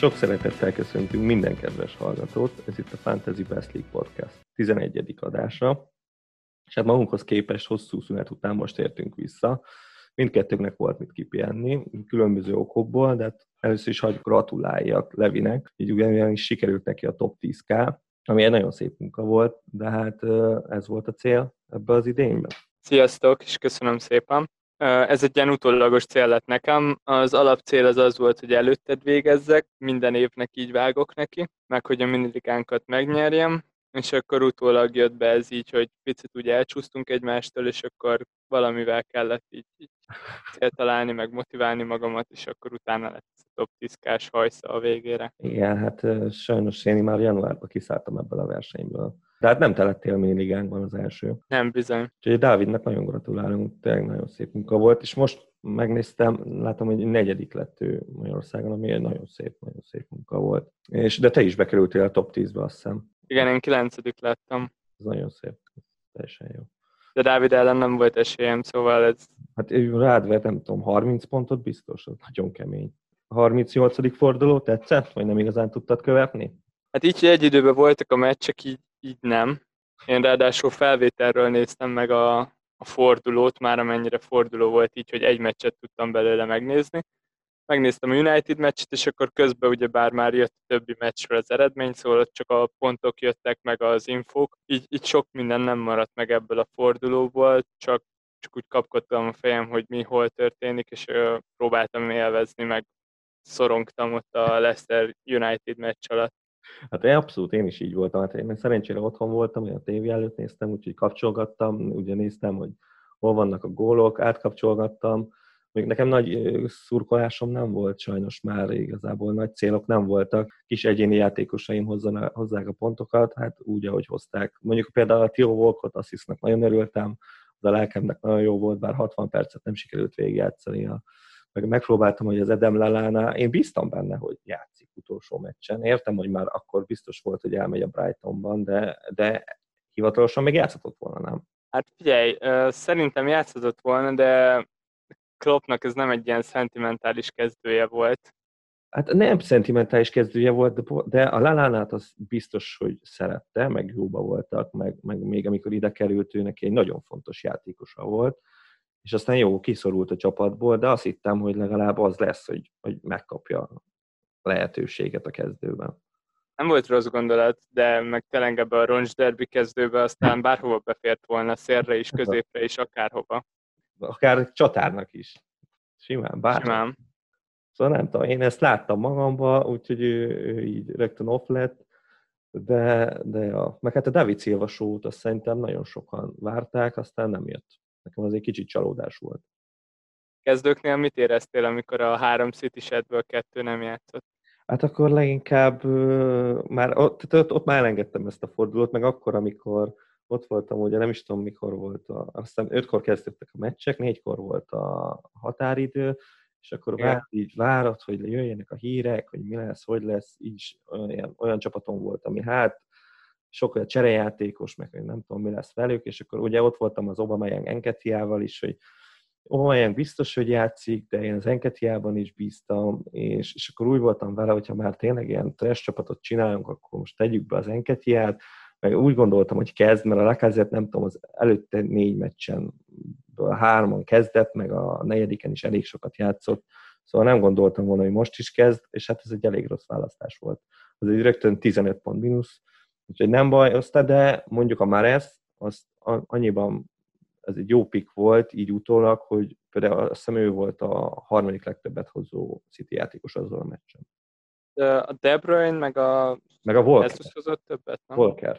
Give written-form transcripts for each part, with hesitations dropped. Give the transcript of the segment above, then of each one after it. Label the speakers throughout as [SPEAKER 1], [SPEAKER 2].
[SPEAKER 1] Sok szeretettel köszöntünk minden kedves hallgatót, ez itt a Fantasy Best League Podcast 11. adása, és hát magunkhoz képest hosszú szünet után most értünk vissza. Mindkettőnknek volt mit kipihenni, különböző okokból, de hát először is hadd gratuláljak Levinek, így ugyanis sikerült neki a top 10K, ami egy nagyon szép munka volt, de hát ez volt a cél ebben az idényben.
[SPEAKER 2] Sziasztok, és köszönöm szépen. Ez egy ilyen utólagos cél lett nekem. Az alapcél az volt, hogy előtted végezzek, minden évnek így vágok neki, meg hogy a miniligánkat megnyerjem, és akkor utólag jött be ez így, hogy picit úgy elcsúsztunk egymástól, és akkor valamivel kellett így célt találni, meg motiválni magamat, és akkor utána lett ez a top 10K-s hajsza a végére.
[SPEAKER 1] Igen, hát sajnos én már januárban kiszálltam ebből a versenyből. Tehát nem te lettél miniligánkban az első.
[SPEAKER 2] Nem, bizony.
[SPEAKER 1] Úgyhogy Dávidnak nagyon gratulálunk, tényleg nagyon szép munka volt, és most megnéztem, látom, hogy 4. lett ő Magyarországon, ami egy nagyon szép munka volt. De te is bekerültél a top 10-be, azt hiszem.
[SPEAKER 2] Igen, én 9. lettem.
[SPEAKER 1] Ez nagyon szép, teljesen jó.
[SPEAKER 2] De Dávid ellen nem volt esélyem, szóval ez...
[SPEAKER 1] Hát rád vett, nem tudom, 30 pontot biztos, az nagyon kemény. A 38. forduló tetszett, vagy nem igazán tudtad követni?
[SPEAKER 2] Hát így, hogy egy időben voltak a meccsek, így nem. Én ráadásul felvételről néztem meg a fordulót, már amennyire forduló volt így, hogy egy meccset tudtam belőle megnézni. Megnéztem a United meccset, és akkor közben ugyebár már jött a többi meccsről az eredmény, szóval ott csak a pontok jöttek meg az infók. Így sok minden nem maradt meg ebből a fordulóból, csak úgy kapkodtam a fejem, hogy mi hol történik, és próbáltam élvezni, meg szorongtam ott a Leicester United meccs alatt.
[SPEAKER 1] Hát én is így voltam, hát én szerencsére otthon voltam, én a tévé előtt néztem, úgyhogy kapcsolgattam, ugye néztem, hogy hol vannak a gólok, átkapcsolgattam. Még nekem nagy szurkolásom nem volt sajnos már, igazából nagy célok nem voltak. Kis egyéni játékosaim hozzák a pontokat, hát úgy, ahogy hozták. Mondjuk például a Theo Walcott asszisztnak nagyon örültem, az a lelkemnek nagyon jó volt, bár 60 percet nem sikerült végigjátszani. Meg megpróbáltam, hogy az Adam Lallana, én bíztam benne, hogy játszik utolsó meccsen. Értem, hogy már akkor biztos volt, hogy elmegy a Brightonban, de hivatalosan még játszhatott volna, nem?
[SPEAKER 2] Hát figyelj, szerintem játszhatott volna, de Kloppnak ez nem egy ilyen szentimentális kezdője volt.
[SPEAKER 1] Hát nem szentimentális kezdője volt, de a Lallánát az biztos, hogy szerette, meg jóba voltak, meg még amikor ide került, ő neki egy nagyon fontos játékosa volt, és aztán jó, kiszorult a csapatból, de azt hittem, hogy legalább az lesz, hogy megkapja a lehetőséget a kezdőben.
[SPEAKER 2] Nem volt rossz gondolat, de meg tényleg ebbe a roncs derby kezdőbe aztán bárhova befért volna, szélre is, középre is, akárhova.
[SPEAKER 1] Akár csatárnak is. Simán, bárhova.
[SPEAKER 2] Simán.
[SPEAKER 1] Szóval nem tudom, én ezt láttam magamba, úgyhogy ő így rögtön off lett, de ja. Meg hát a David Silva show-t azt szerintem nagyon sokan várták, aztán nem jött. Nekem az egy kicsit csalódás volt.
[SPEAKER 2] Kezdőknél mit éreztél, amikor a 3 City-setből 2 nem játszott?
[SPEAKER 1] Hát akkor leginkább már ott már elengedtem ezt a fordulót, meg akkor, amikor ott voltam, ugye nem is tudom mikor volt, aztán 5-kor kezdődtek a meccsek, 4-kor volt a határidő, és akkor várod, hogy jöjjenek a hírek, hogy mi lesz, hogy lesz, így olyan csapaton volt, ami hát sok olyan cserejátékos, meg nem tudom, mi lesz velük, és akkor ugye ott voltam az Aubameyang Nketiával is, hogy Aubameyang biztos, hogy játszik, de én az Nketiában is bíztam, és akkor úgy voltam vele, hogyha már tényleg ilyen trash csapatot csinálunk, akkor most tegyük be az Nketiát, meg úgy gondoltam, hogy kezd, mert a Lacazette nem tudom, az előtte 4 meccsen 3-on kezdett, meg a 4. is elég sokat játszott, szóval nem gondoltam volna, hogy most is kezd, és hát ez egy elég rossz választás volt. Az egy rögtön 15 pont mínusz, úgyhogy nem baj, de mondjuk a Mahrez, az annyiban ez egy jó pick volt, így utólag, hogy például azt hiszem ő volt a 3. legtöbbet hozó City játékos azon a meccsen.
[SPEAKER 2] A De Bruyne, meg a
[SPEAKER 1] Walker.
[SPEAKER 2] Jesus hozott többet, nem?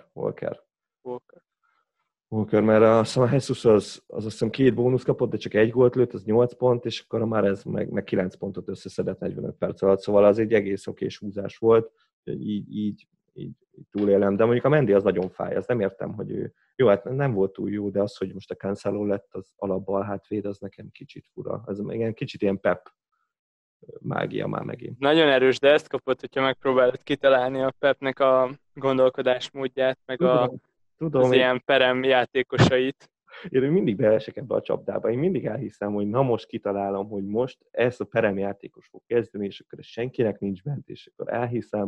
[SPEAKER 1] Walker, mert a Jesus az azt hiszem 2 bónusz kapott, de csak 1 gólt lőtt, az 8 pont, és akkor a Mahrez meg 9 pontot összeszedett 45 perc alatt, szóval az egy egész okés húzás volt, így túlélem, de mondjuk a Mendy az nagyon fáj, azt nem értem, hogy ő jó, hát nem volt túl jó, de az, hogy most a Cancelo lett az alapbal hátvéd, az nekem kicsit fura. Ez igen, kicsit ilyen Pep mágia már megint.
[SPEAKER 2] Nagyon erős, de ezt kapott, hogyha megpróbálod kitalálni a Pepnek a gondolkodásmódját, meg
[SPEAKER 1] tudom,
[SPEAKER 2] az ilyen perem játékosait.
[SPEAKER 1] Én mindig beesek ebbe a csapdába. Én mindig elhiszem, hogy na most kitalálom, hogy most ezt a peremjátékos fog kezdeni, és akkor ez senkinek nincs bent, és akkor elhiszem,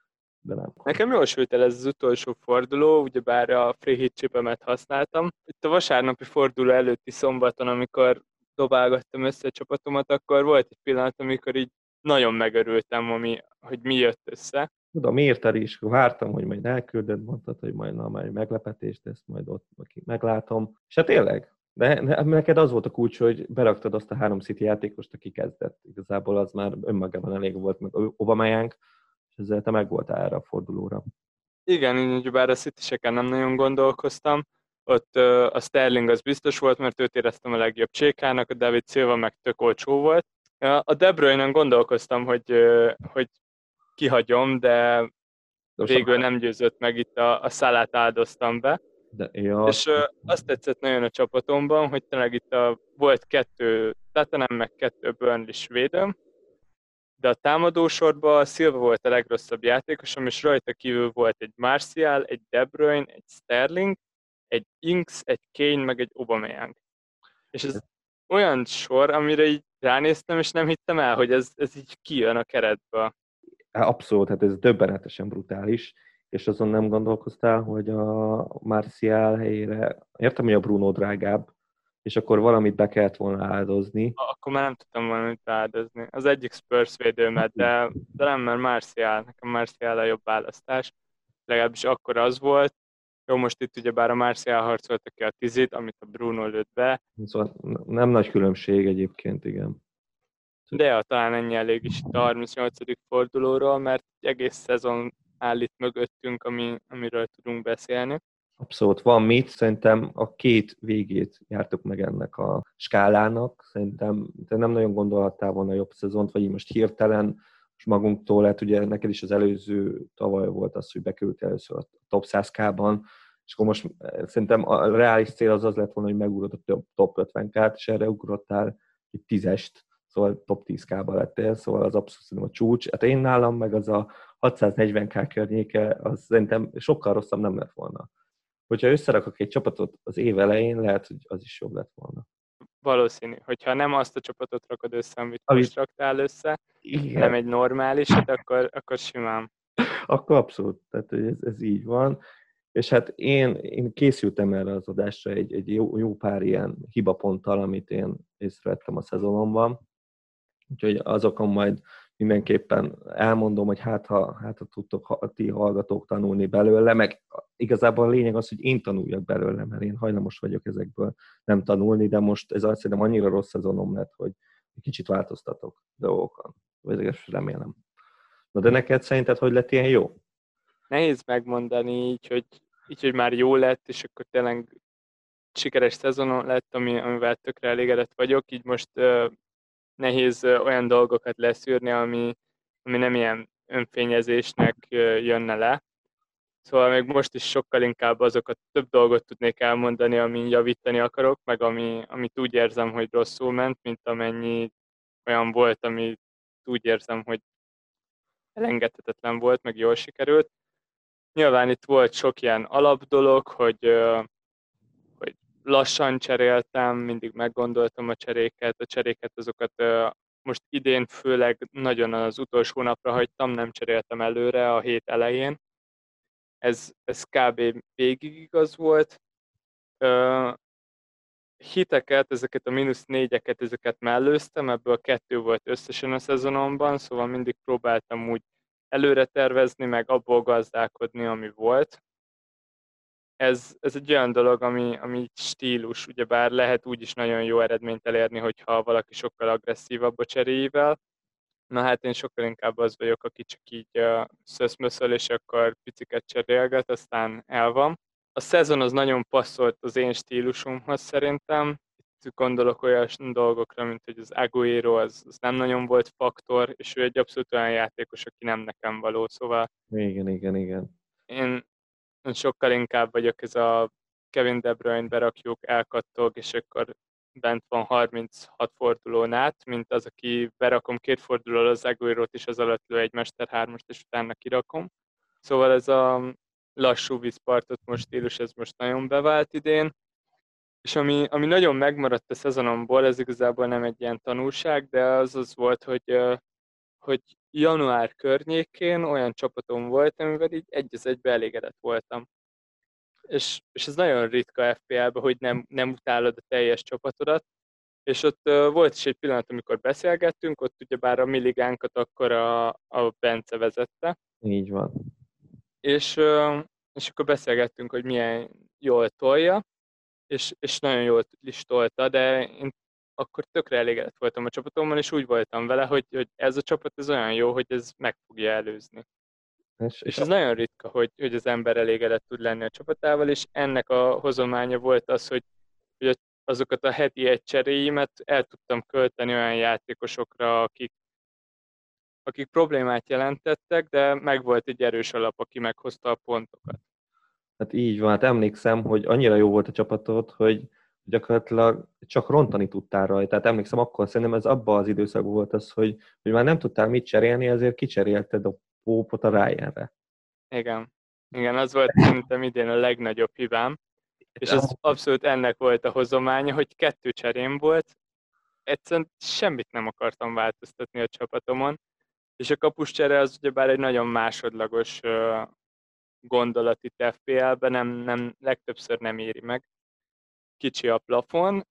[SPEAKER 1] de nem.
[SPEAKER 2] Nekem jól sült el ez az utolsó forduló, ugyebár a free hit chipemet használtam. Itt a vasárnapi forduló előtti szombaton, amikor dobálgattam össze a csapatomat, akkor volt egy pillanat, amikor így nagyon megörültem, hogy mi jött össze.
[SPEAKER 1] Tudom, írtad is, vártam, hogy majd elküldöd, mondtad, hogy majd majd meglepetés, de ezt majd ott meglátom. És hát tényleg, de neked az volt a kulcs, hogy beraktad azt a 3 City játékost, aki kezdett. Igazából az már önmagában elég volt, meg Aubameyang, és ezzel te meg voltál erre a fordulóra.
[SPEAKER 2] Igen, ugyebár a City-seken nem nagyon gondolkoztam. Ott a Sterling az biztos volt, mert őt éreztem a legjobb csékának, a David Silva meg tök olcsó volt. A De Bruyne-en gondolkoztam, hogy kihagyom, de végül nem győzött meg, itt a Salát áldoztam be.
[SPEAKER 1] Ja.
[SPEAKER 2] És azt tetszett nagyon a csapatomban, hogy tényleg itt volt 2 Tottenham, meg 2 Burnley védőm, de a támadósorban a Silva volt a legrosszabb játékosom, és rajta kívül volt egy Martial, egy De Bruyne, egy Sterling, egy Inks, egy Kane, meg egy Aubameyang. És ez olyan sor, amire így ránéztem, és nem hittem el, hogy ez így kijön a keretből.
[SPEAKER 1] Abszolút, hát ez döbbenetesen brutális, és azon nem gondolkoztál, hogy a Martial helyére, értem, hogy a Bruno drágább, és akkor valamit be kellett volna áldozni.
[SPEAKER 2] Akkor már nem tudtam valamit beáldozni. Az egyik Spurs védőmet, de nem, mert Martial, nekem Martial a jobb választás. Legalábbis akkor az volt. Jó, most itt ugyebár a Martial harcolta ki a 10-it, amit a Bruno lőtt be.
[SPEAKER 1] Szóval nem nagy különbség egyébként, igen.
[SPEAKER 2] De ja, talán ennyi elég is itt a 38. fordulóról, mert egy egész szezon áll itt mögöttünk, amiről tudunk beszélni.
[SPEAKER 1] Abszolút van mit, szerintem a 2 végét jártuk meg ennek a skálának, szerintem te nem nagyon gondolhattál volna jobb szezont, vagy így most hirtelen, most magunktól lett, ugye neked is az előző tavaly volt az, hogy bekerült először a top 100K-ban, és akkor most szerintem a reális cél az lett volna, hogy megugrod a top 50K-t, és erre ugrottál egy 10-est, szóval top 10K-ba lettél, szóval az abszolút szerintem a csúcs. Hát én nálam meg az a 640K környéke, az szerintem sokkal rosszabb nem lett volna. Hogyha összerakok egy csapatot az év elején, lehet, hogy az is jobb lett volna.
[SPEAKER 2] Valószínű, hogyha nem azt a csapatot rakod össze, amit most raktál össze,
[SPEAKER 1] igen,
[SPEAKER 2] hanem egy normálisat, akkor simán.
[SPEAKER 1] Akkor abszolút, tehát ez így van. És hát én készültem erre az adásra egy jó pár ilyen hibaponttal, amit én észrevettem a szezonomban. Úgyhogy azokon majd mindenképpen elmondom, hogy hát ha tudtok ti hallgatók tanulni belőle, meg igazából a lényeg az, hogy én tanuljak belőle, mert én hajlamos vagyok ezekből nem tanulni, de most ez azt hiszem annyira rossz szezonom lett, hogy kicsit változtatok dolgokon. Vagy remélem. Na de neked szerinted hogy lett ilyen jó?
[SPEAKER 2] Nehéz megmondani így, hogy már jó lett, és akkor tényleg sikeres szezonon lett, amivel tökre elégedett vagyok, így most nehéz olyan dolgokat leszűrni, ami nem ilyen önfényezésnek jönne le. Szóval még most is sokkal inkább azokat több dolgot tudnék elmondani, amin javítani akarok, meg amit úgy érzem, hogy rosszul ment, mint amennyi olyan volt, ami úgy érzem, hogy elengedhetetlen volt, meg jól sikerült. Nyilván itt volt sok ilyen alapdolog, hogy lassan cseréltem, mindig meggondoltam a cseréket azokat most idén főleg nagyon az utolsó napra hagytam, nem cseréltem előre a hét elején. Ez kb. Végig igaz volt. Hiteket, ezeket a -4-eket, ezeket mellőztem, ebből 2 volt összesen a szezonomban, szóval mindig próbáltam úgy előre tervezni, meg abból gazdálkodni, ami volt. Ez egy olyan dolog, ami stílus, ugyebár lehet úgy is nagyon jó eredményt elérni, hogyha valaki sokkal agresszívabb a cseréivel. Na hát én sokkal inkább az vagyok, aki csak így szöszmöszöl, és akkor piciket cserélget, aztán el van. A szezon az nagyon passzolt az én stílusomhoz szerintem. Itt gondolok olyan dolgokra, mint hogy az Agüero az nem nagyon volt faktor, és ő egy abszolút olyan játékos, aki nem nekem való, szóval
[SPEAKER 1] Igen.
[SPEAKER 2] én sokkal inkább vagyok ez a Kevin De Bruyne berakjuk, elkattog, és akkor bent van 36 fordulón át, mint az, aki berakom 2 fordulóra az Agüero-t, és az alatt lő egy Mester 3-ast, és utána kirakom. Szóval ez a lassú vízpartot most stílus, ez most nagyon bevált idén. És ami nagyon megmaradt a szezonomból, ez igazából nem egy ilyen tanulság, de az volt, hogy január környékén olyan csapatom volt, amivel így egy az egybe elégedett voltam. És ez nagyon ritka FPL-ben, hogy nem utálod a teljes csapatodat, és ott volt is egy pillanat, amikor beszélgettünk, ott ugyebár a milligánkat akkor a Bence vezette,
[SPEAKER 1] Így van.
[SPEAKER 2] és, és akkor beszélgettünk, hogy milyen jól tolja, és nagyon jól is tolta, de én akkor tökre elégedett voltam a csapatommal, és úgy voltam vele, hogy ez a csapat ez olyan jó, hogy ez meg fogja előzni.
[SPEAKER 1] És
[SPEAKER 2] És ez nagyon ritka, hogy az ember elégedett tud lenni a csapatával, és ennek a hozománya volt az, hogy azokat a heti egy cseréimet el tudtam költeni olyan játékosokra, akik problémát jelentettek, de meg volt egy erős alap, aki meghozta a pontokat.
[SPEAKER 1] hát így van, hát emlékszem, hogy annyira jó volt a csapatod, hogy gyakorlatilag csak rontani tudtál rajta. Tehát emlékszem, akkor szerintem ez abban az időszakban volt az, hogy már nem tudtál mit cserélni, ezért kicserélted a Pópot a Ryanre.
[SPEAKER 2] Igen. Igen, az volt szerintem idén a legnagyobb hibám, és ez abszolút ennek volt a hozománya, hogy 2 cserém volt, egyszerűen semmit nem akartam változtatni a csapatomon, és a kapuscsere az ugyebár egy nagyon másodlagos gondolat itt FPL-ben, legtöbbször nem éri meg, kicsi a plafon,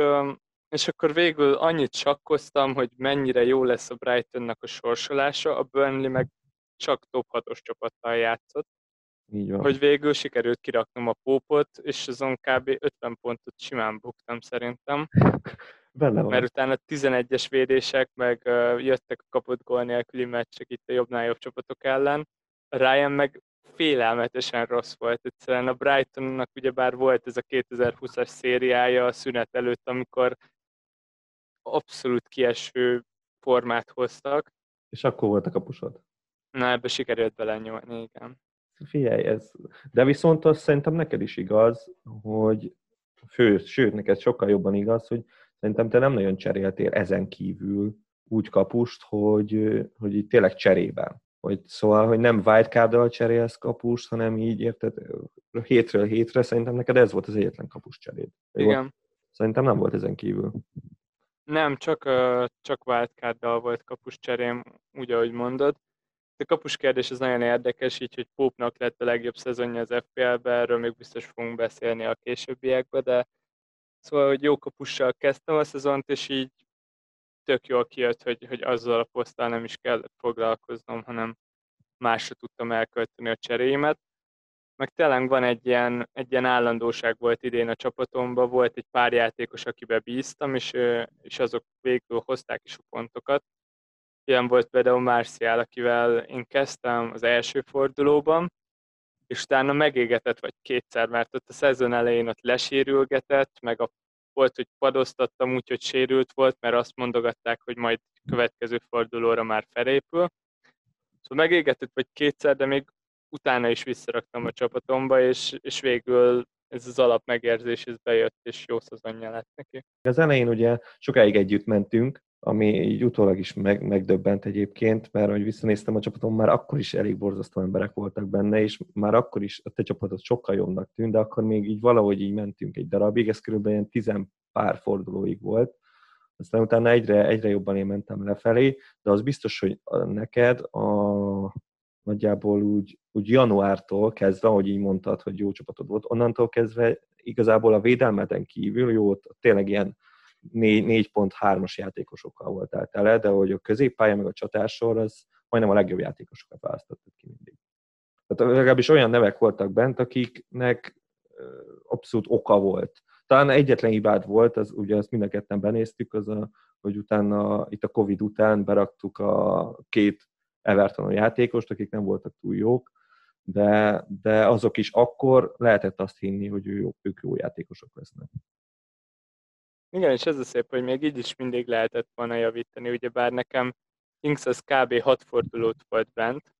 [SPEAKER 2] és akkor végül annyit sakkoztam, hogy mennyire jó lesz a Brightonnak a sorsolása, a Burnley meg csak top 6-os csapattal játszott,
[SPEAKER 1] Így van.
[SPEAKER 2] hogy végül sikerült kiraknom a Pópot, és azon kb. 50 pontot simán buktam szerintem,
[SPEAKER 1] Benne
[SPEAKER 2] mert
[SPEAKER 1] van.
[SPEAKER 2] utána 11-es védések, meg jöttek a kapott gól nélküli meccsek itt a jobbnál jobb csapatok ellen. A Ryan meg félelmetesen rossz volt. Egyszerűen a Brightonnak ugyebár volt ez a 2020-as szériája a szünet előtt, amikor abszolút kieső formát hoztak.
[SPEAKER 1] És akkor volt a kapusod.
[SPEAKER 2] Na, ebbe sikerült belenyúlni, igen.
[SPEAKER 1] Figyelj, ez... De viszont azt szerintem neked is igaz, hogy sőt, neked sokkal jobban igaz, hogy szerintem te nem nagyon cseréltél ezen kívül úgy kapust, hogy így tényleg cserében. Szóval, hogy nem wildcard-dal cserélsz kapust, hanem így érted, hétről hétre szerintem neked ez volt az egyetlen kapus cseréd.
[SPEAKER 2] Igen.
[SPEAKER 1] Szerintem nem volt ezen kívül.
[SPEAKER 2] Nem, csak wildcard-dal volt kapus cserém, úgy, ahogy mondod. A kapus kérdés az nagyon érdekes, így, hogy Pope-nak lett a legjobb szezonja az FPL-ben, erről még biztos fogunk beszélni a későbbiekben, de szóval, hogy jó kapussal kezdtem a szezont, és így tök jól kijött, hogy azzal a poszttal nem is kellett foglalkoznom, hanem másra tudtam elkölteni a cseréimet. Meg tényleg van egy ilyen állandóság volt idén a csapatomban, volt egy pár játékos, akibe bíztam, és azok végül hozták is a pontokat. Ilyen volt például Martial, akivel én kezdtem az első fordulóban, és utána megégetett vagy kétszer, mert ott a szezon elején ott lesérülgetett, meg volt, hogy padoztattam úgy, hogy sérült volt, mert azt mondogatták, hogy majd következő fordulóra már felépül. Szóval megégetett vagy kétszer, de még utána is visszaraktam a csapatomba, és végül ez az alap megérzés ez bejött, és jó szezonja lett neki.
[SPEAKER 1] Az elején ugye sokáig együtt mentünk, ami így utólag is megdöbbent egyébként, mert hogy visszanéztem a csapatom, már akkor is elég borzasztó emberek voltak benne, és már akkor is a te csapatod sokkal jobbnak tűnt, de akkor még így valahogy így mentünk egy darabig, ez körülbelül ilyen 10 pár fordulóig volt. Aztán utána egyre jobban én mentem lefelé, de az biztos, hogy neked nagyjából úgy januártól kezdve, ahogy így mondtad, hogy jó csapatod volt, onnantól kezdve igazából a védelmeden kívül jó, tényleg ilyen 4.3-as játékosokkal voltál tele, de hogy a középpálya meg a csatársor, az majdnem a legjobb játékosokat választottad ki mindig. Tehát legalábbis olyan nevek voltak bent, akiknek abszolút oka volt. Talán egyetlen hibád volt, az, ugye azt mind a ketten benéztük, hogy utána itt a Covid után beraktuk a 2 Everton játékost, akik nem voltak túl jók, de azok is akkor lehetett azt hinni, hogy ők jó játékosok lesznek.
[SPEAKER 2] Igen, és ez a szép, hogy még így is mindig lehetett volna javítani, ugyebár nekem Inks az kb. 6 fordulót volt bent,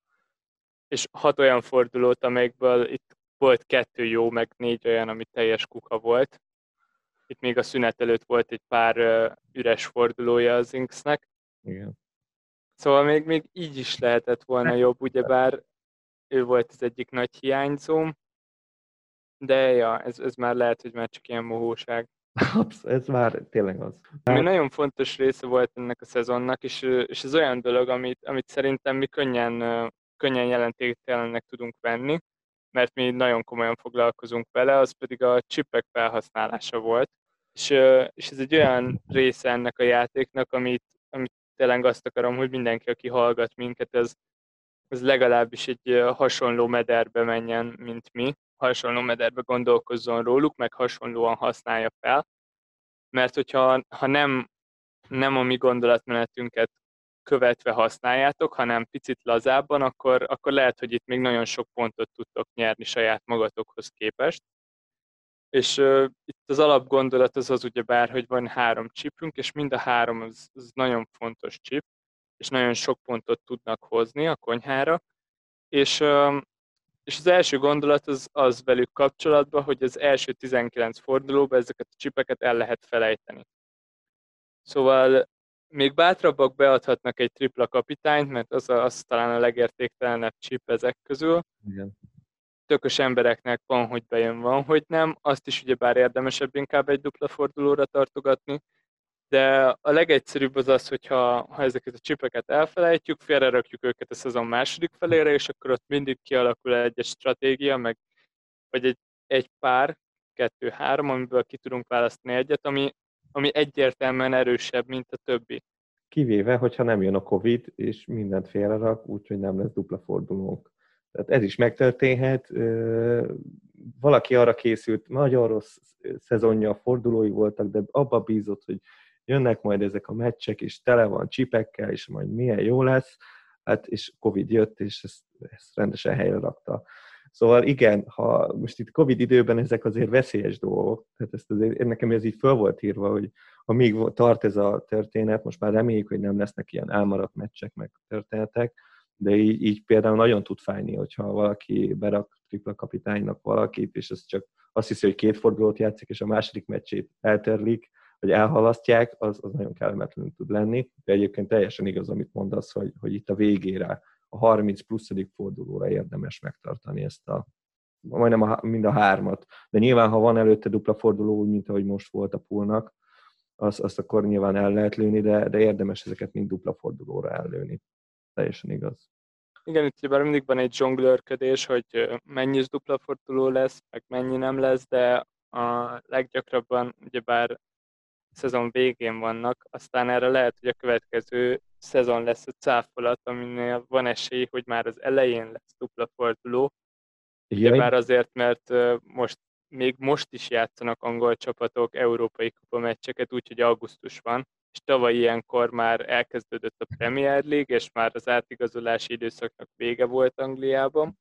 [SPEAKER 2] és 6 olyan fordulót, amelyekből itt volt 2 jó, meg 4 olyan, ami teljes kuka volt. Itt még a szünet előtt volt egy pár üres fordulója az Inksnek.
[SPEAKER 1] Igen.
[SPEAKER 2] Szóval még így is lehetett volna jobb, ugyebár ő volt az egyik nagy hiányzóm. De ja, ez már lehet, hogy már csak ilyen mohóság.
[SPEAKER 1] Ez már tényleg az.
[SPEAKER 2] Ami nagyon fontos része volt ennek a szezonnak, és ez olyan dolog, amit szerintem mi könnyen jelentéktelennek tudunk venni, mert mi nagyon komolyan foglalkozunk vele, az pedig a chipek felhasználása volt. És ez egy olyan része ennek a játéknak, amit tényleg azt akarom, hogy mindenki, aki hallgat minket, az legalábbis egy hasonló mederbe menjen, mint mi, hasonló mederbe gondolkozzon róluk, meg hasonlóan használja fel, mert hogyha nem a mi gondolatmenetünket követve használjátok, hanem picit lazábban, akkor lehet, hogy itt még nagyon sok pontot tudtok nyerni saját magatokhoz képest. És itt az alapgondolat az ugyebár, hogy van 3 chipünk, és mind a 3 az nagyon fontos chip, és nagyon sok pontot tudnak hozni a konyhára. És, és az első gondolat az velük kapcsolatban, hogy az első 19 fordulóban ezeket a chipeket el lehet felejteni. Szóval még bátrabbak beadhatnak egy tripla kapitányt, mert az talán a legértéktelenebb chip ezek közül.
[SPEAKER 1] Igen.
[SPEAKER 2] Tökös embereknek van, hogy bejön, van, hogy nem. Azt is ugyebár érdemesebb inkább egy dupla fordulóra tartogatni. De a legegyszerűbb az, hogyha ezeket a csipeket elfelejtjük, félrerakjuk őket a szezon második felére, és akkor ott mindig kialakul egy stratégia, vagy egy pár, 2-3, amiből ki tudunk választani egyet, ami egyértelműen erősebb, mint a többi.
[SPEAKER 1] Kivéve, hogyha nem jön a Covid, és mindent félrerak, úgyhogy nem lesz dupla fordulónk. Tehát ez is megtörténhet. Valaki arra készült, nagyon rossz szezonja, fordulói voltak, de abba bízott, hogy jönnek majd ezek a meccsek, és tele van csipekkel, és majd milyen jó lesz. Hát, és Covid jött, és ezt rendesen helyre rakta. Szóval igen, ha most itt Covid időben ezek azért veszélyes dolgok, tehát ezt azért, nekem ez így föl volt írva, hogy amíg tart ez a történet, most már reméljük, hogy nem lesznek ilyen elmaradt meccsek meg történetek, de így például nagyon tud fájni, hogyha valaki berak tripla kapitánynak valakit, és ez csak azt hiszi, hogy 2 fordulót játszik, és a második meccsét eltörlik, vagy elhalasztják, az nagyon kellemetlen tud lenni. De egyébként teljesen igaz, amit mondasz, hogy itt a végére, a 30 pluszadik fordulóra érdemes megtartani ezt majdnem mind a 3-at. De nyilván, ha van előtte dupla forduló, úgy, mint ahogy most volt a poolnak, azt akkor nyilván el lehet lőni, de érdemes ezeket mind dupla fordulóra ellőni. Teljesen igaz.
[SPEAKER 2] Igen, itt ugyebár mindig van egy zsonglőrködés, hogy mennyi dupla forduló lesz, meg mennyi nem lesz, de a leggyakrabban ugyebár szezon végén vannak, aztán erre lehet, hogy a következő szezon lesz a cáfolat, aminél van esély, hogy már az elején lesz dupla forduló. Ugyebár azért, mert még most is játszanak angol csapatok európai kupa meccseket, úgyhogy augusztus van, és tavaly ilyenkor már elkezdődött a Premier League, és már az átigazolási időszaknak vége volt Angliában.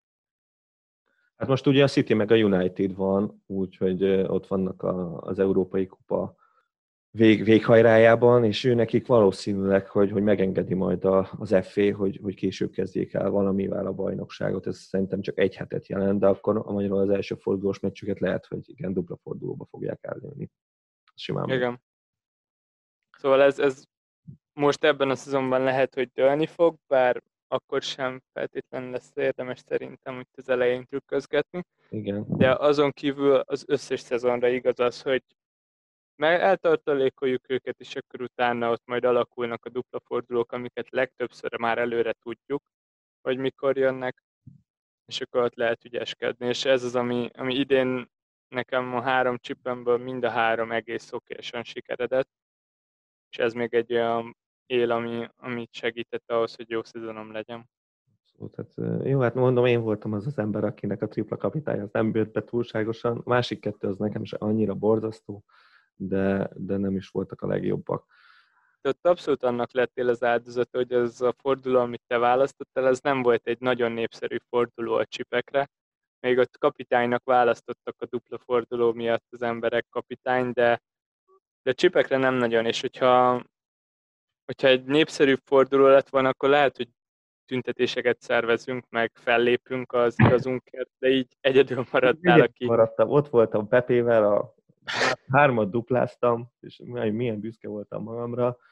[SPEAKER 1] Hát most ugye a City meg a United van, úgyhogy ott vannak az európai kupa véghajrájában, és ő nekik valószínűleg, hogy megengedi majd az FA, hogy később kezdjék el valamivel a bajnokságot. Ez szerintem csak 1 hetet jelent, de akkor magyarul az első fordulós meccsüket lehet, hogy igen, dupla fordulóba fogják ellőni. Simán.
[SPEAKER 2] Igen. Szóval ez most ebben a szezonban lehet, hogy dőlni fog, bár akkor sem feltétlenül lesz érdemes szerintem úgy az elején trükközgetni.
[SPEAKER 1] Igen.
[SPEAKER 2] De azon kívül az összes szezonra igaz az, hogy eltartalékoljuk őket, és akkor utána ott majd alakulnak a dupla fordulók, amiket legtöbbször már előre tudjuk, hogy mikor jönnek, és akkor ott lehet ügyeskedni. És ez az, ami idén nekem a 3 csipemből mind a 3 egész okésan sikeredett, és ez még egy olyan él, amit segített ahhoz, hogy jó szezonom legyen.
[SPEAKER 1] Tehát, jó, hát mondom, én voltam az ember, akinek a tripla kapitány az nem bőtt be túlságosan. A másik 2 az nekem is annyira borzasztó, de nem is voltak a legjobbak.
[SPEAKER 2] De ott abszolút annak lettél az áldozat, hogy az a forduló, amit te választottál, az nem volt egy nagyon népszerű forduló a csipekre. Még ott kapitánynak választottak a dupla forduló miatt az emberek kapitány, de a csipekre nem nagyon, és hogyha egy népszerű forduló lett volna, akkor lehet, hogy tüntetéseket szervezünk, meg fellépünk az igazunkért, de így egyedül maradtál, aki...
[SPEAKER 1] Maradtam, ott voltam Pepével, a 3-at dupláztam, és milyen büszke voltam magamra.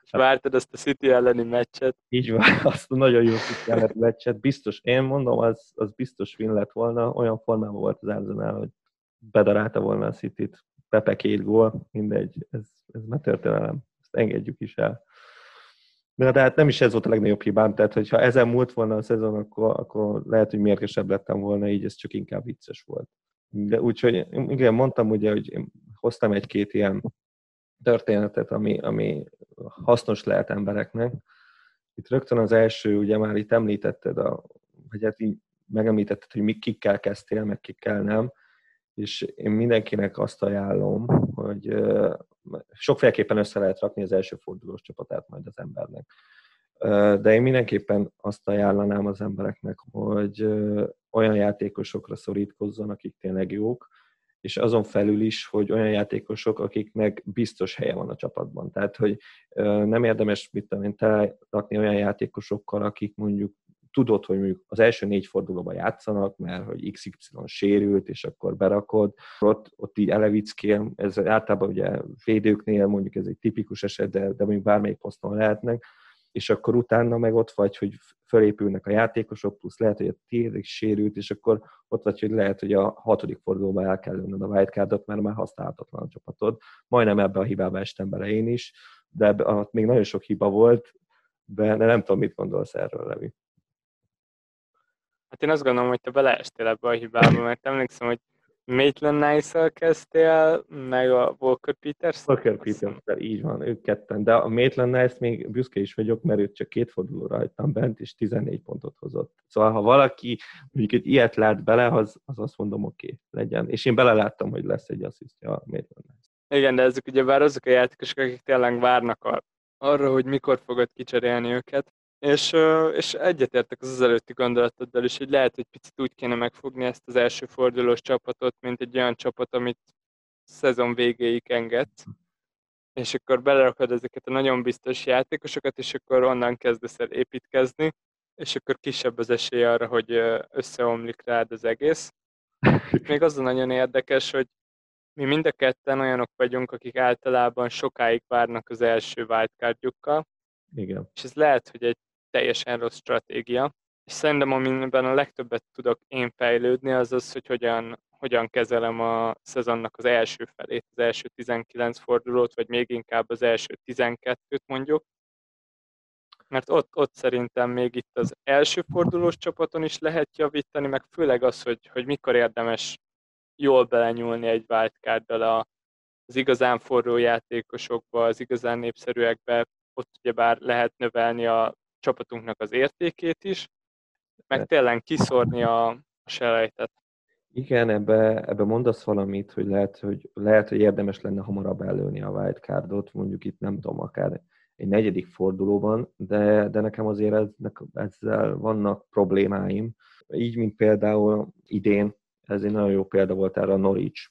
[SPEAKER 2] És vártad azt a City elleni meccset.
[SPEAKER 1] Így van, azt a nagyon jó City elleni meccset. Biztos, én mondom, az biztos win lett volna. Olyan formában volt az Arsenal, hogy bedarálta volna a Cityt. Pepe 2 gól, mindegy, ez már történelem. Ezt engedjük is el. De hát nem is ez volt a legnagyobb hibám, tehát hogyha ezen múlt volna a szezon, akkor lehet, hogy mérgesebb lettem volna, így ez csak inkább vicces volt. De úgyhogy igen, mondtam ugye, hogy én hoztam egy-két ilyen történetet, ami hasznos lehet embereknek. Itt rögtön az első, ugye már itt említetted, vagy hát így megemlítetted, hogy kikkel kezdtél, meg kikkel nem, és én mindenkinek azt ajánlom, hogy sokféleképpen össze lehet rakni az első fordulós csapatát majd az embernek. De én mindenképpen azt ajánlanám az embereknek, hogy olyan játékosokra szorítkozzon, akik tényleg jók, és azon felül is, hogy olyan játékosok, akiknek biztos helye van a csapatban. Tehát, hogy nem érdemes, mit tudom én, rakni olyan játékosokkal, akik mondjuk tudod, hogy mondjuk az első 4 fordulóban játszanak, mert hogy XY sérült, és akkor berakod. Ott így elevickél, ez általában ugye védőknél mondjuk ez egy tipikus eset, de mondjuk bármelyik poszton lehetnek, és akkor utána meg ott vagy, hogy fölépülnek a játékosok, plusz lehet, hogy a tiéd is sérült, és akkor ott vagy, hogy lehet, hogy a 6. fordulóban el kell lőnöd a wildcardot, mert már használhatatlan a csapatod. Majdnem ebbe a hibába estem bele én is, de ott még nagyon sok hiba volt, de nem tudom, mit gondolsz erről, Levi.
[SPEAKER 2] Hát én azt gondolom, hogy te beleestél ebbe a hibába, mert emlékszem, hogy Maitland-Nice-el kezdtél, meg a Walker Peters.
[SPEAKER 1] Walker Peters, így van, ők ketten. De a Maitland-Nice még büszke is vagyok, mert őt csak 2 fordulóra hagytam bent, és 14 pontot hozott. Szóval, ha valaki mondjuk egy ilyet lát bele, az azt mondom, oké, legyen. És én beleláttam, hogy lesz egy asszisztja a Maitland-Nice.
[SPEAKER 2] Igen, de ezek ugyebár azok a játékosok, akik tényleg várnak arra, hogy mikor fogod kicserélni őket. És egyetértek az előtti gondolatoddal is, hogy lehet, hogy picit úgy kéne megfogni ezt az első fordulós csapatot, mint egy olyan csapat, amit szezon végéig engedsz, és akkor belerakod ezeket a nagyon biztos játékosokat, és akkor onnan kezdesz el építkezni, és akkor kisebb az esély arra, hogy összeomlik rád az egész. Itt még az a nagyon érdekes, hogy mi mind a ketten olyanok vagyunk, akik általában sokáig várnak az első wildcardjukkal,
[SPEAKER 1] Igen.
[SPEAKER 2] és ez lehet, hogy egy teljesen rossz stratégia. És szerintem, amiben a legtöbbet tudok én fejlődni, az az, hogy hogyan kezelem a szezonnak az első felét, az első 19 fordulót, vagy még inkább az első 12-t mondjuk. Mert ott szerintem még itt az első fordulós csapaton is lehet javítani, meg főleg az, hogy mikor érdemes jól belenyúlni egy wildcarddal az igazán forró játékosokba, az igazán népszerűekbe, ott ugyebár lehet növelni a csapatunknak az értékét is, meg tényleg kiszórni a selejtet.
[SPEAKER 1] Igen, ebbe mondasz valamit, hogy lehet, hogy érdemes lenne hamarabb előni a wildcardot, mondjuk itt nem tudom, akár egy 4. fordulóban, de nekem azért ezzel vannak problémáim. Így, mint például idén, ez egy nagyon jó példa volt erre a Norwich,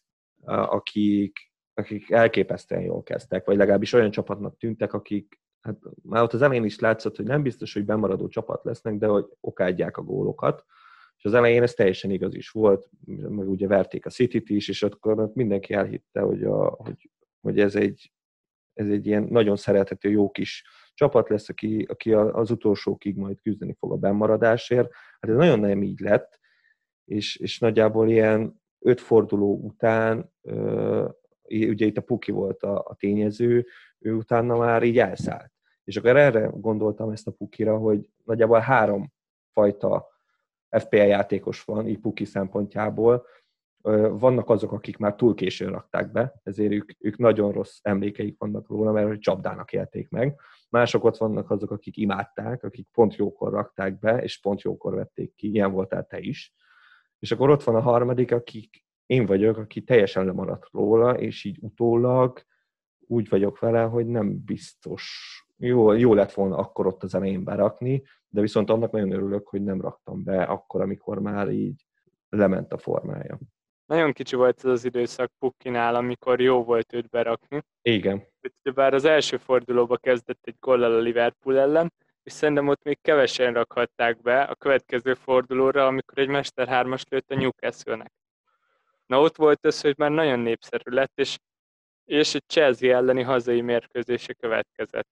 [SPEAKER 1] akik elképesztően jól kezdtek, vagy legalábbis olyan csapatnak tűntek, akik hát már ott az elején is látszott, hogy nem biztos, hogy bemaradó csapat lesznek, de hogy okádják a gólokat. És az elején ez teljesen igaz is volt, meg ugye verték a Cityt is, és akkor mindenki elhitte, hogy ez egy ilyen nagyon szerethető, jó kis csapat lesz, aki az utolsókig majd küzdeni fog a bennmaradásért. Hát ez nagyon nem így lett, és nagyjából ilyen 5 forduló után, ugye itt a Puki volt a tényező, ő utána már így elszállt. És akkor erre gondoltam ezt a Pukira, hogy nagyjából 3 fajta FPL játékos van, így Puki szempontjából. Vannak azok, akik már túl későn rakták be, ezért ők nagyon rossz emlékeik vannak róla, mert csapdának élték meg. Mások ott vannak azok, akik imádták, akik pont jókor rakták be, és pont jókor vették ki, ilyen voltál te is. És akkor ott van a harmadik, akik én vagyok, aki teljesen lemaradt róla, és így utólag úgy vagyok vele, hogy nem biztos. Jó lett volna akkor ott az elején berakni, de viszont annak nagyon örülök, hogy nem raktam be akkor, amikor már így lement a formája.
[SPEAKER 2] Nagyon kicsi volt ez az időszak Pukkinál, amikor jó volt őt berakni.
[SPEAKER 1] Igen.
[SPEAKER 2] Bár az első fordulóba kezdett egy góllal a Liverpool ellen, és szerintem ott még kevesen rakhatták be a következő fordulóra, amikor egy Mester 3-as lőtt a Newcastle-nek. Na ott volt az, hogy már nagyon népszerű lett, és És egy Chelsea elleni hazai mérkőzése következett.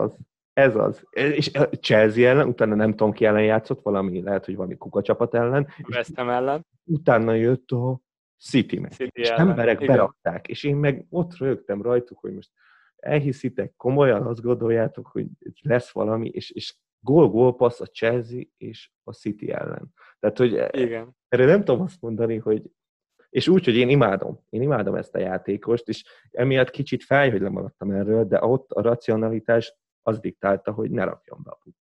[SPEAKER 1] Ez az. És a Chelsea ellen, utána nem tudom ki ellen játszott, lehet, hogy valami kukacsapat ellen,
[SPEAKER 2] A
[SPEAKER 1] és
[SPEAKER 2] West Ham ellen.
[SPEAKER 1] utána jött a City meg.
[SPEAKER 2] City
[SPEAKER 1] És
[SPEAKER 2] ellen.
[SPEAKER 1] emberek
[SPEAKER 2] Igen.
[SPEAKER 1] berakták, és én meg ott rögtem rajtuk, hogy most elhiszitek, komolyan azt gondoljátok, hogy lesz valami, és gól passz a Chelsea és a City ellen. Tehát, hogy
[SPEAKER 2] Igen.
[SPEAKER 1] erre nem tudom azt mondani, hogy és úgy, hogy én imádom ezt a játékost, és emiatt kicsit fáj, hogy lemaradtam erről, de ott a racionalitás az diktálta, hogy ne rakjon be a puk.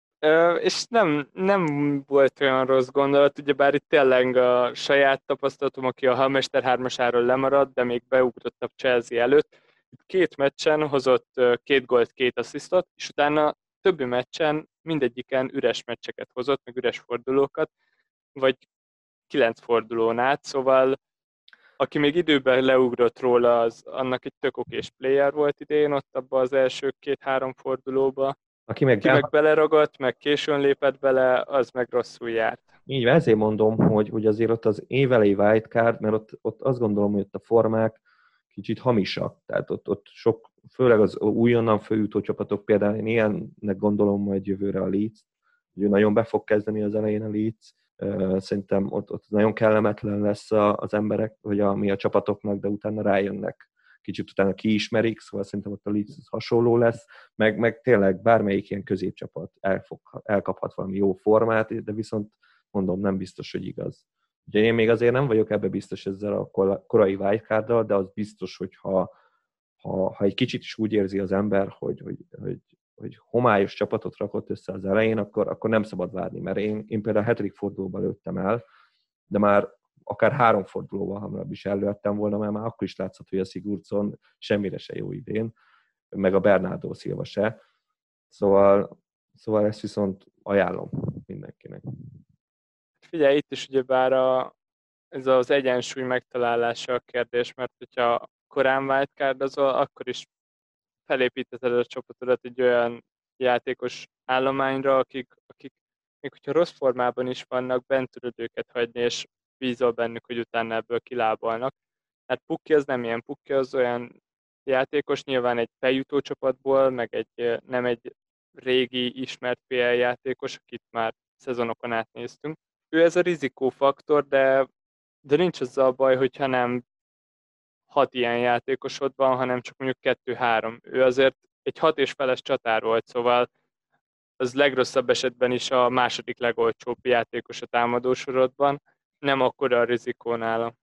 [SPEAKER 2] És nem volt olyan rossz gondolat, ugyebár itt tényleg a saját tapasztalatom, aki a Halmester 3-asáról lemaradt, de még beugrott a Chelsea előtt. Itt 2 meccsen hozott 2 gólt, 2 asszisztot, és utána többi meccsen mindegyiken üres meccseket hozott, meg üres fordulókat, vagy 9 fordulón át, szóval aki még időben leugrott róla, annak egy tök okés player volt idén, ott abban az első 2-3 fordulóba. Aki meg beleragadt, meg későn lépett bele, az meg rosszul járt.
[SPEAKER 1] Így ezért mondom, hogy azért ott az évelei wildcard, mert ott azt gondolom, hogy ott a formák kicsit hamisak. Tehát ott sok, főleg az újonnan főjutó csapatok, például én ilyennek gondolom majd jövőre a Leeds, hogy nagyon be fog kezdeni az elején a Leeds. Szerintem ott nagyon kellemetlen lesz az emberek, vagy a csapatoknak, de utána rájönnek. Kicsit utána kiismerik, szóval szerintem ott a Leeds hasonló lesz, meg tényleg bármelyik ilyen középcsapat elkaphat valami jó formát, de viszont mondom, nem biztos, hogy igaz. Ugye én még azért nem vagyok ebbe biztos ezzel a korai wildcarddal, de az biztos, hogy ha egy kicsit is úgy érzi az ember, hogy homályos csapatot rakott össze az elején, akkor nem szabad várni, mert én például a 7. fordulóban lőttem el, de már akár 3 fordulóval hamarabb is előttem volna, mert már akkor is látszott, hogy a Sigurdsson semmire se jó idén, meg a Bernardo Silva se. Szóval ezt viszont ajánlom mindenkinek.
[SPEAKER 2] Figyelj, itt is ugyebár ez az egyensúly megtalálása a kérdés, mert hogyha korán wildcardozol, akkor is felépítheted a csapatodat egy olyan játékos állományra, akik még hogyha rossz formában is vannak, bent tudod őket hagyni, és bízol bennük, hogy utána ebből kilábalnak. Hát Pukki az nem ilyen, Pukki az olyan játékos, nyilván egy bejutó csapatból, meg nem egy régi, ismert PL játékos, akit már szezonokon átnéztünk. Ő ez a rizikófaktor, de nincs azzal a baj, hogyha nem 6 ilyen játékosod van, hanem csak mondjuk 2-3. Ő azért egy 6 és feles csatár volt, szóval az legrosszabb esetben is a második legolcsóbb játékos a támadósorodban, nem akkora a rizikó nála.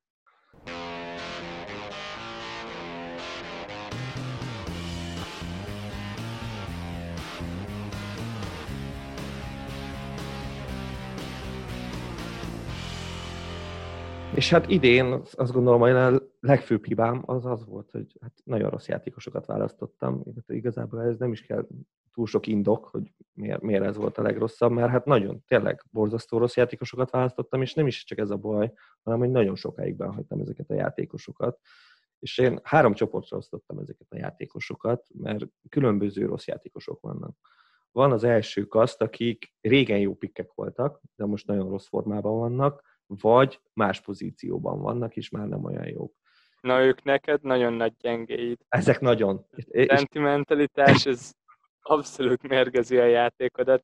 [SPEAKER 1] És hát idén azt gondolom, hogy a legfőbb hibám az volt, hogy hát nagyon rossz játékosokat választottam. Igazából ez nem is kell túl sok indok, hogy miért ez volt a legrosszabb, mert hát nagyon, tényleg borzasztó rossz játékosokat választottam, és nem is csak ez a baj, hanem hogy nagyon sokáig behagytam ezeket a játékosokat. És én 3 csoportra osztottam ezeket a játékosokat, mert különböző rossz játékosok vannak. Van az elsők azt, akik régen jó pikkek voltak, de most nagyon rossz formában vannak, vagy más pozícióban vannak, és már nem olyan jók.
[SPEAKER 2] Na, ők neked nagyon nagy gyengéid.
[SPEAKER 1] Ezek nagyon.
[SPEAKER 2] Szentimentalitás, ez abszolút mérgezi a játékodat,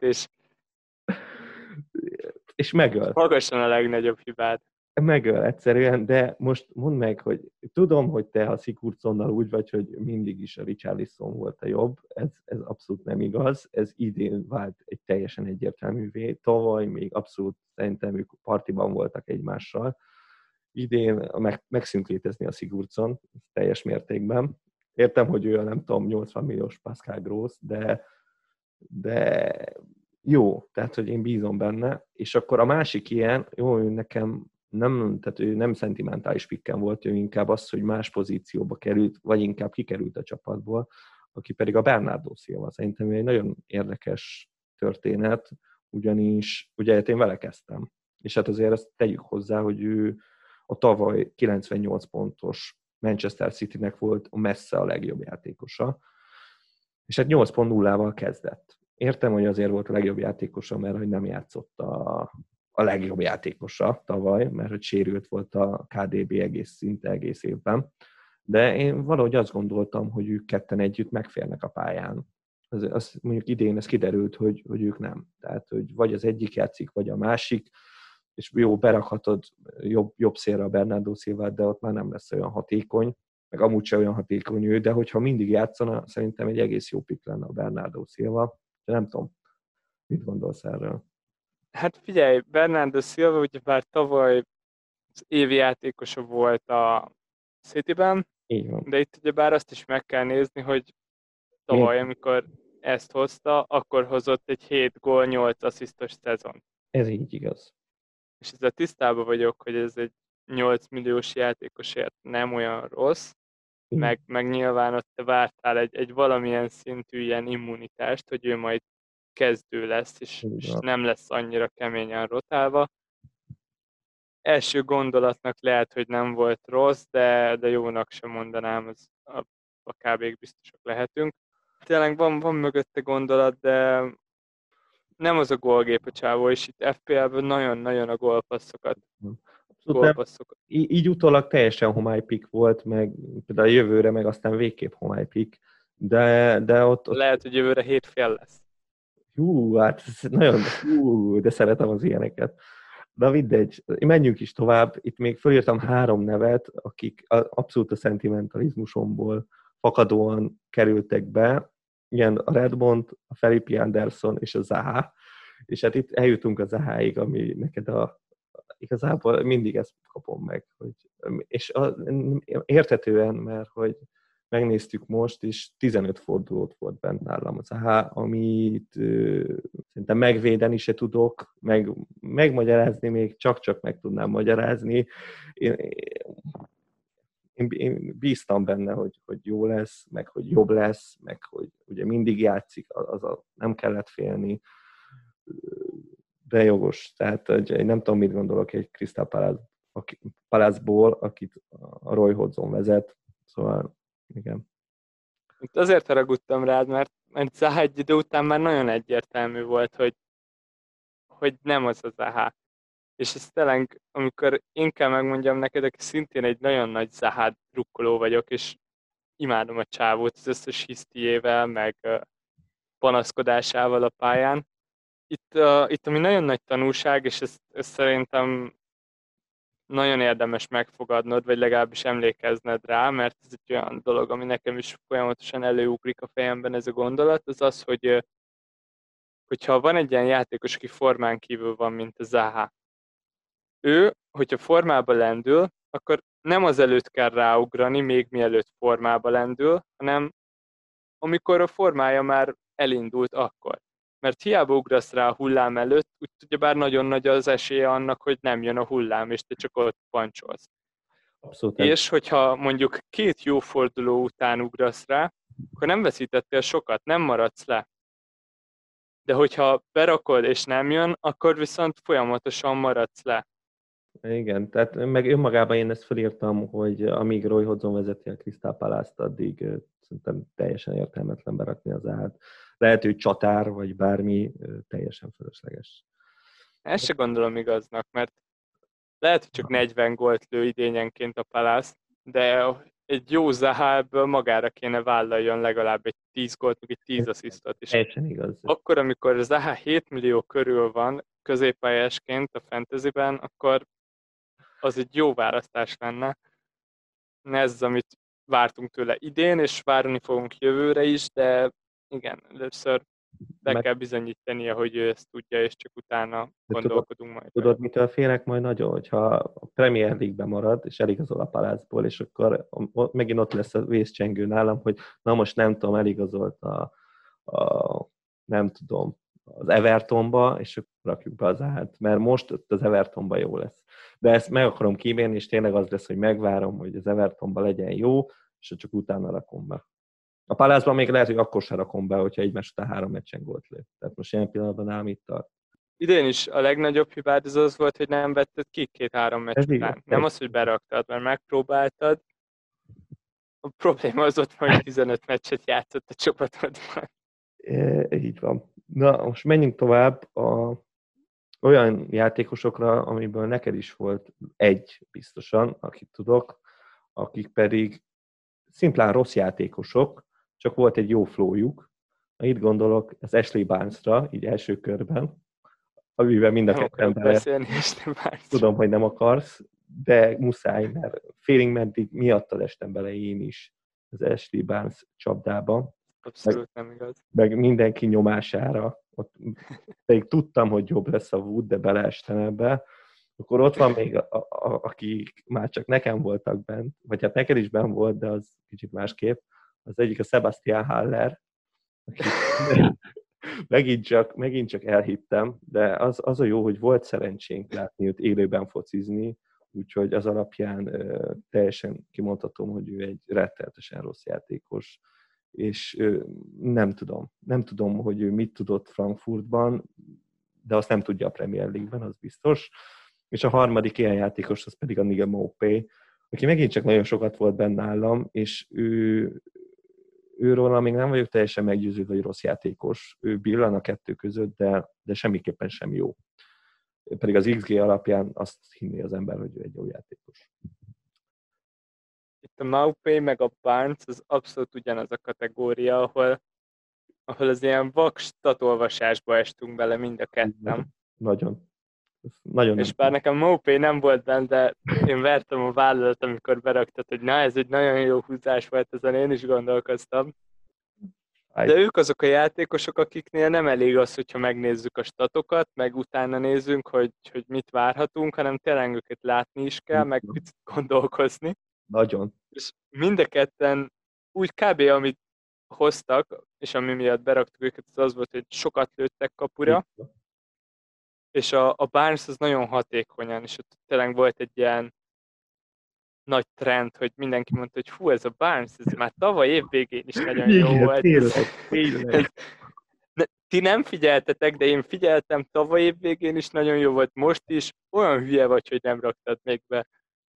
[SPEAKER 1] és megöl.
[SPEAKER 2] Magasan a legnagyobb hibád.
[SPEAKER 1] Megöl egyszerűen, de most mondd meg, hogy tudom, hogy te a Sigurdssonnal úgy vagy, hogy mindig is a Richarlison volt a jobb. Ez abszolút nem igaz. Ez idén vált egy teljesen egyértelművé. Tavaly még abszolút szerintem ők partiban voltak egymással. Idén megszűnt létezni a Sigurdsson teljes mértékben. Értem, hogy ő a nem tudom, 80 milliós Pascal Gross, de jó, tehát hogy én bízom benne. És akkor a másik ilyen, jó, ő nekem tehát ő nem szentimentális pikken volt, ő inkább az, hogy más pozícióba került, vagy inkább kikerült a csapatból, aki pedig a Bernardo Silva. Szerintem egy nagyon érdekes történet, ugyanis ugye én vele kezdtem. És hát azért ezt tegyük hozzá, hogy ő a tavaly 98 pontos Manchester Citynek volt a messze a legjobb játékosa, és hát 8.0-val kezdett. Értem, hogy azért volt a legjobb játékosa, mert hogy nem játszott a legjobb játékosa tavaly, mert hogy sérült volt a KDB szinte egész évben. de én valahogy azt gondoltam, hogy ők ketten együtt megférnek a pályán. Az mondjuk idén ez kiderült, hogy ők nem. Tehát, hogy vagy az egyik játszik, vagy a másik, és jó, berakhatod jobb szélre a Bernardo Silvát, de ott már nem lesz olyan hatékony, meg amúgy sem olyan hatékony ő, de hogyha mindig játszana, szerintem egy egész jó pick lenne a Bernardo Silva. De nem tudom, mit gondolsz erről?
[SPEAKER 2] Hát figyelj, Bernardo Silva ugyebár tavaly az évi játékosa volt a Cityben,
[SPEAKER 1] Így van.
[SPEAKER 2] de itt ugyebár azt is meg kell nézni, hogy
[SPEAKER 1] Miért?
[SPEAKER 2] tavaly, amikor ezt hozta, akkor hozott egy 7 gól, 8 asszisztos szezon.
[SPEAKER 1] Ez így igaz.
[SPEAKER 2] És ezzel tisztában vagyok, hogy ez egy 8 milliós játékosért nem olyan rossz, meg nyilván ott te vártál egy valamilyen szintű ilyen immunitást, hogy ő majd kezdő lesz, és nem lesz annyira keményen rotálva. Első gondolatnak lehet, hogy nem volt rossz, de jónak sem mondanám, a kb. Biztosak lehetünk. Tényleg van mögötte gondolat, de nem az a gólgép a csávó, és itt FPL-ből nagyon-nagyon a gólpasszokat.
[SPEAKER 1] Így utólag teljesen homálypik volt, meg például a jövőre, meg aztán végképp homálypik, de ott...
[SPEAKER 2] Lehet, hogy jövőre hétfél lesz.
[SPEAKER 1] Hát nagyon, de szeretem az ilyeneket. De mindegy, menjünk is tovább. Itt még fölírtam 3 nevet, akik abszolút a szentimentalizmusomból fakadóan kerültek be. Ilyen a Redmond, a Felipe Anderson és a Zaha. És hát itt eljutunk a Zaháig, ami neked igazából mindig ezt kapom meg. És érthetően, mert hogy megnéztük most, és 15 fordulót volt bent nálam az Zaha, amit szerintem megvédeni se tudok, megmagyarázni még csak meg tudnám magyarázni. Én bíztam benne, hogy jó lesz, meg hogy jobb lesz, meg hogy ugye mindig játszik, nem kellett félni, de jogos. Tehát én nem tudom, mit gondolok egy Crystal Palace-ból, akit a Roy Hodgson vezet, szóval igen.
[SPEAKER 2] Itt azért haragudtam rád, mert Zaha egy idő után már nagyon egyértelmű volt, hogy nem az a Zaha. És ez tényleg, amikor én kell megmondjam neked, aki szintén egy nagyon nagy Zaha drukkoló vagyok, és imádom a csávót az összes hisztiével, meg panaszkodásával a pályán. Itt ami nagyon nagy tanulság, és ezt szerintem nagyon érdemes megfogadnod, vagy legalábbis emlékezned rá, mert ez egy olyan dolog, ami nekem is folyamatosan előugrik a fejemben ez a gondolat, az az, hogyha van egy ilyen játékos, aki formán kívül van, mint a Zaha, ő, hogyha formába lendül, akkor nem azelőtt kell ráugrani, még mielőtt formába lendül, hanem amikor a formája már elindult akkor. Mert hiába ugrasz rá a hullám előtt, úgy ugyebár nagyon nagy az esélye annak, hogy nem jön a hullám, és te csak ott pancsolsz.
[SPEAKER 1] Abszolút.
[SPEAKER 2] És hogyha mondjuk 2 jó forduló után ugrasz rá, akkor nem veszítettél sokat, nem maradsz le. De hogyha berakod és nem jön, akkor viszont folyamatosan maradsz le.
[SPEAKER 1] Igen, tehát meg önmagában én ezt felírtam, hogy amíg Roy Hodgson vezeti a Crystal Palace-t, addig szerintem teljesen értelmetlen berakni az át. Lehet, hogy csatár, vagy bármi, teljesen fölösleges.
[SPEAKER 2] Ezt se gondolom igaznak, mert lehet, hogy csak 40 gólt lő idényenként a Palace, de egy jó Zaha-ből magára kéne vállaljon legalább egy 10 gólt, meg egy 10 asszisztot. És
[SPEAKER 1] teljesen igaz.
[SPEAKER 2] akkor, amikor Zaha 7 millió körül van középpályásként a fantasyben, akkor az egy jó választás lenne. Ez az, amit vártunk tőle idén, és várni fogunk jövőre is, de igen, először be kell bizonyítania, hogy ő ezt tudja, és csak utána gondolkodunk majd.
[SPEAKER 1] Tudod, mitől félek majd nagyon, hogyha a Premier League-ben marad, és eligazol a Palace-ból, és akkor megint ott lesz a vészcsengő nálam, hogy na most nem tudom, eligazolt nem tudom, az Evertonba, és akkor rakjuk be az át, mert most az Evertonba jó lesz. De ezt meg akarom kímélni, és tényleg az lesz, hogy megvárom, hogy az Evertonba legyen jó, és csak utána rakom be. A Palace-ban még lehet, hogy akkor sem rakom be, hogyha egymás után 3 meccsen gólt lő. Tehát most ilyen pillanatban nálam itt tart.
[SPEAKER 2] Idén is a legnagyobb hibád az volt, hogy nem vetted ki 2-3 meccs után. Nem az, hogy beraktad, mert megpróbáltad. A probléma az ott, hogy 15 meccset játszott a csapatodban.
[SPEAKER 1] Így van. Na, most menjünk tovább olyan játékosokra, amiből neked is volt egy biztosan, akit tudok, akik pedig szimplán rossz játékosok, csak volt egy jó flowjuk. Itt gondolok az Ashley Barnesra, így első körben, amivel mind a
[SPEAKER 2] Nem
[SPEAKER 1] ketten
[SPEAKER 2] akarok beszélni, és nem vársz.
[SPEAKER 1] tudom, hogy nem akarsz, de muszáj, mert félig meddig miattad estem bele én is az Ashley Barnes csapdába.
[SPEAKER 2] Abszolút nem igaz.
[SPEAKER 1] Meg mindenki nyomására. Ott pedig tudtam, hogy jobb lesz a Wood, de beleestem ebbe. Akkor ott van még, akik már csak nekem voltak bent, vagy hát neked is benn volt, de az kicsit másképp. Az egyik a Sebastian Haller, aki megint csak elhittem, de az a jó, hogy volt szerencsénk látni őt élőben focizni, úgyhogy az alapján teljesen kimondhatom, hogy ő egy rettenetesen rossz játékos, és nem tudom, hogy ő mit tudott Frankfurtban, de azt nem tudja a Premier League-ben, az biztos. És a harmadik ilyen játékos, az pedig a Nigel Maupay, aki megint csak nagyon sokat volt benne nálam, és őről még nem vagyok teljesen meggyőződve, hogy rossz játékos. Ő billan a kettő között, de semmiképpen sem jó. Pedig az XG alapján azt hinné az ember, hogy ő egy jó játékos.
[SPEAKER 2] Itt a Maupay meg a Barnes az abszolút ugyanaz a kategória, ahol az ilyen vak statolvasásba estünk bele mind a ketten.
[SPEAKER 1] Nagyon. Nagyon
[SPEAKER 2] és bár nekem Maupay nem volt benne, de én vertem a vállalat, amikor beraktad, hogy na, ez egy nagyon jó húzás volt, ezen én is gondolkoztam. De ők azok a játékosok, akiknél nem elég az, hogyha megnézzük a statokat, meg utána nézzünk, hogy mit várhatunk, hanem tényleg őket látni is kell, meg picit gondolkozni.
[SPEAKER 1] Nagyon.
[SPEAKER 2] És mind a ketten úgy kb. Amit hoztak, és ami miatt beraktuk őket, az volt, hogy sokat lőttek kapura, és a Barnes az nagyon hatékonyan, és ott tényleg volt egy ilyen nagy trend, hogy mindenki mondta, hogy hú, ez a Barnes, ez már tavaly év végén is nagyon jó volt.
[SPEAKER 1] Tényleg.
[SPEAKER 2] Ti nem figyeltetek, de én figyeltem, tavaly év végén is nagyon jó volt, most is olyan hülye vagy, hogy nem raktad még be.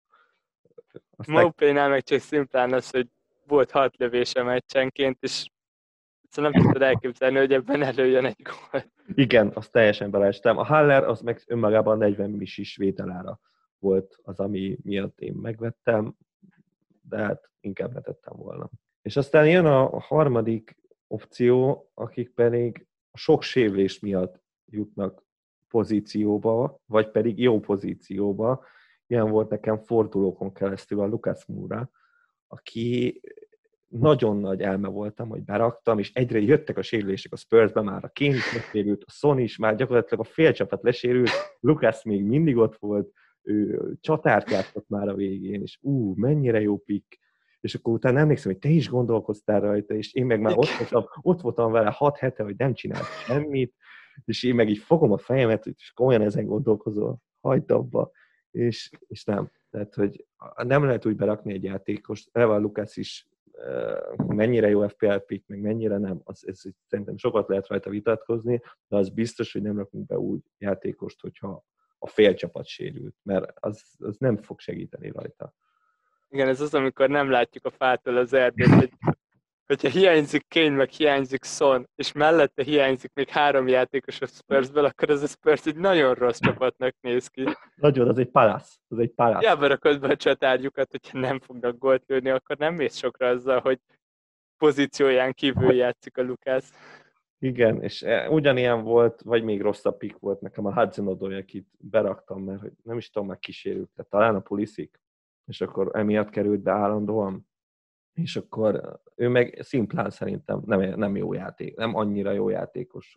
[SPEAKER 2] Maupay-nál meg csak szimplán az, hogy volt 6 lövése meccsenként, és nem tudtad elképzelni, hogy ebben előjön egy gól.
[SPEAKER 1] Igen, azt teljesen beleestem. A Haller az meg önmagában 40 misis vételára volt az, ami miatt én megvettem, de hát inkább vetettem volna. És aztán jön a harmadik opció, akik pedig a sok sérülés miatt jutnak pozícióba, vagy pedig jó pozícióba. Ilyen volt nekem fordulókon keresztül a Lucas Moura, aki nagyon nagy elme voltam, hogy beraktam, és egyre jöttek a sérülések a Spursbe, már a Kane lesérült, a Son is, már gyakorlatilag a fél csapat lesérült, Lucas még mindig ott volt, ő csatárt játszott már a végén, és mennyire jó pick. És akkor utána emlékszem, hogy te is gondolkoztál rajta, és én meg már ott voltam vele 6 hete, hogy nem csinált semmit, és én meg így fogom a fejemet, és komolyan ezen gondolkozol, hagyd abba, és nem. Tehát, hogy nem lehet úgy berakni egy játékost, Evan Lucas is mennyire jó FPL pick, meg mennyire nem, ez szerintem sokat lehet rajta vitatkozni, de az biztos, hogy nem rakunk be úgy játékost, hogyha a fél csapat sérült, mert az nem fog segíteni rajta.
[SPEAKER 2] Igen, ez az, amikor nem látjuk a fától az erdőt, hogyha hiányzik Kane, meg hiányzik Son, és mellette hiányzik még 3 játékos a Spursből, akkor ez a Spurs egy nagyon rossz csapatnak néz ki.
[SPEAKER 1] Nagyon, az egy palasz.
[SPEAKER 2] Hiába rakod be a csatárjukat, hogyha nem fognak gólt lőni, akkor nem mész sokra azzal, hogy pozícióján kívül játszik a Lucas.
[SPEAKER 1] Igen, és ugyanilyen volt, vagy még rosszabb pick volt nekem a Hudson-Odoi, akit beraktam, mert hogy nem is tudom, meg kísérült, tehát talán a Pulisic, és akkor emiatt került be állandóan, és akkor ő meg szimplán szerintem nem jó játék, nem annyira jó játékos,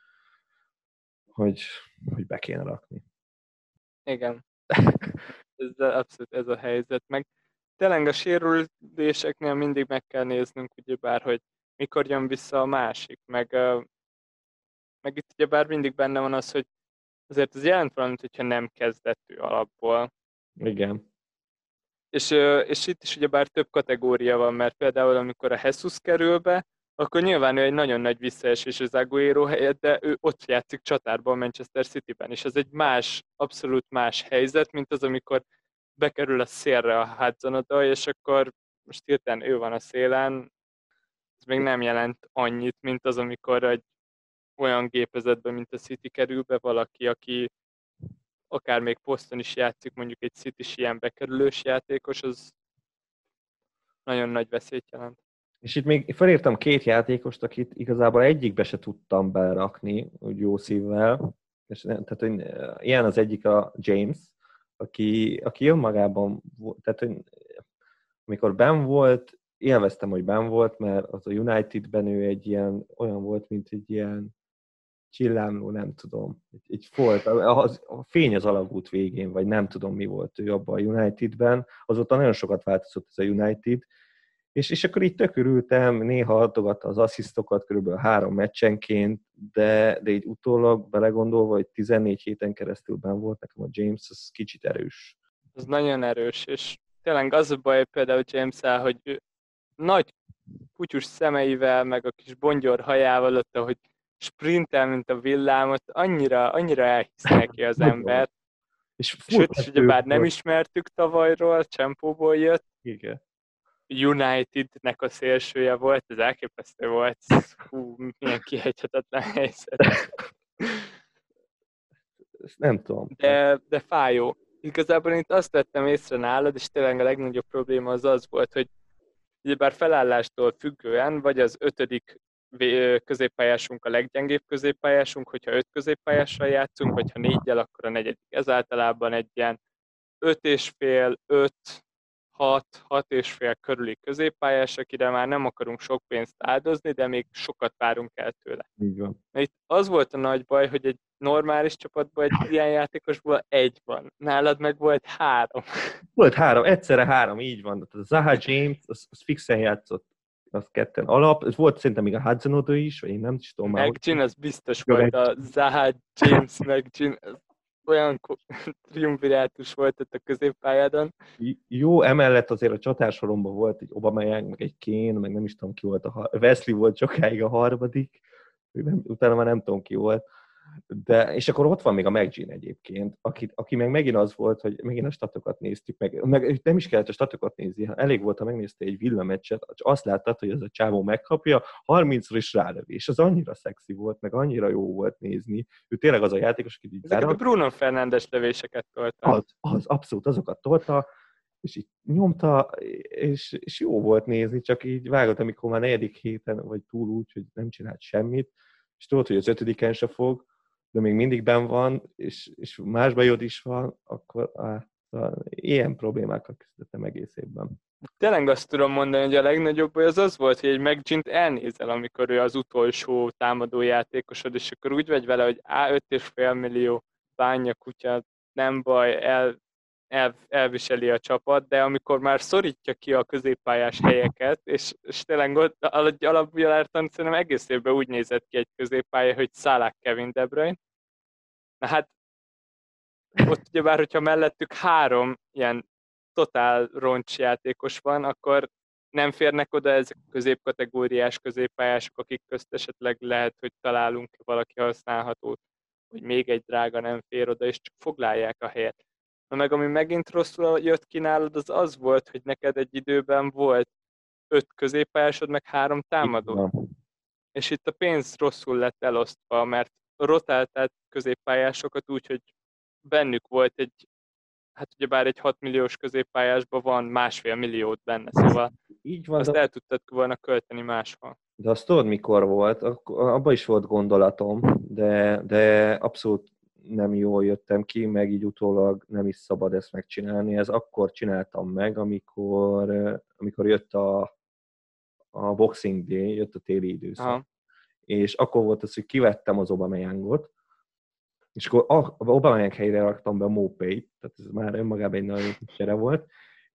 [SPEAKER 1] hogy be kéne rakni.
[SPEAKER 2] Igen. Ez abszolút ez a helyzet. Meg tényleg a sérüléseknél mindig meg kell néznünk, ugyebár, hogy mikor jön vissza a másik. Meg itt ugyebár mindig benne van az, hogy azért az jelent valamit, hogyha nem kezdett ő alapból.
[SPEAKER 1] Igen.
[SPEAKER 2] És itt is ugyebár több kategória van, mert például amikor a Jesus kerül be, akkor nyilván ő egy nagyon nagy visszaesés az Agüero helyett, de ő ott játszik csatárban a Manchester Cityben, és ez egy abszolút más helyzet, mint az, amikor bekerül a szélre a Hudson-Odoi, és akkor most hirtelen ő van a szélen, ez még nem jelent annyit, mint az, amikor egy olyan gépezetben, mint a City kerül be valaki, aki akár még poszton is játszik, mondjuk egy City-s ilyen bekerülős játékos, az nagyon nagy veszélyt jelent.
[SPEAKER 1] És itt még felírtam 2 játékost, akit igazából egyikbe se tudtam berakni, úgy jó szívvel. És tehát, hogy ilyen az egyik a James, aki önmagában, tehát, hogy amikor benn volt, élveztem, hogy benn volt, mert az a Unitedben ő egy ilyen, olyan volt, mint egy ilyen csillámló, nem tudom, egy folt, a fény az alagút végén, vagy nem tudom mi volt ő abban a Unitedben, azóta nagyon sokat változott ez a United, és akkor így tök örültem, néha adogatta az asszisztokat körülbelül 3 meccsenként, de így utólag belegondolva, hogy 14 héten keresztül benn volt nekem a James, az kicsit erős.
[SPEAKER 2] Ez nagyon erős, és tényleg az a baj például James-el, hogy ő nagy kutyus szemeivel, meg a kis bongyor hajával ott, hogy sprintel, mint a villámot, annyira elhisz neki az ember. És őt is ugyebár nem ismertük tavalyról, Csempóból jött.
[SPEAKER 1] Igen.
[SPEAKER 2] Unitednek a szélsője volt, ez elképesztő volt. Hú, milyen kiejthetetlen helyzet.
[SPEAKER 1] Ezt nem tudom.
[SPEAKER 2] De fájó. Igazából én itt azt vettem észre nálad, és tényleg a legnagyobb probléma az volt, hogy ugyebár felállástól függően, vagy az 5. középpályásunk a leggyengébb középpályásunk, hogyha 5 középpályással játszunk, vagy ha 4-jel, akkor a 4. Ez általában egy ilyen 5,5, 5, 6 és fél körüli középpályás, akire már nem akarunk sok pénzt áldozni, de még sokat várunk el tőle.
[SPEAKER 1] Így van.
[SPEAKER 2] Na itt az volt a nagy baj, hogy egy normális csapatban egy ilyen játékosból 1 van. Nálad meg volt 3.
[SPEAKER 1] Volt 3, egyszerre 3, így van. A Zaha James, az fixen játszott, az ketten alap. Ez volt szerintem még a hudson is, vagy én nem is tudom már.
[SPEAKER 2] McGinn az biztos volt, a Zaha James McGinn, olyan triumvirátus volt ott a középpályádon.
[SPEAKER 1] Jó, emellett azért a csatársoromban volt egy Aubameyang, meg egy Kane, meg nem is tudom ki volt Wesley volt sokáig a 3. Utána már nem tudom ki volt. És akkor ott van még a McGinn egyébként, aki meg megint az volt, hogy megint a statokat néztük, meg nem is kellett a statokat nézni, elég volt, ha megnézte egy villameccset, azt láttad, hogy ez a csávó megkapja, 30-szor is rálövi, és az annyira szexi volt, meg annyira jó volt nézni. Ő tényleg az a játékos, aki így
[SPEAKER 2] ezeket a Bruno Fernandes lövéseket tolta.
[SPEAKER 1] Az abszolút, azokat tolta, és így nyomta, és jó volt nézni, csak így vágott, amikor már 4. héten, vagy túl úgy, hogy nem csinált semmit, és tudod, hogy az 5-en se fog, de még mindig benn van, és más bajod is van, akkor ilyen problémákkal küzdöttem egész évben.
[SPEAKER 2] Tényleg azt tudom mondani, hogy a legnagyobb baj az volt, hogy egy McGinn-t elnézel, amikor ő az utolsó támadó játékosod, és akkor úgy vagy vele, hogy 5,5 millió bánja kutya, nem baj, elviseli a csapat, de amikor már szorítja ki a középpályás helyeket, és tényleg alapjáltan szerintem egész évben úgy nézett ki egy középpálya, hogy Salah, Kevin De Bruyne. Na hát ott ugyebár, hogyha mellettük 3 ilyen totál roncsjátékos van, akkor nem férnek oda ezek a középkategóriás középpályások, akik közt esetleg lehet, hogy találunk valaki használhatót, hogy még egy drága nem fér oda, és csak foglalják a helyet. Na meg ami megint rosszul jött ki nálad, az volt, hogy neked egy időben volt 5 középpályásod, meg 3 támadó. És itt a pénz rosszul lett elosztva, mert rotáltál középpályásokat úgy, hogy bennük volt hát ugyebár egy 6 milliós középpályásban van 1,5 milliót benne, szóval
[SPEAKER 1] így van,
[SPEAKER 2] azt el tudtad volna költeni máshol.
[SPEAKER 1] De azt tudod, mikor volt? Abban is volt gondolatom, de abszolút nem jól jöttem ki, meg így utólag nem is szabad ezt megcsinálni. Ez akkor csináltam meg, amikor jött a Boxing Day, jött a téli időszak. Aha. És akkor volt az, hogy kivettem az Aubameyangot, és akkor Aubameyang helyére raktam be a Mopay-t, tehát ez már önmagában egy nagyon csere volt,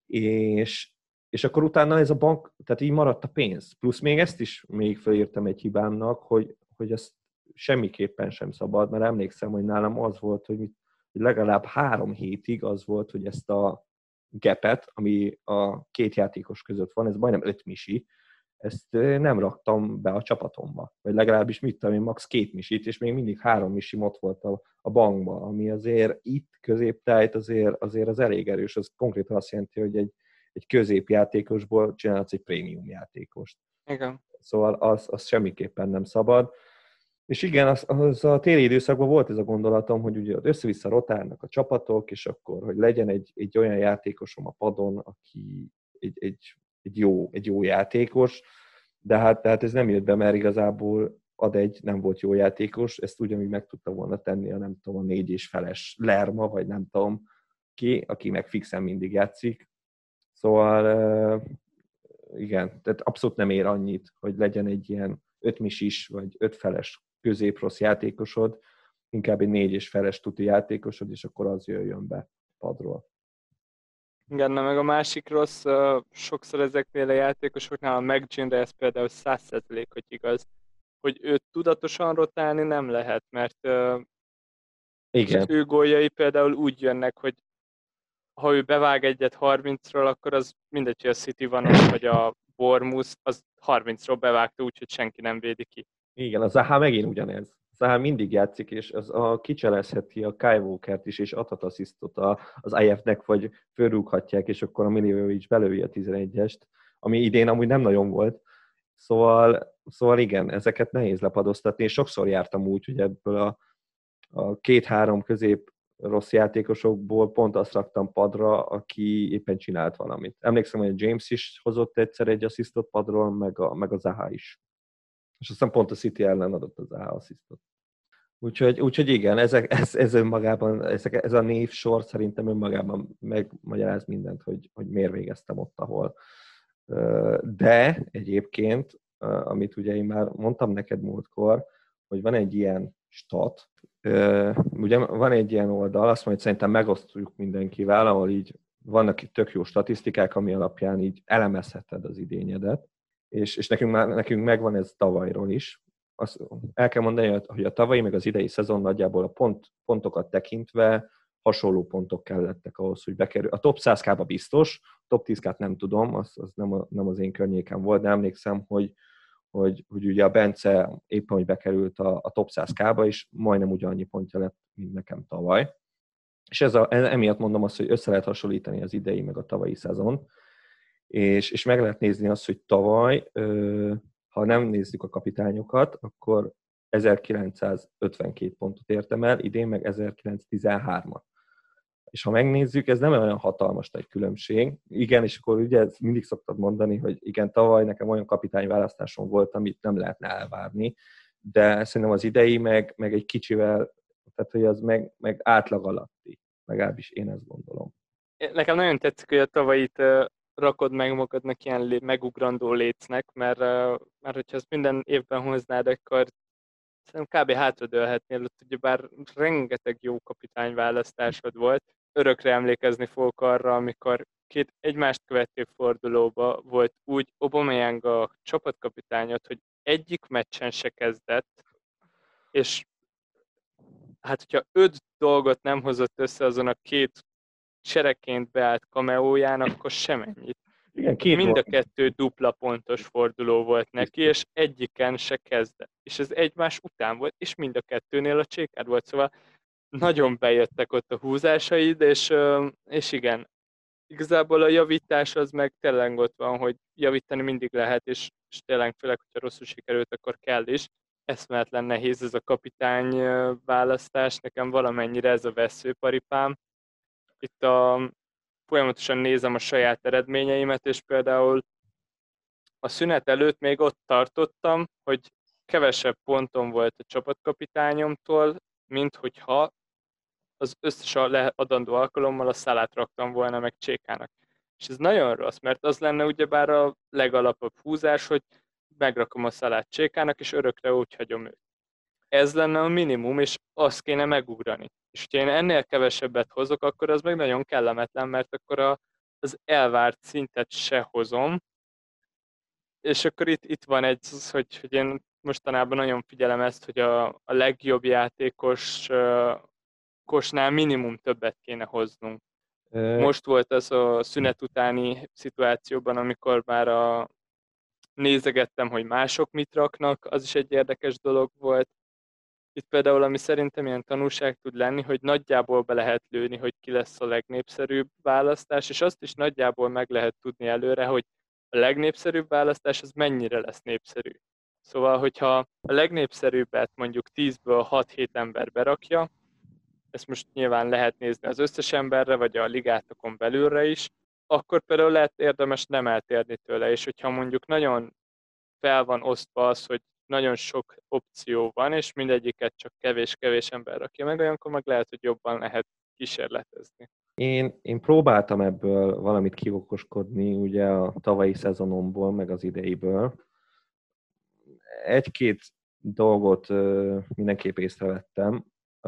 [SPEAKER 1] és akkor utána ez a bank, tehát így maradt a pénz. Plusz még ezt is még felírtam egy hibámnak, hogy ezt semmiképpen sem szabad, mert emlékszem, hogy nálam az volt, hogy legalább 3 hétig az volt, hogy ezt a gapet, ami a 2 játékos között van, ez majdnem 5 misi, ezt nem raktam be a csapatomba. Vagy legalábbis mit tudom én, max 2 misit, és még mindig 3 misim ott volt a bankba, ami azért itt középtájt azért az elég erős. Az konkrétan azt jelenti, hogy egy középjátékosból csinálsz egy prémium játékost.
[SPEAKER 2] Igen.
[SPEAKER 1] Szóval az semmiképpen nem szabad. És igen, az a téli időszakban volt ez a gondolatom, hogy ugye össze-vissza rotálnak a csapatok, és akkor, hogy legyen egy olyan játékosom a padon, aki egy egy jó játékos, de hát ez nem jött be, mert igazából nem volt jó játékos, ezt ugyanúgy meg tudta volna tenni a nem tudom, a 4,5-es Lerma, vagy nem tudom ki, aki meg fixen mindig játszik. Szóval igen, tehát abszolút nem ér annyit, hogy legyen egy ilyen 5 vagy 5-feles középrossz játékosod, inkább egy 4,5-es tuti játékosod, és akkor az jöjjön be padról.
[SPEAKER 2] Igen, meg a másik rossz, sokszor ezeknél a játékosoknál a McGinn-re ez például 100% hogy igaz, hogy őt tudatosan rotálni nem lehet, mert
[SPEAKER 1] Igen.
[SPEAKER 2] az ő góljai például úgy jönnek, hogy ha ő bevág egyet 30-ról, akkor az mindegy, hogy a City van ott, vagy a Bournemouth, az 30-ról bevágta úgy, hogy senki nem védi ki.
[SPEAKER 1] Igen, a Zaha megint ugyanez. Zaha mindig játszik, és kicselezheti a Kyle Walkert is, és adhat asszisztot az IF-nek, vagy fölrúghatják, és akkor a Milivojevic belői a 11-est, ami idén amúgy nem nagyon volt. Szóval igen, ezeket nehéz lepadoztatni, és sokszor jártam úgy, hogy ebből a 2-3 közép rossz játékosokból pont azt raktam padra, aki éppen csinált valamit. Emlékszem, hogy a James is hozott egyszer egy asszisztot padról, meg a Zaha is. És aztán pont a City ellen adott az Zaha asszisztot. Úgyhogy igen, ez önmagában, ez a névsor szerintem önmagában megmagyaráz mindent, hogy miért végeztem ott, ahol. De egyébként, amit ugye én már mondtam neked múltkor, hogy van egy ilyen stat, ugye van egy ilyen oldal, azt mondja, hogy szerintem megosztjuk mindenkivel, ahol így vannak itt tök jó statisztikák, ami alapján így elemezheted az idényedet, és nekünk megvan ez tavalyról is. Azt el kell mondani, hogy a tavalyi meg az idei szezon nagyjából a pontokat tekintve hasonló pontok kellettek ahhoz, hogy bekerül. A top 100K-ba biztos, top 10K-t nem tudom, az nem az én környéken volt, de emlékszem, hogy ugye a Bence éppen, hogy bekerült a top 100K-ba, és majdnem ugyanannyi pontja lett, mint nekem tavaly. És emiatt mondom azt, hogy össze lehet hasonlítani az idei meg a tavalyi szezon, és meg lehet nézni azt, hogy tavaly, ha nem nézzük a kapitányokat, akkor 1952 pontot értem el, idén meg 1913-at. És ha megnézzük, ez nem olyan hatalmas nagy különbség. Igen, és akkor ugye mindig szoktad mondani, hogy igen, tavaly nekem olyan kapitányválasztásom volt, amit nem lehetne elvárni, de szerintem az idei meg egy kicsivel, tehát hogy az meg átlag alatti. Legalábbis én ezt gondolom.
[SPEAKER 2] Nekem nagyon tetszik, hogy a tavalyit rakod meg magadnak ilyen megugrandó lécnek, mert hogyha ezt minden évben hoznád, akkor szerintem kb. Hátradőlhetnél, ott ugyebár rengeteg jó kapitányválasztásod volt. Örökre emlékezni fogok arra, amikor két egymást követő fordulóba volt úgy Aubameyang a csapatkapitányod, hogy egyik meccsen se kezdett, és hát hogyha 5 dolgot nem hozott össze azon a két seregként beállt kameóján, akkor semennyit.
[SPEAKER 1] Igen,
[SPEAKER 2] Mind a kettő dupla pontos forduló volt neki, és egyiken se kezdett. És ez egymás után volt, és mind a kettőnél a csékád volt, szóval nagyon bejöttek ott a húzásaid, és igen, igazából a javítás az meg tényleg ott van, hogy javítani mindig lehet, és tényleg főleg, hogyha rosszul sikerült, akkor kell is. Eszméletlen nehéz ez a kapitány választás, nekem valamennyire ez a veszőparipám. Itt folyamatosan nézem a saját eredményeimet, és például a szünet előtt még ott tartottam, hogy kevesebb ponton volt a csapatkapitányomtól, mint hogyha az összes adandó alkalommal a Salát raktam volna meg Csékának. És ez nagyon rossz, mert az lenne ugyebár a legalapabb húzás, hogy megrakom a Salát Csékának, és örökre úgy hagyom őt. Ez lenne a minimum, és azt kéne megugrani. És hogyha én ennél kevesebbet hozok, akkor az meg nagyon kellemetlen, mert akkor az elvárt szintet se hozom, és akkor itt van egy, hogy én mostanában nagyon figyelem ezt, hogy a legjobb játékosnál minimum többet kéne hoznunk. Most volt ez a szünet utáni szituációban, amikor már nézegettem, hogy mások mit raknak, az is egy érdekes dolog volt. Itt például, ami szerintem ilyen tanulság tud lenni, hogy nagyjából be lehet lőni, hogy ki lesz a legnépszerűbb választás, és azt is nagyjából meg lehet tudni előre, hogy a legnépszerűbb választás az mennyire lesz népszerű. Szóval, hogyha a legnépszerűbbet mondjuk 10-ből 6-7 ember berakja, ezt most nyilván lehet nézni az összes emberre, vagy a ligátokon belülre is, akkor például lehet érdemes nem eltérni tőle, és hogyha mondjuk nagyon fel van osztva az, hogy nagyon sok opció van, és mindegyiket csak kevés-kevés ember rakja meg, olyankor meg lehet, hogy jobban lehet kísérletezni.
[SPEAKER 1] Én próbáltam ebből valamit kiokoskodni, ugye a tavalyi szezonomból, meg az ideiből. Egy-két dolgot mindenképp észrevettem.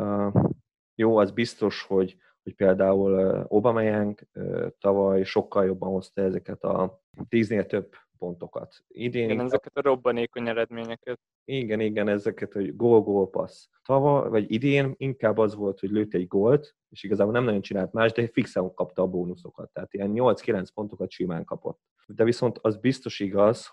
[SPEAKER 1] Jó, az biztos, hogy például Aubameyang tavaly sokkal jobban hozta ezeket a 10-nél több pontokat.
[SPEAKER 2] Igen, ezeket a robbanékony eredményeket.
[SPEAKER 1] Igen, ezeket, hogy gól, passz. Tavaly, vagy idén inkább az volt, hogy lőtt egy gólt, és igazából nem nagyon csinált más, de fixen kapta a bónuszokat. Tehát ilyen 8-9 pontokat simán kapott. De viszont az biztos igaz,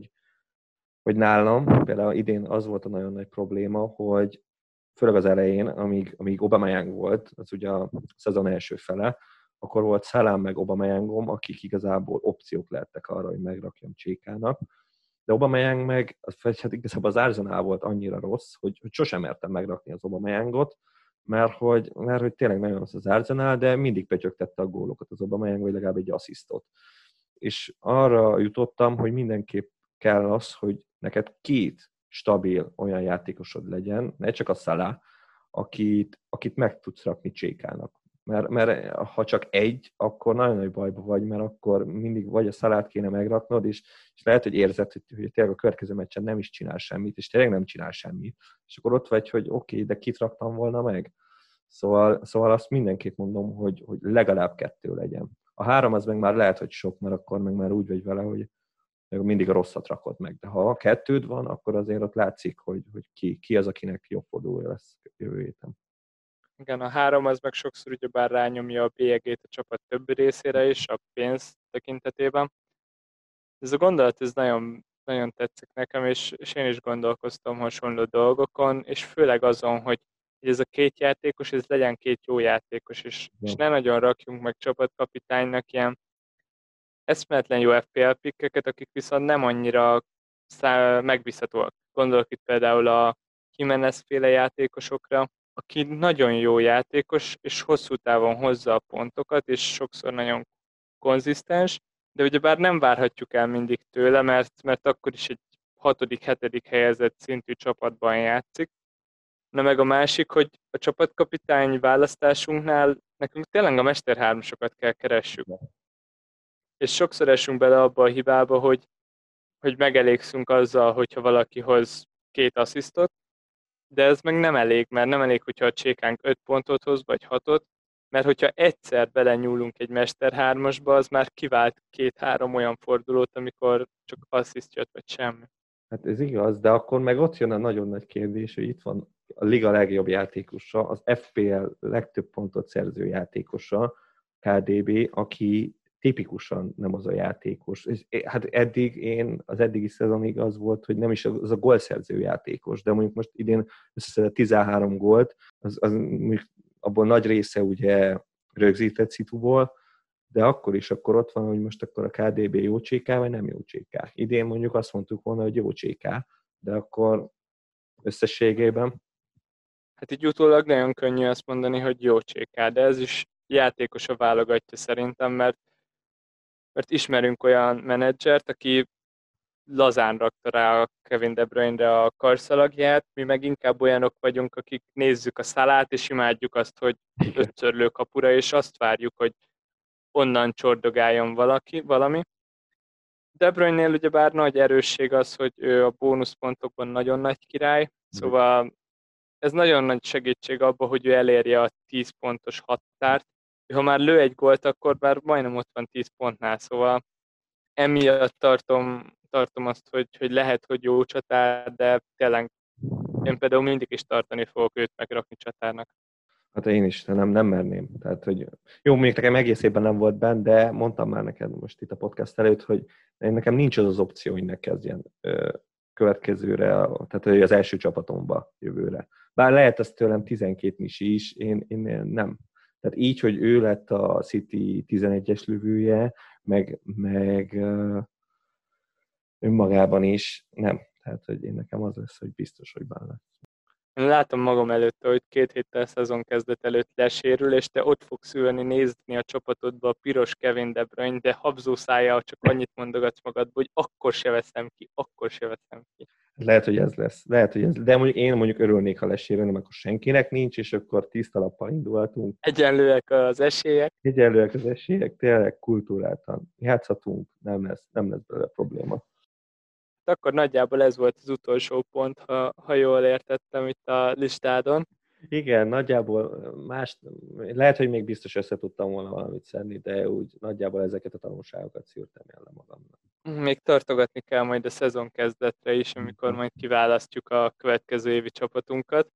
[SPEAKER 1] hogy nálam például idén az volt a nagyon nagy probléma, hogy főleg az elején, amíg Aubameyang volt, az ugye a szezon első fele, akkor volt Salah meg Aubameyangom, akik igazából opciók lehettek arra, hogy megrakjam Csékának. De Aubameyang meg, hát igazából az Arsenal volt annyira rossz, hogy sosem mertem megrakni az Aubameyangot, mert hogy tényleg nagyon rossz az Arsenal, de mindig betyögtette a gólokat az Aubameyang, vagy legalább egy asszisztot. És arra jutottam, hogy mindenképp kell az, hogy neked két stabil olyan játékosod legyen, ne csak a Salah, akit meg tudsz rakni Csékának. Mert ha csak egy, akkor nagyon nagy bajba vagy, mert akkor mindig vagy a Salát kéne megraknod, és lehet, hogy érzed, hogy tényleg a következő meccsen nem is csinál semmit, és tényleg nem csinál semmit. És akkor ott vagy, hogy oké, de kit raktam volna meg? Szóval azt mindenképp mondom, hogy legalább 2 legyen. A 3 az meg már lehet, hogy sok, mert akkor meg már úgy vagy vele, hogy mindig a rosszat rakod meg. De ha 2 van, akkor azért ott látszik, hogy ki az, akinek jobb fordulója lesz jövő héten.
[SPEAKER 2] Igen, a 3 az meg sokszor ugyebár rányomja a bélyegét a csapat többi részére is, a pénz tekintetében. Ez a gondolat, ez nagyon, nagyon tetszik nekem, és én is gondolkoztam hasonló dolgokon, és főleg azon, hogy ez a 2 játékos, ez legyen 2 jó játékos, és ne nagyon rakjunk meg csapatkapitánynak ilyen eszméletlen jó FPL pikkeket, akik viszont nem annyira megbízhatóak. Gondolok itt például a Jimenez féle játékosokra, aki nagyon jó játékos, és hosszú távon hozza a pontokat, és sokszor nagyon konzisztens, de ugyebár nem várhatjuk el mindig tőle, mert akkor is egy 6.-7. helyezett szintű csapatban játszik. Na meg a másik, hogy a csapatkapitány választásunknál nekünk tényleg a Mester 3-sokat kell keressük. És sokszor esünk bele abba a hibába, hogy megelégszünk azzal, hogyha valaki hoz 2 asszisztot, de ez meg nem elég, mert nem elég, hogyha a Csékánk 5 pontot hoz, vagy 6-ot, mert hogyha egyszer belenyúlunk egy Mester 3-asba, az már kivált 2-3 olyan fordulót, amikor csak assziszt jött, vagy semmi.
[SPEAKER 1] Hát ez igaz, de akkor meg ott jön a nagyon nagy kérdés, hogy itt van a liga legjobb játékosa, az FPL legtöbb pontot szerző játékosa, KDB, aki tipikusan nem az a játékos. Hát az eddigi szezonig az volt, hogy nem is az a gólszerző játékos, de mondjuk most idén összeszedett 13 gólt, az abból nagy része ugye rögzített szituból, de akkor ott van, hogy most akkor a KDB jó cséká, vagy nem jó cséká. Idén mondjuk azt mondtuk volna, hogy jó cséká, de akkor összességében...
[SPEAKER 2] Hát így utólag nagyon könnyű azt mondani, hogy jó cséká, de ez is játékos a válogatja szerintem, mert ismerünk olyan menedzsert, aki lazán rakta rá a Kevin De Bruyne-re a karszalagját, mi meg inkább olyanok vagyunk, akik nézzük a Salát, és imádjuk azt, hogy 5-ször lő kapura, és azt várjuk, hogy onnan csordogáljon valami. De Bruyne-nél ugyebár nagy erősség az, hogy ő a bónuszpontokban nagyon nagy király, szóval ez nagyon nagy segítség abban, hogy ő elérje a 10 pontos határt. Ha már lő egy gólt, akkor már majdnem ott van 10 pontnál, szóval emiatt tartom azt, hogy lehet, hogy jó csatár, de tényleg én például mindig is tartani fogok őt megrakni csatárnak.
[SPEAKER 1] Hát én is, nem merném. Tehát, hogy jó, még nekem egész évben nem volt benne, de mondtam már neked most itt a podcast előtt, hogy nekem nincs az opció, hogy ne kezdjen következőre, tehát hogy az első csapatomba jövőre. Bár lehet ez tőlem 12 misi is, én nem. Tehát így, hogy ő lett a City 11-es lövője, meg önmagában is, nem. Tehát, hogy én nekem az lesz, hogy biztos, hogy benne lesz.
[SPEAKER 2] Én látom magam előtt, hogy 2 héttel szezon kezdet előtt lesérül, és te ott fogsz ülni, nézni a csapatodba a piros Kevin De Bruyne, de habzó szájjal csak annyit mondogatsz magadba, hogy akkor se veszem ki, akkor se veszem ki.
[SPEAKER 1] Lehet, hogy ez lesz. Lehet, hogy ez. De mondjuk én örülnék, ha lesérülne, akkor senkinek nincs, és akkor tiszta lappal indulhatunk.
[SPEAKER 2] Egyenlőek az esélyek.
[SPEAKER 1] Egyenlőek az esélyek, tényleg kultúráltan játszhatunk, nem lesz belőle probléma.
[SPEAKER 2] Akkor nagyjából ez volt az utolsó pont, ha jól értettem itt a listádon.
[SPEAKER 1] Igen, nagyjából más, lehet, hogy még biztos össze tudtam volna valamit szedni, de úgy nagyjából ezeket a tanulságokat szűrtem el magamnak.
[SPEAKER 2] Még tartogatni kell majd a szezon kezdetre is, amikor majd kiválasztjuk a következő évi csapatunkat.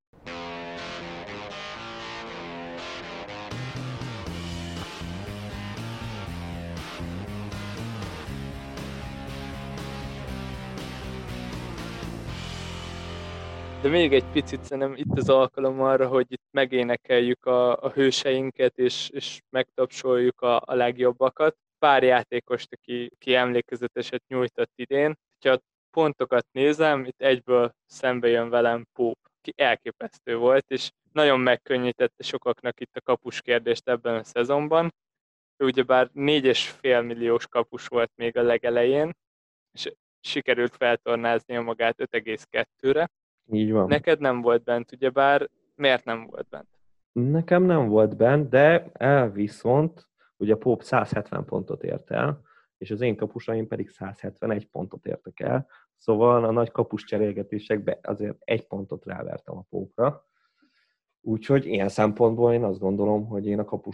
[SPEAKER 2] De még egy picit szerintem itt az alkalom arra, hogy itt megénekeljük a hőseinket, és megtapsoljuk a legjobbakat. Pár játékost, aki emlékezeteset nyújtott idén. Ha a pontokat nézem, itt egyből szembe jön velem Pope, aki elképesztő volt, és nagyon megkönnyítette sokaknak itt a kapus kérdést ebben a szezonban. Ő ugyebár 4,5 milliós kapus volt még a legelején, és sikerült feltornáznia magát 5,2-re.
[SPEAKER 1] Így van.
[SPEAKER 2] Neked nem volt bent, ugyebár miért nem volt bent?
[SPEAKER 1] Nekem nem volt bent, de viszont ugye Pope 170 pontot ért el, és az én kapusaim pedig 171 pontot értek el, szóval a nagy kapus cserélgetésekben azért 1 pontot rávertem a Pope-ra. Úgyhogy ilyen szempontból én azt gondolom, hogy én a kapus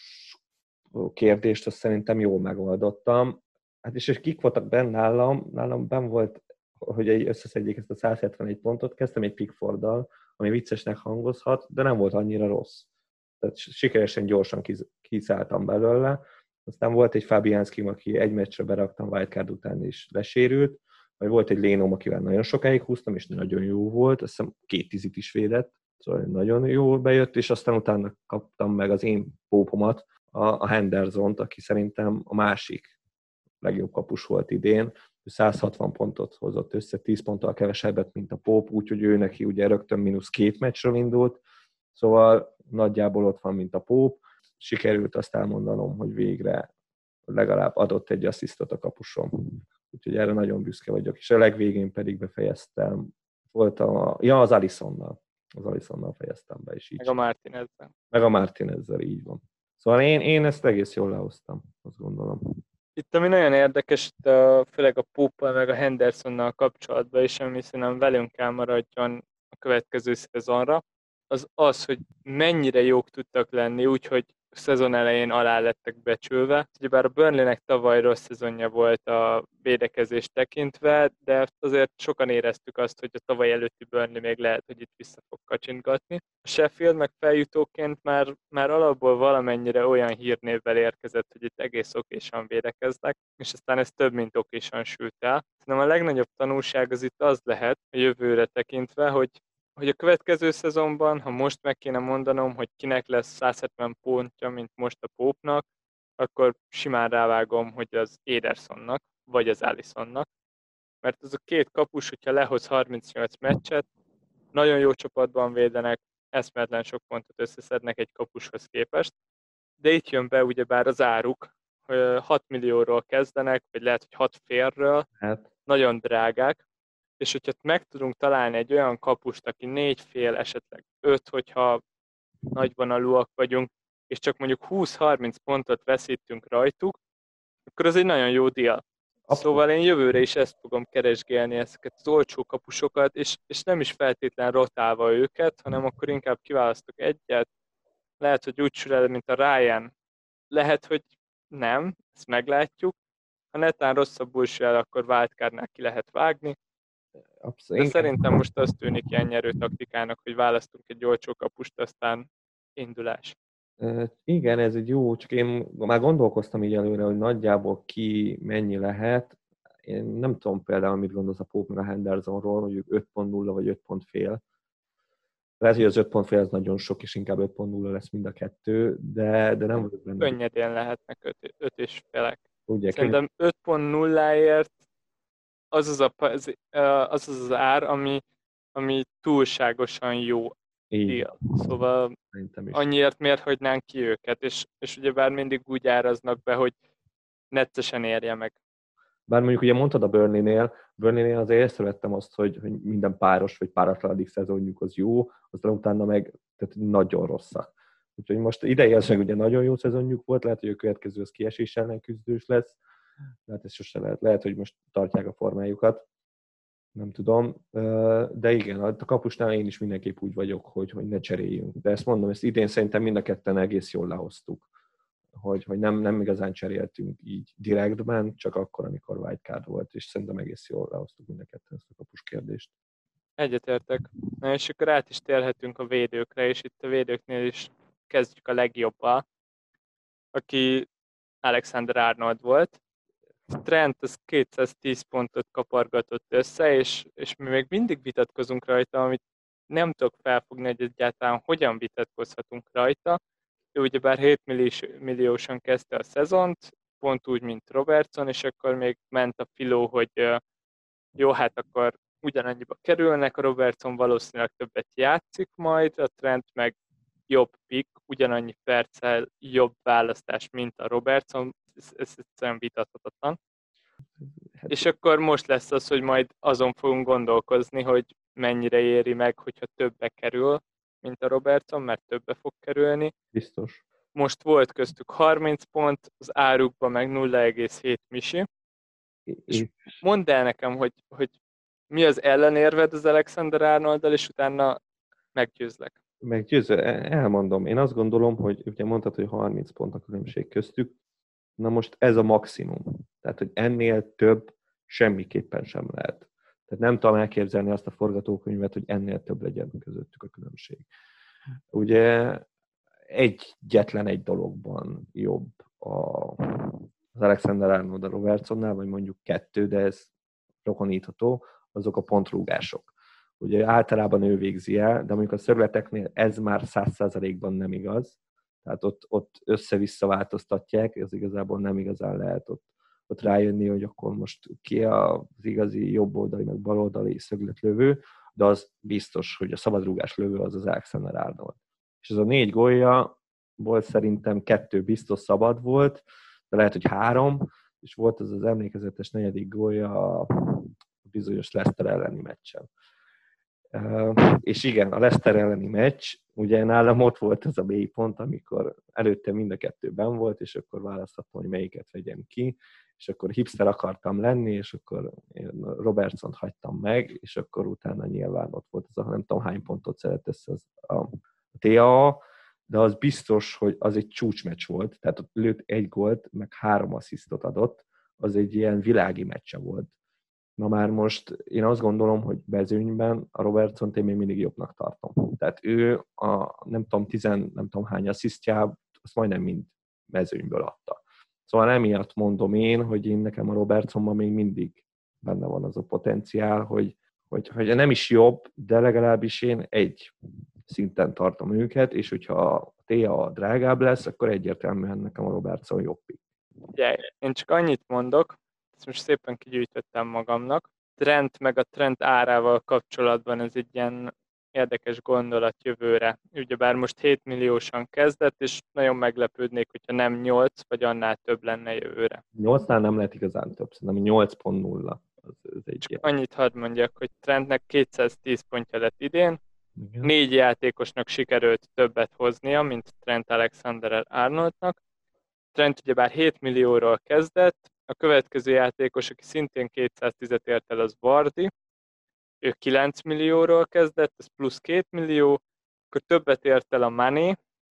[SPEAKER 1] kérdést azt szerintem jól megoldottam. Hát és kik voltak benne nálam benn volt, hogy összeszedjék ezt a 171 pontot, kezdtem egy Pickforddal, ami viccesnek hangozhat, de nem volt annyira rossz. Tehát sikeresen gyorsan kiszálltam belőle. Aztán volt egy Fabianski, aki egy meccsre beraktam wildcard után is lesérült, vagy volt egy Lénom, akivel nagyon sokáig húztam, és nagyon jó volt, azt hiszem 2 tizit is védett, szóval nagyon jól bejött, és aztán utána kaptam meg az én pópomat, a Hendersont, aki szerintem a másik legjobb kapus volt idén. Ő 160 pontot hozott össze, 10 ponttal kevesebbet, mint a Pope, úgyhogy ő neki ugye rögtön -2 meccsről indult, szóval nagyjából ott van, mint a Pope. Sikerült azt elmondanom, hogy végre legalább adott egy asszisztot a kapusom. Úgyhogy erre nagyon büszke vagyok. És a legvégén pedig befejeztem. Az Alissonnal. Az Alissonnal fejeztem be, és így.
[SPEAKER 2] Meg a Martinezzel.
[SPEAKER 1] Meg a Martinezzel, így van. Szóval én ezt egész jól lehoztam, azt gondolom.
[SPEAKER 2] Itt ami nagyon érdekes, főleg a Pope-pal meg a Hendersonnal kapcsolatban is, ami szerintem velünk kell maradjon a következő szezonra, az, hogy mennyire jók tudtak lenni, úgyhogy a szezon elején alá lettek becsülve. Ugyebár a Burnleynek tavaly rossz szezonja volt a védekezést tekintve, de azért sokan éreztük azt, hogy a tavaly előtti Burnley még lehet, hogy itt vissza fog kacsintgatni. A Sheffield meg feljutóként már alapból valamennyire olyan hírnévvel érkezett, hogy itt egész okésan védekeznek, és aztán ez több mint okésan sült el. Szerintem a legnagyobb tanulság az itt az lehet a jövőre tekintve, hogy a következő szezonban, ha most meg kéne mondanom, hogy kinek lesz 170 pontja, mint most a Pope-nak, akkor simán rávágom, hogy az Edersonnak, vagy az Alissonnak. Mert az a két kapus, hogyha lehoz 38 meccset, nagyon jó csapatban védenek, eszméletlen sok pontot összeszednek egy kapushoz képest. De itt jön be ugyebár az áruk, 6 millióról kezdenek, vagy lehet, hogy 6 félről, nagyon drágák, és hogyha meg tudunk találni egy olyan kapust, aki 4 fél, esetleg 5, hogyha nagyvonalúak vagyunk, és csak mondjuk 20-30 pontot veszítünk rajtuk, akkor az egy nagyon jó deal.
[SPEAKER 1] Abszolút.
[SPEAKER 2] Szóval én jövőre is ezt fogom keresgélni, ezeket az olcsó kapusokat, és nem is feltétlen rotálva őket, hanem akkor inkább kiválasztok egyet, lehet, hogy úgy sül el, mint a Ryan, lehet, hogy nem, ezt meglátjuk, ha netán rosszabbul sül el, akkor wildcardnál ki lehet vágni,
[SPEAKER 1] Abszolút.
[SPEAKER 2] de szerintem most az tűnik ilyen nyerő taktikának, hogy választunk egy olcsó kapust, aztán indulás.
[SPEAKER 1] Igen, ez egy jó, csak én már gondolkoztam így előre, hogy nagyjából ki mennyi lehet. Én nem tudom például, mit gondolsz a Pope meg a Hendersonról, mondjuk 5.0 vagy 5.5. Lehet, hogy az 5.5 az nagyon sok, és inkább 5.0 lesz mind a kettő, de nem vagyok benne.
[SPEAKER 2] Könnyedén lehetnek 5 és felek.
[SPEAKER 1] Ugye,
[SPEAKER 2] szerintem 5.0-ért az az ár, ami ami túlságosan jó
[SPEAKER 1] Így
[SPEAKER 2] deal.
[SPEAKER 1] van.
[SPEAKER 2] Szóval
[SPEAKER 1] Szerintem is.
[SPEAKER 2] annyiért miért hagynánk ki őket, és ugyebár mindig úgy áraznak be, hogy neccesen érje meg.
[SPEAKER 1] Bár mondjuk ugye mondtad a Burnley-nél azért észrevettem azt, hogy minden páros vagy páratlanik szezonjuk az jó, aztán utána meg tehát nagyon rosszak. Úgyhogy most idei az meg ugye nagyon jó szezonjuk volt, lehet, hogy a következő az kiesés ellen küzdős lesz, hát ez sose lehet. Lehet, hogy most tartják a formájukat, nem tudom. De igen, a kapusnál én is mindenképp úgy vagyok, hogy ne cseréljünk. De ezt mondom, ezt idén szerintem mind a ketten egész jól lehoztuk. Hogy nem igazán cseréltünk így direktben, csak akkor, amikor wildcard volt, és szerintem egész jól lehoztuk mind a ketten ezt a kapus kérdést.
[SPEAKER 2] Egyetértek. Na és akkor át is térhetünk a védőkre, és itt a védőknél is kezdjük a legjobbal, aki Alexander Arnold volt. Trent az 210 pontot kapargatott össze, és mi még mindig vitatkozunk rajta, amit nem tudok felfogni, hogy egyáltalán hogyan vitatkozhatunk rajta. Ő ugyebár 7 milliósan kezdte a szezont, pont úgy, mint Robertson, és akkor még ment a filó, hogy jó, hát akkor ugyanannyiba kerülnek, a Robertson valószínűleg többet játszik majd, a Trent meg jobb pick, ugyanannyi perccel jobb választás, mint a Robertson, ez egyszerűen vitathatatlan.
[SPEAKER 1] Hát,
[SPEAKER 2] És akkor most lesz az, hogy majd azon fogunk gondolkozni, hogy mennyire éri meg, hogyha többe kerül, mint a Robertson, mert többe fog kerülni.
[SPEAKER 1] biztos.
[SPEAKER 2] Most volt köztük 30 pont, az árukban meg 0,7 misi. És mondd el nekem, hogy mi az ellenérved az Alexander Arnolddal, és utána meggyőzlek.
[SPEAKER 1] Meggyőző, elmondom. Én azt gondolom, hogy ugye mondtad, hogy 30 pont a különbség köztük. Na most ez a maximum. Tehát, hogy ennél több semmiképpen sem lehet. Tehát nem tudom elképzelni azt a forgatókönyvet, hogy ennél több legyen közöttük a különbség. Ugye egyetlen egy dologban jobb az Alexander Arnold a Robertsonnál, vagy mondjuk kettő, de ez rokonítható, azok a pontrúgások. Ugye általában ő végzi el, de mondjuk a szögleteknél ez már 100%-ban nem igaz, tehát ott össze-vissza változtatják, ez igazából nem igazán lehet ott rájönni, hogy akkor most ki az igazi jobboldali, meg baloldali szögletlövő, de az biztos, hogy a szabadrúgás lövő az Alexander Arnold. És ez a 4 gólja volt szerintem 2 biztos szabad volt, de lehet, hogy 3, és volt az emlékezetes 4. gólja a bizonyos Leicester elleni meccsen. És igen, a Leicester elleni meccs, ugye nálam ott volt ez a mélypont, amikor előtte mind a kettőben volt, és akkor választottam, hogy melyiket vegyem ki, és akkor hipster akartam lenni, és akkor Robertsont hagytam meg, és akkor utána nyilván ott volt az a nem tudom hány pontot szedett össze a TAA, de az biztos, hogy az egy csúcsmeccs volt, tehát ott lőtt 1 gólt, meg 3 asszisztot adott, az egy ilyen világi meccse volt. Na már most én azt gondolom, hogy mezőnyben a Robertsont én még mindig jobbnak tartom. Tehát ő a nem tudom hány asszisztját, azt majdnem mind mezőnyből adta. Szóval emiatt mondom én, hogy én nekem a Robertsonban még mindig benne van az a potenciál, hogy nem is jobb, de legalábbis én egy szinten tartom őket, és hogyha a TA drágább lesz, akkor egyértelműen nekem a Robertson jobb pick.
[SPEAKER 2] Ugye, én csak annyit mondok, ezt most szépen kigyűjtöttem magamnak. Trent meg a Trent árával kapcsolatban ez egy ilyen érdekes gondolat jövőre. Ugyebár most 7 milliósan kezdett, és nagyon meglepődnék, hogyha nem 8, vagy annál több lenne jövőre.
[SPEAKER 1] 8-nál nem lehet igazán több, szerintem 8.0. Az egy
[SPEAKER 2] csak annyit hadd mondjak, hogy Trentnek 210 pontja lett idén,
[SPEAKER 1] igen.
[SPEAKER 2] 4 játékosnak sikerült többet hoznia, mint Trent Alexander-Arnoldnak. Trent ugyebár 7 millióról kezdett, a következő játékos, aki szintén 210-et ért el, az Vardy, ő 9 millióról kezdett, ez plusz 2 millió, akkor többet ért el a Mané,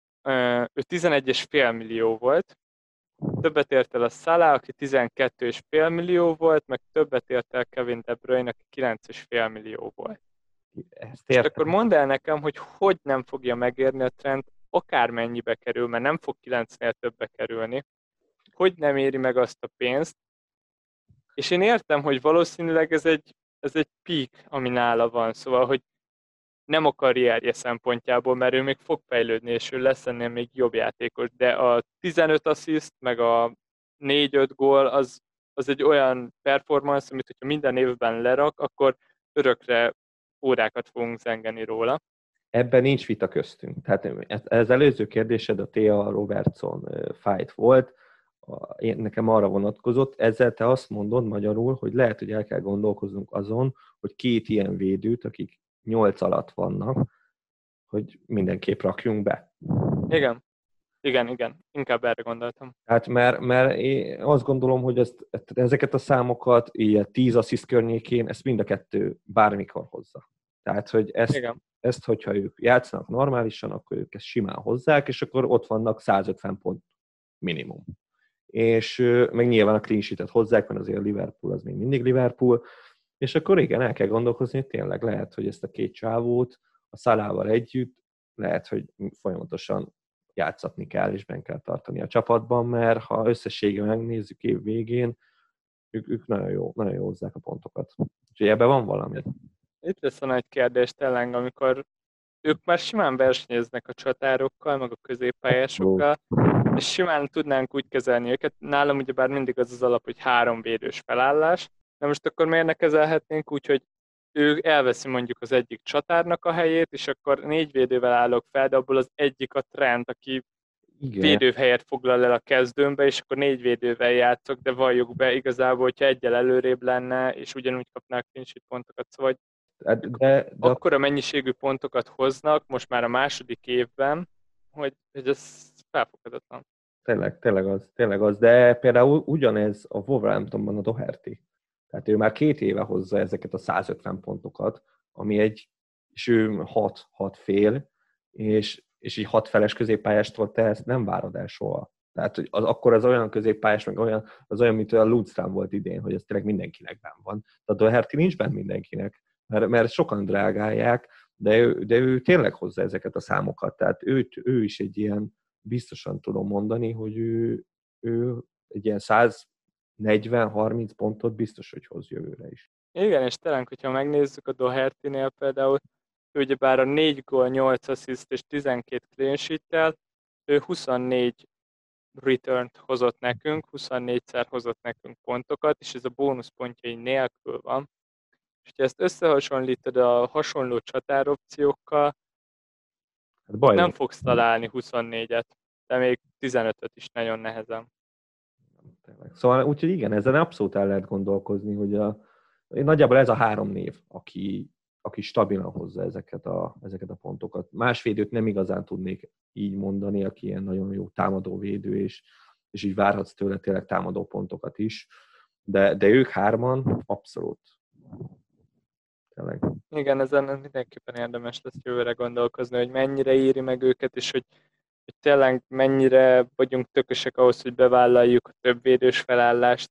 [SPEAKER 2] ő 11,5 millió volt, többet ért el a Salah, aki 12,5 millió volt, meg többet ért el Kevin De Bruyne, aki 9,5 millió volt. És akkor mondd el nekem, hogy nem fogja megérni a Trent, akármennyibe kerül, mert nem fog 9-nél többbe kerülni, hogy nem éri meg azt a pénzt. És én értem, hogy valószínűleg ez egy peak, ami nála van, szóval, hogy nem a karrierje szempontjából, mert ő még fog fejlődni, és ő lesz ennél még jobb játékos, de a 15 assziszt, meg a 4-5 gól, az egy olyan performance, amit hogyha minden évben lerak, akkor örökre órákat fogunk zengeni róla.
[SPEAKER 1] Ebben nincs vita köztünk. Tehát ez előző kérdésed a Thea Robertson fight volt, nekem arra vonatkozott, ezzel te azt mondod magyarul, hogy lehet, hogy el kell gondolkoznunk azon, hogy két ilyen védőt, akik 8 alatt vannak, hogy mindenképp rakjunk be.
[SPEAKER 2] Igen, inkább erre gondoltam.
[SPEAKER 1] Hát mert én azt gondolom, hogy ezeket a számokat, ilyen 10 assziszt környékén, ezt mind a kettő bármikor hozza. Tehát, hogy ezt, hogyha ők játszanak normálisan, akkor ők ezt simán hozzák, és akkor ott vannak 150 pont minimum. És meg nyilván a clean sheet-et hozzák, mert azért a Liverpool az még mindig Liverpool, és akkor igen, el kell gondolkozni, hogy tényleg lehet, hogy ezt a két csávót a Salával együtt lehet, hogy folyamatosan játszatni kell, és benne kell tartani a csapatban, mert ha összességében megnézzük év végén, ők nagyon jó hozzák a pontokat. Úgyhogy ebben van valami.
[SPEAKER 2] Itt lesz a nagy kérdés tényleg, amikor ők már simán versenyeznek a csatárokkal, meg a középpályásokkal, és simán tudnánk úgy kezelni őket. Nálam ugyebár mindig az alap, hogy 3 védős felállás. De most akkor miért ne kezelhetnénk úgy, hogy ő elveszi mondjuk az egyik csatárnak a helyét, és akkor 4 védővel állok fel, de abból az egyik a Trent, aki védő helyet foglal el a kezdőmbe, és akkor 4 védővel játszok, de valljuk be igazából, hogyha egyel előrébb lenne, és ugyanúgy kapnák clean sheet pontokat, szóval de akkora mennyiségű pontokat hoznak most már a második évben, hogy ez felfoghatatlan.
[SPEAKER 1] Tényleg az, de például ugyanez a Wolverhamptonban a Doherty. Tehát ő már 2 éve hozza ezeket a 150 pontokat, és ő 6 fél, és így 6 feles középpályástól te ezt nem várod el soha. Tehát hogy akkor az olyan középpályás, meg az olyan, mint a Lundström volt idén, hogy ez tényleg mindenkinek benn van. De a Doherty nincs benn mindenkinek, mert sokan drágálják, de ő tényleg hozza ezeket a számokat. Tehát ő is egy ilyen, biztosan tudom mondani, hogy ő egy ilyen 140-30 pontot biztos, hogy hoz jövőre is.
[SPEAKER 2] Igen, és talán, hogyha megnézzük a Doherty-nél például, ő ugyebár a 4 gól, 8 assist és 12 clean sheet-tel, ő 24 return-t hozott nekünk, 24-szer hozott nekünk pontokat, és ez a bónuszpontjai nélkül van. És ha ezt összehasonlítod a hasonló csatáropciókkal, hát nem fogsz találni 24-et, de még 15-öt is nagyon nehezen.
[SPEAKER 1] Szóval úgyhogy igen, ezen abszolút el lehet gondolkozni, hogy nagyjából ez a 3 név, aki stabilan hozza ezeket a pontokat. Más védőt nem igazán tudnék így mondani, aki ilyen nagyon jó támadó védő, és így várhatsz tőle tényleg támadó pontokat is, de ők 3 abszolút. Tényleg.
[SPEAKER 2] Igen, ezen mindenképpen érdemes lesz jövőre gondolkozni, hogy mennyire éri meg őket, és hogy tényleg mennyire vagyunk tökösek ahhoz, hogy bevállaljuk a több védős felállást.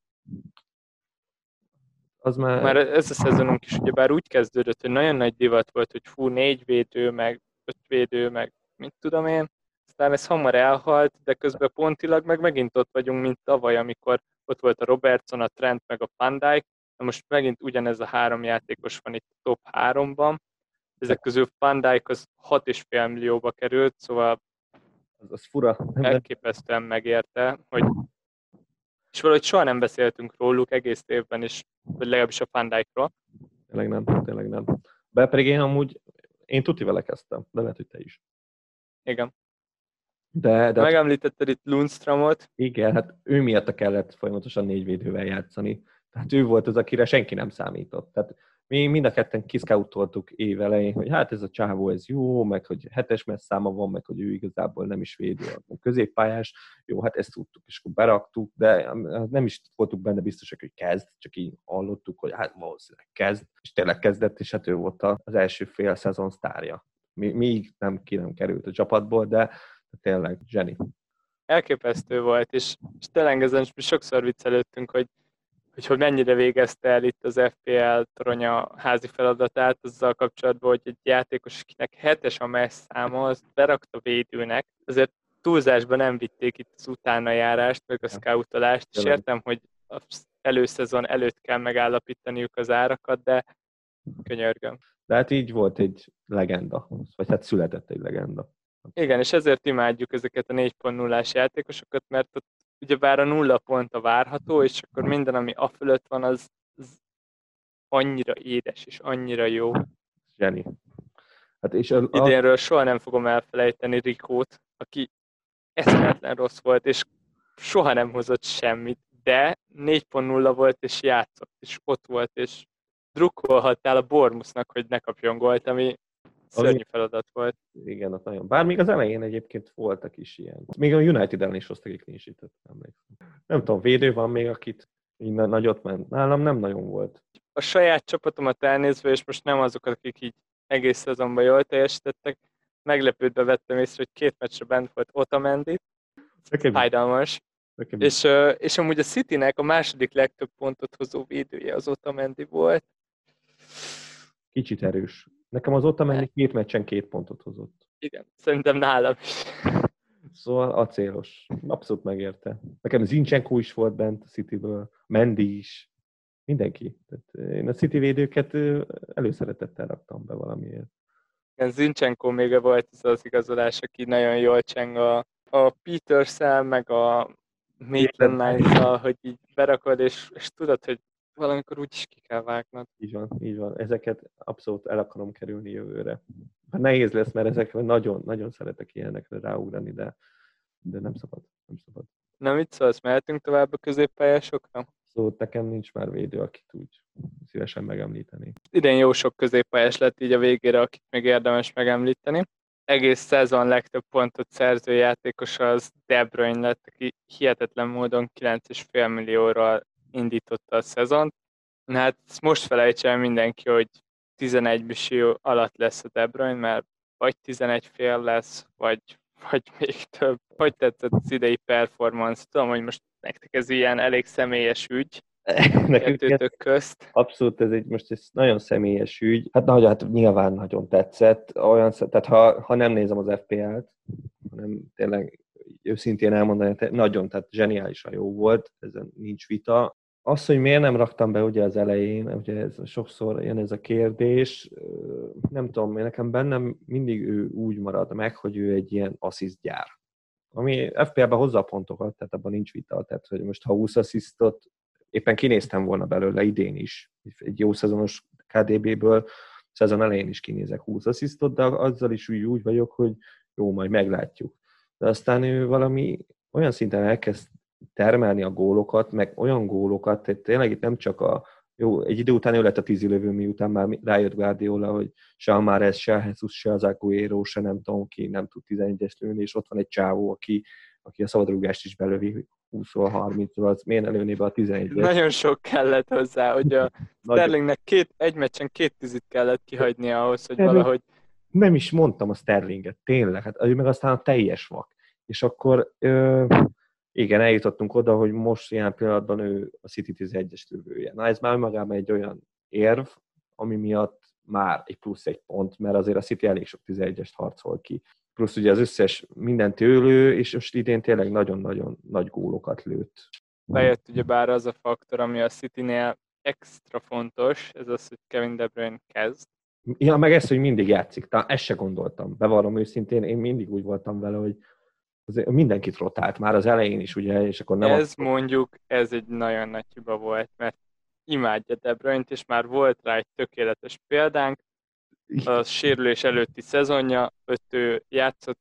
[SPEAKER 2] Már ez a szezonunk is ugyebár úgy kezdődött, hogy nagyon nagy divat volt, hogy 4 védő, meg 5 védő, meg mit tudom én. Aztán ez hamar elhalt, de közben pontilag meg megint ott vagyunk, mint tavaly, amikor ott volt a Robertson, a Trent, meg a Van Dijk. Na most megint ugyanez a 3 játékos van itt a top 3-ban. Ezek közül Van Dijk az 6,5 millióba került, szóval
[SPEAKER 1] az fura.
[SPEAKER 2] Elképesztően megérte, hogy és valahogy soha nem beszéltünk róluk egész évben is, vagy legalábbis a Van Dijkról.
[SPEAKER 1] Tényleg nem. Be pedig én tuti vele kezdtem, de lehet, hogy te is.
[SPEAKER 2] Igen.
[SPEAKER 1] De
[SPEAKER 2] megemlítetted itt Lundströmot.
[SPEAKER 1] Igen, hát ő miatt kellett folyamatosan 4 védővel játszani. Tehát ő volt az, akire senki nem számított. Tehát mi mind a ketten kiszkáutoltuk év elején, hogy hát ez a csávó, ez jó, meg hogy 7-es messzáma van, meg hogy ő igazából nem is védő, a középpályás. Jó, hát ezt tudtuk, és akkor beraktuk, de nem is voltunk benne biztosak, hogy kezd, csak így hallottuk, hogy hát valószínűleg kezd, és tényleg kezdett, és hát ő volt az első fél szezon sztárja. Még nem került a csapatból, de tényleg zseni.
[SPEAKER 2] Elképesztő volt, és tényleg ezen sokszor viccelődtünk, hogy mennyire végezte el itt az FPL Toronya házi feladatát azzal kapcsolatban, hogy egy játékos, akinek 7-es a messzáma, azt berakta védőnek, azért túlzásban nem vitték itt az utánajárást, meg a scoutolást, és értem, hogy az előszezon előtt kell megállapítaniuk az árakat, de könyörgöm.
[SPEAKER 1] De hát így volt egy legenda, vagy hát született egy legenda.
[SPEAKER 2] Igen, és ezért imádjuk ezeket a 4.0-ás játékosokat, mert ott ugyebár a 0 pont a várható, és akkor minden, ami a fölött van, az annyira édes és annyira jó.
[SPEAKER 1] Zseni. Hát és
[SPEAKER 2] Idénről soha nem fogom elfelejteni Rikót, aki eszméletlen rossz volt, és soha nem hozott semmit, de 4.0 volt, és játszott, és ott volt, és drukkolhattál a Bournemouthnak, hogy ne kapjon gólt, ami
[SPEAKER 1] ami
[SPEAKER 2] szörnyű feladat volt.
[SPEAKER 1] igen, ott nagyon. Bár még az elején egyébként voltak is ilyen. Még a United ellen is hoztak egy clean sheet-et, emlékszem. Nem tudom, védő van még, akit így nagyot ment. Nálam nem nagyon volt.
[SPEAKER 2] A saját csapatomat elnézve, és most nem azok, akik így egész szezonban jól teljesítettek, meglepődve vettem észre, hogy 2 meccsre bent volt Otamendi, fájdalmas, és amúgy a Citynek a második legtöbb pontot hozó védője az Otamendi volt.
[SPEAKER 1] Kicsit erős. Nekem az Otamendi 2 meccsen 2 pontot hozott.
[SPEAKER 2] Igen, szerintem nálam is.
[SPEAKER 1] Szóval acélos. Abszolút megérte. Nekem Zinchenko is volt bent a Cityből, Mendy is. Mindenki. Tehát én a City védőket előszeretettel raktam be valamiért.
[SPEAKER 2] Igen, Zinchenko még volt az igazolás, aki nagyon jól cseng a Peters-el, meg a Maitland Niles-al, hogy így berakod, és tudod, hogy valamikor úgyis ki kell vágnod.
[SPEAKER 1] Így van, így van. Ezeket abszolút el akarom kerülni jövőre. Nehéz lesz, mert ezekre nagyon, nagyon szeretek ilyenekre ráugrani, de nem szabad. Nem szabad.
[SPEAKER 2] Na mit szólsz, mehetünk tovább a középpályásokra?
[SPEAKER 1] Szóval nekem nincs már védő, akit úgy szívesen megemlíteni.
[SPEAKER 2] Idén jó sok középpályás lett így a végére, akit még érdemes megemlíteni. Egész szezon legtöbb pontot szerző játékos az De Bruyne lett, aki hihetetlen módon 9,5 millióra indította a szezont. Na hát most felejtse el mindenki, hogy 11 millió alatt lesz a De Bruyne, mert vagy 11 fél lesz, vagy még több. Hogy tetszett az idei performance? Tudom, hogy most nektek ez ilyen elég személyes ügy, kettőtök közt.
[SPEAKER 1] Abszolút, most ez nagyon személyes ügy. Hát nyilván nagyon tetszett. Tehát ha nem nézem az FPL-t, hanem tényleg őszintén elmondani, nagyon, tehát zseniálisan jó volt, ezen nincs vita. Az, hogy miért nem raktam be ugye az elején, ugye ez sokszor jön ez a kérdés, nem tudom, nekem bennem mindig ő úgy marad meg, hogy ő egy ilyen asszisztgyár. Ami FPL-ben hozza a pontokat, tehát abban nincs vita. Tehát, hogy most ha 20 asszisztot éppen kinéztem volna belőle idén is, egy jó szezonos KDB-ből, szezon elején is kinézek 20 asszisztot, de azzal is úgy vagyok, hogy jó, majd meglátjuk. De aztán ő valami olyan szinten elkezd termelni a gólokat, meg olyan gólokat, tehát tényleg itt nem csak egy idő után ő lett a 10 lövő, miután már rájött Guardiola, hogy se Almares, se Jesus, se az Aguero, se nem tudom ki, nem tud 11-es lőni, és ott van egy csávó, aki a szabadrúgást is belövi 20-30-ról, az miért ne lőné be a 11-es?
[SPEAKER 2] Nagyon sok kellett hozzá, hogy a Sterlingnek egy meccsen 2 tizit kellett kihagynia ahhoz, hogy valahogy...
[SPEAKER 1] Nem is mondtam a Sterlinget, tényleg, hát ő meg aztán a teljes vak. És akkor igen, eljutottunk oda, hogy most ilyen pillanatban ő a City 11-es lövője. Na ez már magában egy olyan érv, ami miatt már egy plusz egy pont, mert azért a City elég sok 11-est harcol ki. Plusz ugye az összes minden tőlő, és most idén tényleg nagyon-nagyon nagy gólokat lőtt.
[SPEAKER 2] Bejött ugyebár az a faktor, ami a Citynél extra fontos, ez az, hogy Kevin De Bruyne kezd.
[SPEAKER 1] Ja, meg ezt, hogy mindig játszik. Talán ezt se gondoltam. Bevallom őszintén, én mindig úgy voltam vele, hogy mindenkit rotált már az elején is, ugye, és akkor nem...
[SPEAKER 2] Ez egy nagyon nagy hiba volt, mert imádja De Bruyne-t, és már volt rá egy tökéletes példánk. A sérülés előtti szezonja, ő játszott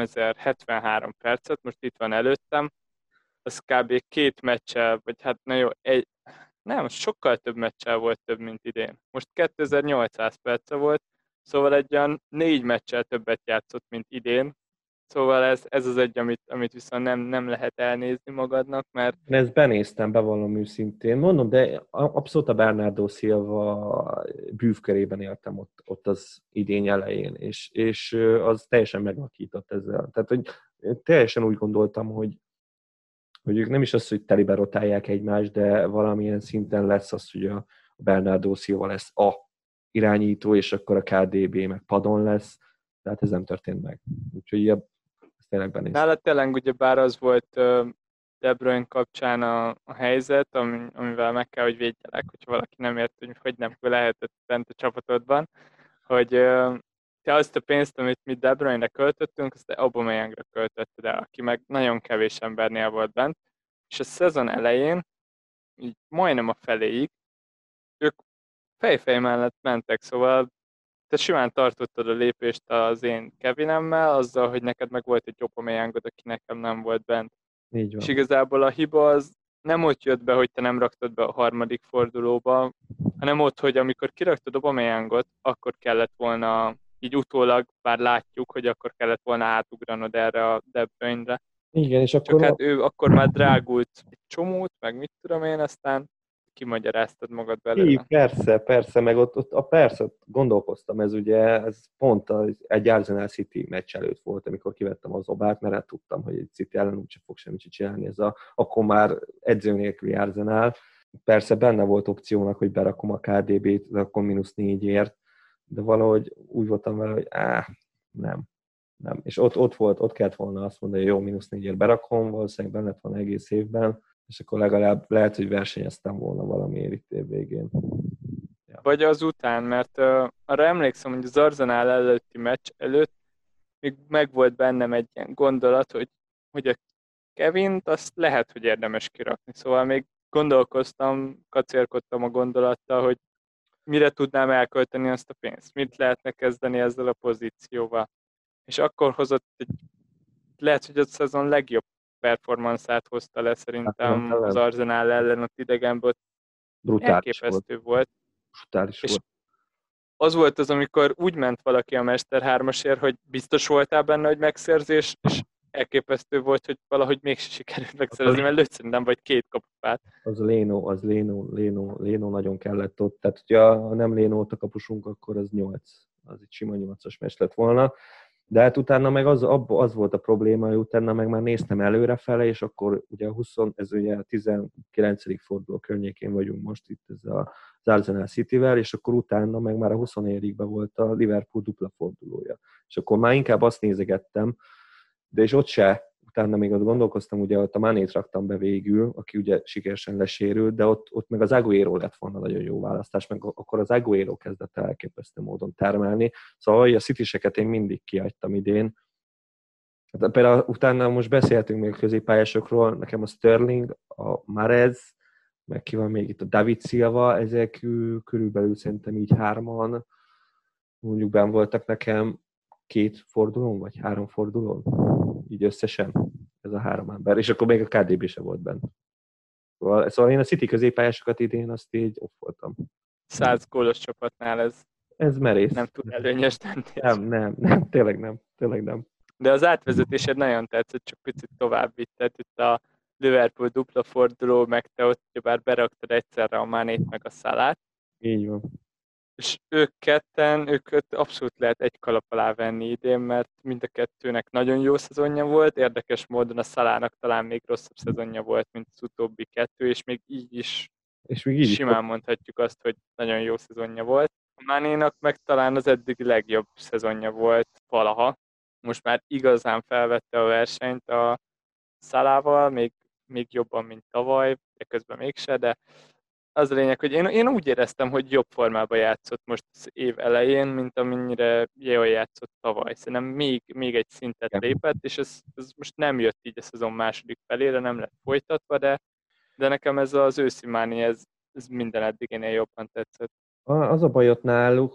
[SPEAKER 2] 3073 percet, most itt van előttem, az kb. 2 meccsel, vagy hát na jó, sokkal több meccsel volt több, mint idén. Most 2800 perce volt, szóval egy olyan 4 meccsel többet játszott, mint idén. Szóval ez az egy, amit viszont nem lehet elnézni magadnak, mert...
[SPEAKER 1] Én ezt benéztem, bevallom őszintén. Mondom, de abszolút a Bernardo Silva bűvkörében éltem ott az idény elején, és az teljesen megvakított ezzel. Tehát, hogy teljesen úgy gondoltam, hogy ők nem is az, hogy telibe rotálják egymást, de valamilyen szinten lesz az, hogy a Bernardo Silva lesz a irányító, és akkor a KDB meg padon lesz. Tehát ez nem történt meg. Úgyhogy ezt tényleg benéztem.
[SPEAKER 2] Nála tényleg ugyebár az volt De Bruyne kapcsán a helyzet, amivel meg kell, hogy védjelek, hogyha valaki nem ért, hogy nem lehetett bent a csapatodban, hogy te azt a pénzt, amit mi De Bruyne-re költöttünk, azt Aubameyangra költötted el, aki meg nagyon kevés embernél volt bent, és a szezon elején, így majdnem a feléig, ők fejfej mellett mentek, szóval te simán tartottad a lépést az én Kevinemmel, azzal, hogy neked meg volt egy Aubameyangod, aki nekem nem volt bent.
[SPEAKER 1] Így
[SPEAKER 2] És
[SPEAKER 1] van.
[SPEAKER 2] igazából a hiba az nem ott jött be, hogy te nem raktad be a harmadik fordulóba, hanem ott, hogy amikor kiraktad Aubameyangot, akkor kellett volna, így utólag bár látjuk, hogy akkor kellett volna átugranod erre a De Bruyne-re.
[SPEAKER 1] Igen, és
[SPEAKER 2] Csak
[SPEAKER 1] akkor
[SPEAKER 2] hát ő akkor már drágult egy csomót, meg mit tudom én, aztán kimagyaráztad magad belőle.
[SPEAKER 1] persze, meg persze gondolkoztam, ez ugye, ez pont egy Arsenal City meccs előtt volt, amikor kivettem az Obát, mert hát tudtam, hogy egy City ellen úgyse fog semmit csinálni, akkor már edző nélküli Arsenal. Persze benne volt opciónak, hogy berakom a KDB-t, de akkor -4-ért, de valahogy úgy voltam vele, hogy nem. És ott kellett volna azt mondani, hogy jó, -4-ért berakom, valószínűleg benne lett volna egész évben, és akkor legalább lehet, hogy versenyeztem volna valamiért itt év végén. Ja.
[SPEAKER 2] Vagy azután, mert arra emlékszem, hogy az Arsenal előtti meccs előtt még megvolt bennem egy ilyen gondolat, hogy a Kevint azt lehet, hogy érdemes kirakni. Szóval még gondolkoztam, kacérkodtam a gondolattal, hogy mire tudnám elkölteni azt a pénzt, mit lehetne kezdeni ezzel a pozícióval. És akkor hozott lehet, hogy a szezon legjobb performanszát hozta le szerintem az Arsenal ellen ott idegenből. Elképesztő volt.
[SPEAKER 1] Brutális
[SPEAKER 2] és
[SPEAKER 1] volt.
[SPEAKER 2] Az volt az, amikor úgy ment valaki a Mester 3-asért, hogy biztos voltál benne, hogy megszerzés, és elképesztő volt, hogy valahogy mégse sikerült megszerezni, mert lőtt szerintem vagy 2 kapufát.
[SPEAKER 1] Az Léno nagyon kellett ott. Tehát, hogyha nem Léno ott a kapusunk, akkor az 8. Az egy sima 8-as meccs lett volna. De hát utána meg az volt a probléma, hogy utána meg már néztem előrefele, és akkor ugye ez ugye a 19. forduló környékén vagyunk most itt az Arsenal Cityvel, és akkor utána meg már a 24-ben volt a Liverpool dupla fordulója. És akkor már inkább azt nézegettem, de és ott se, utána még ott gondolkoztam, ugye ott a Manét raktam be végül, aki ugye sikeresen lesérült, de ott meg az Agüero lett volna nagyon jó választás, meg akkor az Agüero kezdett elképesztő módon termelni. Szóval a City-seket én mindig kihagytam idén. Hát például utána most beszéltünk még a középpályásokról, nekem a Sterling, a Mahrez, meg ki van még itt a David Silva, ezek körülbelül szerintem így 3 mondjuk benn voltak nekem 2 fordulón, vagy 3 fordulón, így összesen ez a 3 ember, és akkor még a KDB se volt benne. Szóval én a City középpályásokat idén azt így off voltam.
[SPEAKER 2] 100 gólos csapatnál
[SPEAKER 1] ez merész.
[SPEAKER 2] Nem túl előnyös döntés.
[SPEAKER 1] Nem, tényleg nem.
[SPEAKER 2] De az átvezetésed nagyon tetszett, csak picit tovább vitted. Itt a Liverpool dupla forduló, meg te ott bár beraktad egyszerre a Manét meg a Salát.
[SPEAKER 1] Így van.
[SPEAKER 2] És őket abszolút lehet egy kalap alá venni idén, mert mind a kettőnek nagyon jó szezonja volt, érdekes módon a Salának talán még rosszabb szezonja volt, mint az utóbbi 2, és még így is simán mondhatjuk azt, hogy nagyon jó szezonja volt. A Manénak meg talán az eddigi legjobb szezonja volt valaha. Most már igazán felvette a versenyt a Salával, még jobban, mint tavaly, de közben mégse, de az a lényeg, hogy én úgy éreztem, hogy jobb formában játszott most az év elején, mint amennyire jól játszott tavaly. Szerintem még egy szintet lépett, és ez most nem jött így a szezon második felére, nem lett folytatva, de nekem ez az őszi Mané, ez minden eddiginél jobban tetszett.
[SPEAKER 1] Az a baj ott náluk,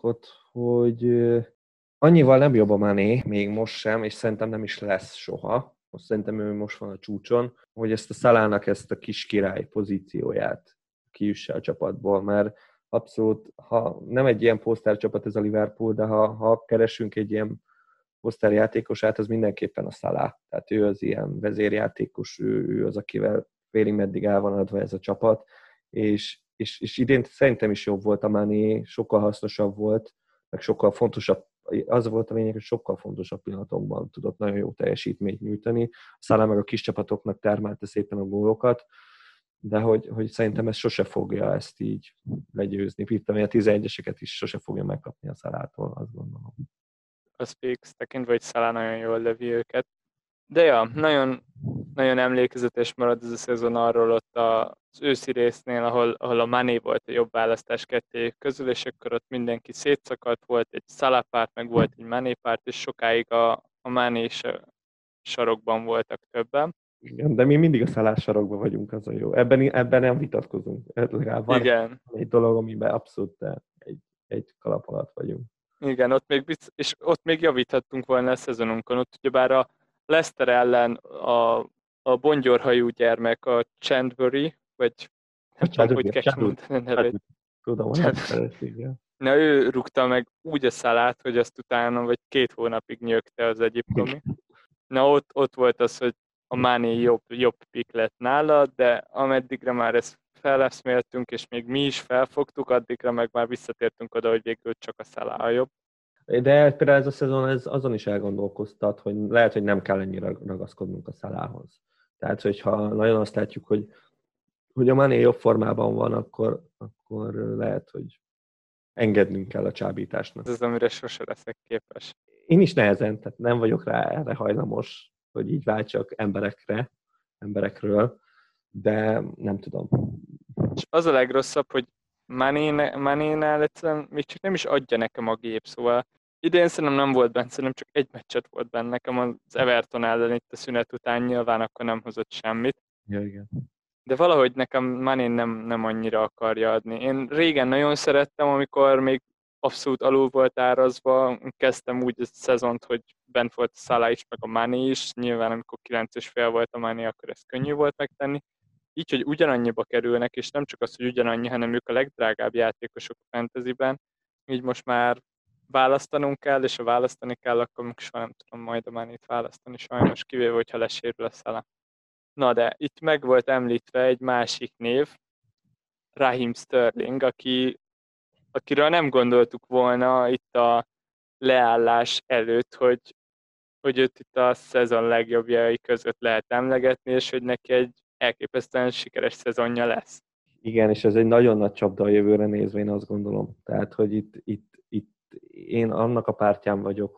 [SPEAKER 1] hogy annyival nem jobb a Mané, még most sem, és szerintem nem is lesz soha. Szerintem ő most van a csúcson, hogy ezt a Salának ezt a kis király pozícióját kiüsse a csapatból, mert abszolút, ha nem egy ilyen posztárcsapat ez a Liverpool, de ha keresünk egy ilyen posztárjátékosát, az mindenképpen a Salah. Tehát ő az ilyen vezérjátékos, ő az, akivel félig meddig el van adva ez a csapat, és idén szerintem is jobb volt a Mané, sokkal hasznosabb volt, meg sokkal fontosabb, az volt a lényeg, hogy sokkal fontosabb pillanatokban tudott nagyon jó teljesítményt nyújtani. A Salah meg a kis csapatoknak termelte szépen a gólokat, de hogy szerintem ez sose fogja ezt így legyőzni. Itt a 11-eseket is sose fogja megkapni a Salától, azt gondolom.
[SPEAKER 2] Az fix, tekintve, hogy Salah nagyon jól lövi őket. De ja, nagyon, nagyon emlékezetes marad ez a szezon arról ott az őszi résznél, ahol a Mané volt a jobb választás kettőjük közül, és akkor ott mindenki szétszakadt, volt egy Salah párt, meg volt egy Mané párt, és sokáig a Mané sarokban voltak többen.
[SPEAKER 1] Igen, de mi mindig a Salah sarokban vagyunk, az a jó. Ebben nem vitatkozunk. Legalább van
[SPEAKER 2] igen.
[SPEAKER 1] egy dolog, amiben abszolút egy kalap alatt vagyunk.
[SPEAKER 2] Igen, és ott még javíthattunk volna a szezonunkon. Ott ugyebár a Leicester ellen a bongyorhajú gyermek, a Chandbury, vagy
[SPEAKER 1] A
[SPEAKER 2] nem tudom, hogy kell
[SPEAKER 1] Chadwick.
[SPEAKER 2] kimondani a nevét.
[SPEAKER 1] Tudom, a Leicester, igen.
[SPEAKER 2] Na, ő rúgta meg úgy a Salát, hogy azt utána vagy 2 hónapig nyögte az egyiptomi. Na, ott volt az, hogy a Mané jobb pick lett nála, de ameddigre már ezt feleszméltünk, és még mi is felfogtuk, addigra meg már visszatértünk oda, hogy végül csak a Salah a jobb.
[SPEAKER 1] De például ez a szezon ez azon is elgondolkoztat, hogy lehet, hogy nem kell ennyire ragaszkodnunk a Salahhoz. Tehát, hogyha nagyon azt látjuk, hogy a Mané jobb formában van, akkor lehet, hogy engednünk kell a csábításnak.
[SPEAKER 2] Ez az, amire sose leszek képes.
[SPEAKER 1] Én is nehezen, tehát nem vagyok rá erre hajlamos, hogy így váltsak emberekről, de nem tudom.
[SPEAKER 2] És az a legrosszabb, hogy Manénál egyszerűen még csak nem is adja nekem a gép, szóval idén szerintem nem volt benne, szerintem csak egy meccset volt benne nekem az Everton ellen itt a szünet után, nyilván akkor nem hozott semmit.
[SPEAKER 1] Ja, igen.
[SPEAKER 2] De valahogy nekem Mané nem annyira akarja adni. Én régen nagyon szerettem, amikor még abszolút alul volt árazva, kezdtem úgy a szezont, hogy bent volt a Salah is, meg a Mané is, nyilván amikor 9,5 volt a Mané, akkor ez könnyű volt megtenni. Így, hogy ugyanannyiba kerülnek, és nem csak az, hogy ugyanannyi, hanem ők a legdrágább játékosok a fantasyben, így most már választanunk kell, és ha választani kell, akkor még soha nem tudom majd a Manét választani, sajnos kivéve, hogyha lesérül a Salah. Na de itt meg volt említve egy másik név, Raheem Sterling, akiről nem gondoltuk volna itt a leállás előtt, hogy őt itt a szezon legjobbjai között lehet emlegetni, és hogy neki egy elképesztően sikeres szezonja lesz.
[SPEAKER 1] Igen, és ez egy nagyon nagy csapda a jövőre nézve, én azt gondolom. Tehát, hogy itt én annak a pártján vagyok,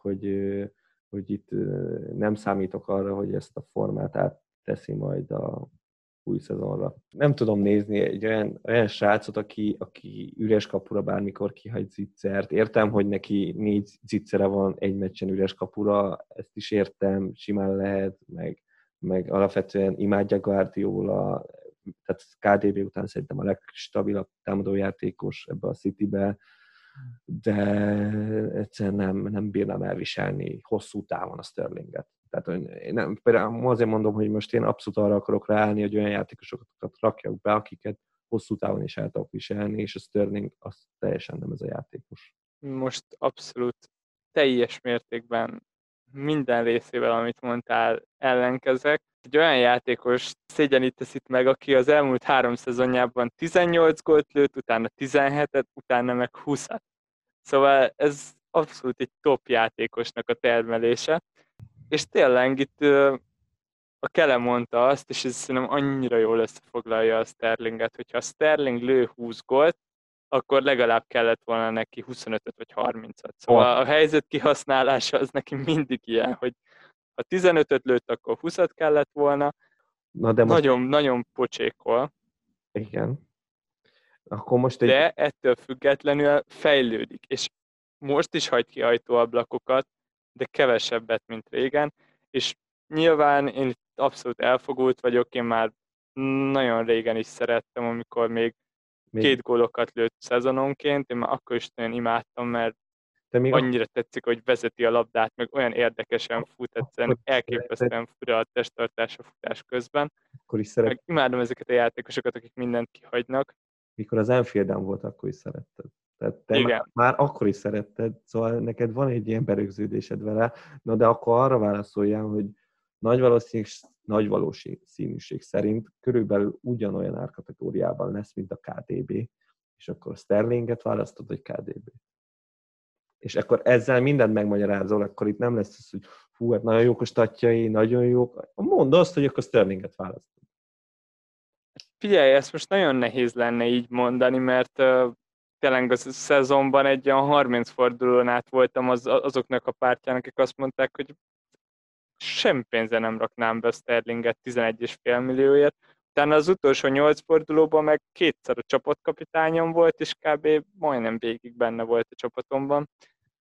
[SPEAKER 1] hogy itt nem számítok arra, hogy ezt a formát átteszi majd a új szezonra. Nem tudom nézni egy olyan srácot, aki üres kapura bármikor kihagy zicsert. Értem, hogy neki 4 zicsere van egy meccsen üres kapura, ezt is értem, simán lehet, meg alapvetően imádja Guardiola, tehát KDB után szerintem a legstabilabb támadójátékos ebbe a Citybe, de egyszerűen nem bírnám elviselni hosszú távon a Sterlinget. Tehát én nem, például azért mondom, hogy most én abszolút arra akarok ráállni, hogy olyan játékosokat rakjak be, akiket hosszú távon is el tudok viselni, és a Sterling az teljesen nem ez a játékos.
[SPEAKER 2] Most abszolút teljes mértékben minden részével, amit mondtál, ellenkezek. Egy olyan játékos szégyenítesz itt meg, aki az elmúlt 3 szezonjában 18 gólt lőtt, utána 17-et, utána meg 20-at. Szóval ez abszolút egy top játékosnak a termelése. És tényleg itt a Kele mondta azt, és ez szerintem annyira jól összefoglalja a Sterlinget, hogyha a Sterling lő 20 gólt, akkor legalább kellett volna neki 25-öt vagy 30-at. Szóval a helyzet kihasználása az neki mindig ilyen, hogy ha 15-öt lőtt, akkor 20-at kellett volna.
[SPEAKER 1] Na de most...
[SPEAKER 2] Nagyon pocsékol.
[SPEAKER 1] Igen. Akkor most
[SPEAKER 2] de ettől függetlenül fejlődik. És most is hagy ki ajtóablakokat, de kevesebbet, mint régen. És nyilván én abszolút elfogult vagyok, én már nagyon régen is szerettem, amikor még 2 gólokat lőtt szezononként, én már akkor is nagyon imádtam, mert annyira tetszik, hogy vezeti a labdát, meg olyan érdekesen fut, egyszerűen elképesztően fura a testtartás a futás közben.
[SPEAKER 1] Akkor is
[SPEAKER 2] meg imádom ezeket a játékosokat, akik mindent kihagynak.
[SPEAKER 1] Mikor az Anfielden volt, akkor is szeretted. Tehát te már akkor is szeretted, szóval neked van egy ilyen berögződésed vele, na de akkor arra válaszoljál, hogy nagy valószínűség szerint körülbelül ugyanolyan árkategóriában lesz, mint a KDB, és akkor Sterlinget választod, vagy KDB. És akkor ezzel mindent megmagyarázol, akkor itt nem lesz az, hogy hú, hát nagyon jók a statjai, nagyon jók. Mondd azt, hogy akkor Sterlinget választod.
[SPEAKER 2] Figyelj, ezt most nagyon nehéz lenne így mondani, mert tényleg a szezonban egy olyan 30 fordulón át voltam azoknak a pártjának, akik azt mondták, hogy semmi pénze nem raknám be a Sterlinget 11,5 millióért. Utána az utolsó 8 fordulóban meg 2-szer a csapatkapitányom volt, és kb. Majdnem végig benne volt a csapatomban.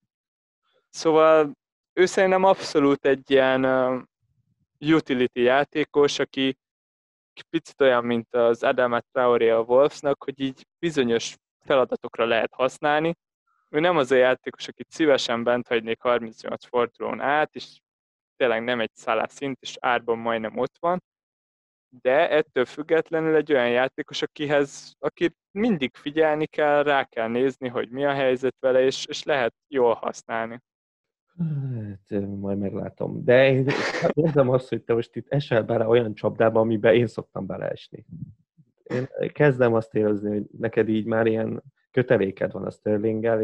[SPEAKER 2] Szóval ő szerintem abszolút egy ilyen utility játékos, aki picit olyan, mint az Adama Traoré a Wolvesnak, hogy így bizonyos feladatokra lehet használni, ő nem az a játékos, akit szívesen bent hagynék 38 fordulón át, és tényleg nem egy Salah szint, és árban majdnem ott van, de ettől függetlenül egy olyan játékos, akit mindig figyelni kell, rá kell nézni, hogy mi a helyzet vele, és lehet jól használni.
[SPEAKER 1] Hát, majd meglátom. De én érzem azt, hogy te most itt esel bele olyan csapdába, amiben én szoktam beleesni. Én kezdem azt érezni, hogy neked így már ilyen köteléked van a Sterlinggel,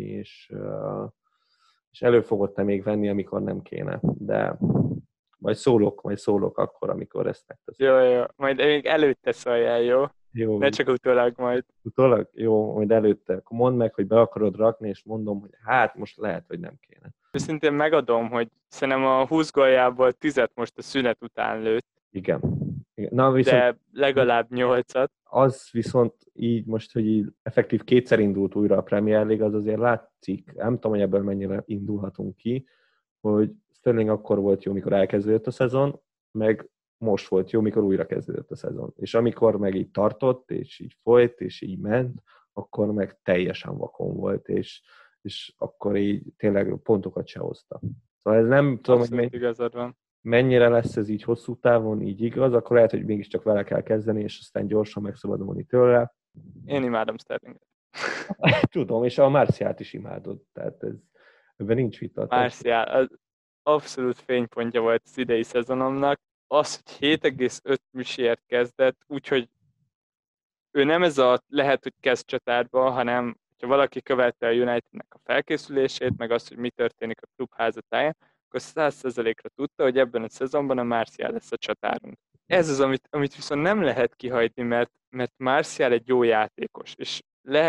[SPEAKER 1] és elő fogod te még venni, amikor nem kéne. De majd szólok akkor, amikor ezt megteszem.
[SPEAKER 2] Jó, majd még előtte szóljál, jó?
[SPEAKER 1] Jó,
[SPEAKER 2] Ne csak utólag majd.
[SPEAKER 1] utólag? Jó, majd előtte. Akkor mondd meg, hogy be akarod rakni, és mondom, hogy hát most lehet, hogy nem kéne.
[SPEAKER 2] Őszintén megadom, hogy szerintem a 20 góljából 10-et most a szünet után lőtt,
[SPEAKER 1] Igen. Na, viszont
[SPEAKER 2] de legalább 8-at.
[SPEAKER 1] az viszont így most, hogy így effektív kétszer indult újra a Premier League, az azért látszik, nem tudom, hogy ebből mennyire indulhatunk ki, hogy Sterling akkor volt jó, mikor elkezdődött a szezon, meg most volt jó, mikor újra kezdődött a szezon. És amikor meg így tartott, és így folyt, és így ment, akkor meg teljesen vakon volt, és akkor így tényleg pontokat se hozta. Szóval ez nem tudom,
[SPEAKER 2] Abszolút igazad van.
[SPEAKER 1] mennyire lesz ez így hosszú távon így igaz, akkor lehet, hogy mégiscsak vele kell kezdeni, és aztán gyorsan megszabadulni tőle.
[SPEAKER 2] Én imádom Sterlinget.
[SPEAKER 1] Tudom, és a Marcialt is imádod, tehát ebben nincs vita.
[SPEAKER 2] Martial, az abszolút fénypontja volt az idei szezonomnak. Az, hogy 7,5 műsért kezdett, úgyhogy ő nem ez a lehet, hogy kezd csatárba, hanem ha valaki követte a Unitednek a felkészülését, meg azt, hogy mi történik a klub házatáján, akkor 100%-ra tudta, hogy ebben a szezonban a Martial lesz a csatárunk. Ez az, amit viszont nem lehet kihagyni, mert Martial egy jó játékos, és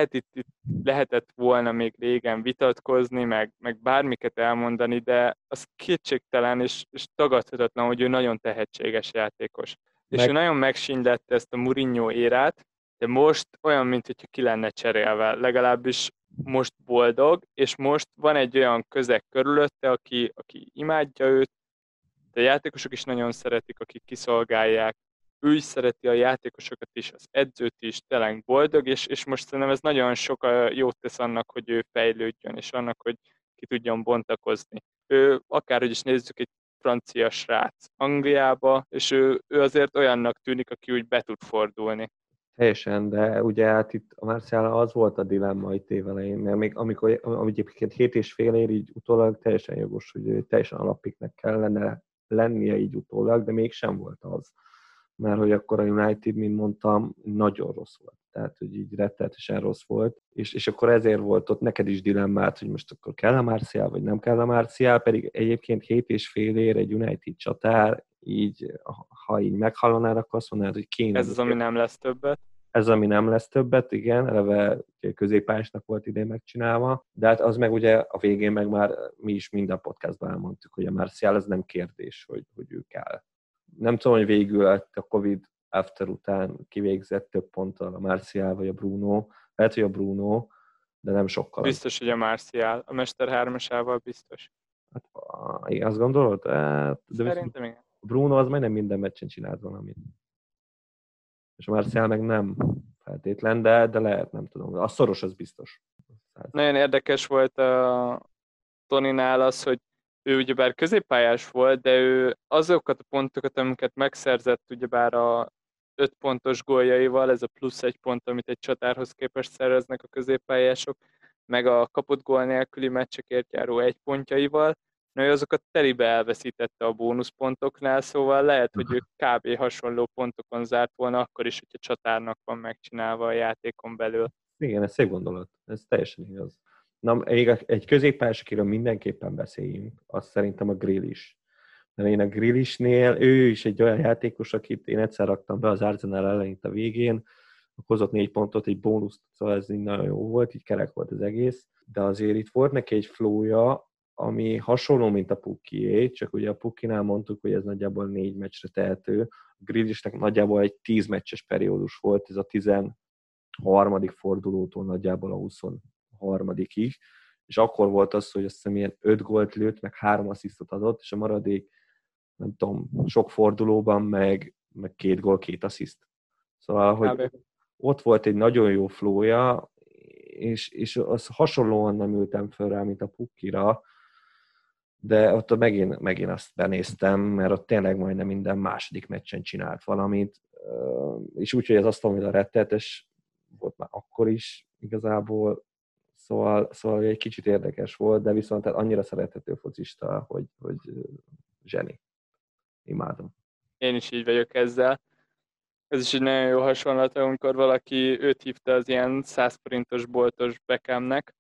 [SPEAKER 2] lehetett volna még régen vitatkozni, meg bármiket elmondani, de az kétségtelen és tagadhatatlan, hogy ő nagyon tehetséges játékos. És ő nagyon megsínylette ezt a Mourinho érát, de most olyan, mintha ki lenne cserélve, legalábbis most boldog, és most van egy olyan közeg körülötte, aki imádja őt, de a játékosok is nagyon szeretik, akik kiszolgálják, ő is szereti a játékosokat is, az edzőt is, tényleg boldog, és most szerintem ez nagyon sok jót tesz annak, hogy ő fejlődjön, és annak, hogy ki tudjon bontakozni. Ő akárhogy is nézzük, egy francia srác Angliába, és ő azért olyannak tűnik, aki úgy be tud fordulni.
[SPEAKER 1] Teljesen, de ugye hát itt a Marcial az volt a dilemma itt évelején, mert még amikor egyébként 7,5 ér így utólag teljesen jogos, hogy ő teljesen alapiknek kellene lennie így utólag, de mégsem volt az. Mert hogy akkor a United, mint mondtam, nagyon rossz volt. Tehát, hogy így rettenetesen rossz volt. És akkor ezért volt ott neked is dilemmát, hogy most akkor kell a Marcial, vagy nem kell a Marcial, pedig egyébként 7,5 ér egy United csatár, így, ha így meghallanál, akkor azt mondanád, hogy kéne.
[SPEAKER 2] Ez az, ami nem lesz többet.
[SPEAKER 1] Ez, ami nem lesz többet, igen, eleve középpályásnak volt idén megcsinálva, de hát az meg ugye a végén meg már mi is minden podcastban elmondtuk, hogy a Martial ez nem kérdés, hogy ő kell. Nem tudom, hogy végül a Covid after után kivégzett több ponttal a Martial vagy a Bruno, lehet, hogy a Bruno, de nem sokkal.
[SPEAKER 2] Biztos, hogy a Martial, a Mester 3-asával biztos.
[SPEAKER 1] Hát, igen, azt gondolod? De
[SPEAKER 2] szerintem igen.
[SPEAKER 1] A Bruno az majdnem minden meccsen csinált valamit. És a Martial meg nem feltétlen, de lehet, nem tudom. A szoros az biztos.
[SPEAKER 2] Nagyon érdekes volt a Toninál az, hogy ő ugyebár középpályás volt, de ő azokat a pontokat, amiket megszerzett ugyebár a 5 pontos góljaival, ez a plusz 1 pont, amit egy csatárhoz képest szereznek a középpályások, meg a kapott gól nélküli meccsekért járó 1 pontjaival, ő azokat telibe elveszítette a bónuszpontoknál, szóval lehet, hogy ő kb. Hasonló pontokon zárt volna, akkor is, hogyha csatárnak van megcsinálva a játékon belül.
[SPEAKER 1] Igen, ez szép gondolat. Ez teljesen igaz. Na, még egy középpályás, akiről mindenképpen beszéljünk, az szerintem a Grealish. Mert én a Grealishnél, ő is egy olyan játékos, akit én egyszer raktam be az Arsenal ellen itt a végén, hozott 4 pontot, egy bónuszt, szóval ez így nagyon jó volt, így kerek volt az egész, de azért itt volt neki egy flója, ami hasonló, mint a Pukkié, csak ugye a Pukkinál mondtuk, hogy ez nagyjából 4 meccsre tehető. A Grealishnek nagyjából egy 10 meccses periódus volt, ez a 13. fordulótól nagyjából a 23-ig, és akkor volt az, hogy azt hiszem ilyen 5 gólt lőtt, meg 3 asszisztot adott, és a maradék, nem tudom, sok fordulóban meg 2 gól, 2 assziszt. Szóval, hogy ott volt egy nagyon jó flója, és az hasonlóan nem ültem föl rá, mint a Pukkira, de ott megint azt benéztem, mert ott tényleg majdnem minden második meccsen csinált valamit, és úgy, hogy az Aston Villa rettenetes volt már akkor is igazából, szóval egy kicsit érdekes volt, de viszont annyira szerethető focista, hogy zseni. Imádom.
[SPEAKER 2] Én is így vagyok ezzel. Ez is egy nagyon jó hasonlat, amikor valaki őt hívta az ilyen 100 forintos boltos Beckhamnek.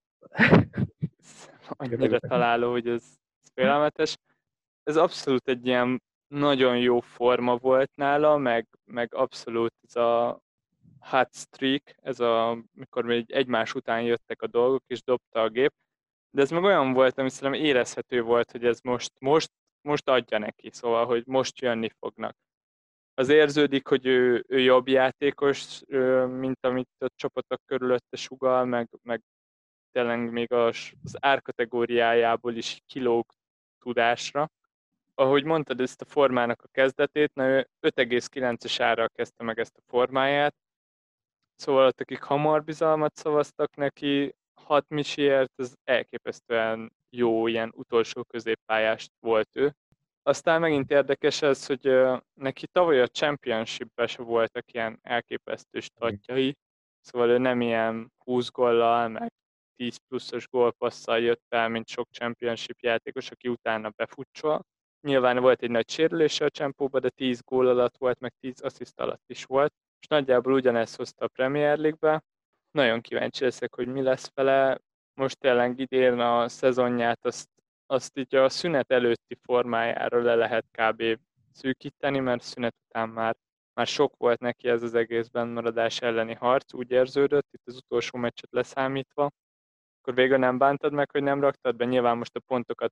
[SPEAKER 2] Annyira találó, hogy ez félelmetes. Ez abszolút egy ilyen nagyon jó forma volt nála, meg abszolút ez a hot streak, mikor még egymás után jöttek a dolgok, és dobta a gép. De ez meg olyan volt, ami szerintem érezhető volt, hogy ez most adja neki, szóval, hogy most jönni fognak. Az érződik, hogy ő jobb játékos, mint amit a csapatok körülötte sugall, meg tényleg még az árkategóriájából is kilóg tudásra. Ahogy mondtad ezt a formának a kezdetét, ő 5,9-es árral kezdte meg ezt a formáját, szóval ott, akik hamar bizalmat szavaztak neki, 6 misiért, ez elképesztően jó, ilyen utolsó középpályást volt ő. Aztán megint érdekes ez, hogy neki tavaly a Championship-ben se voltak ilyen elképesztő statjai, szóval ő nem ilyen 20 góllal, meg 10 pluszos gólpasszal jött fel, mint sok Championship játékos, aki utána befutsol. Nyilván volt egy nagy sérülése a Csempóba, de 10 gól alatt volt, meg 10 assziszt alatt is volt. És nagyjából ugyanezt hozta a Premier League-be. Nagyon kíváncsi leszek, hogy mi lesz vele. Most tényleg idén a szezonját azt így a szünet előtti formájára le lehet kb. Szűkíteni, mert szünet után már sok volt neki ez az egészben maradás elleni harc, úgy érződött, itt az utolsó meccset leszámítva. Akkor végül nem bántad meg, hogy nem raktad be, nyilván most a pontokat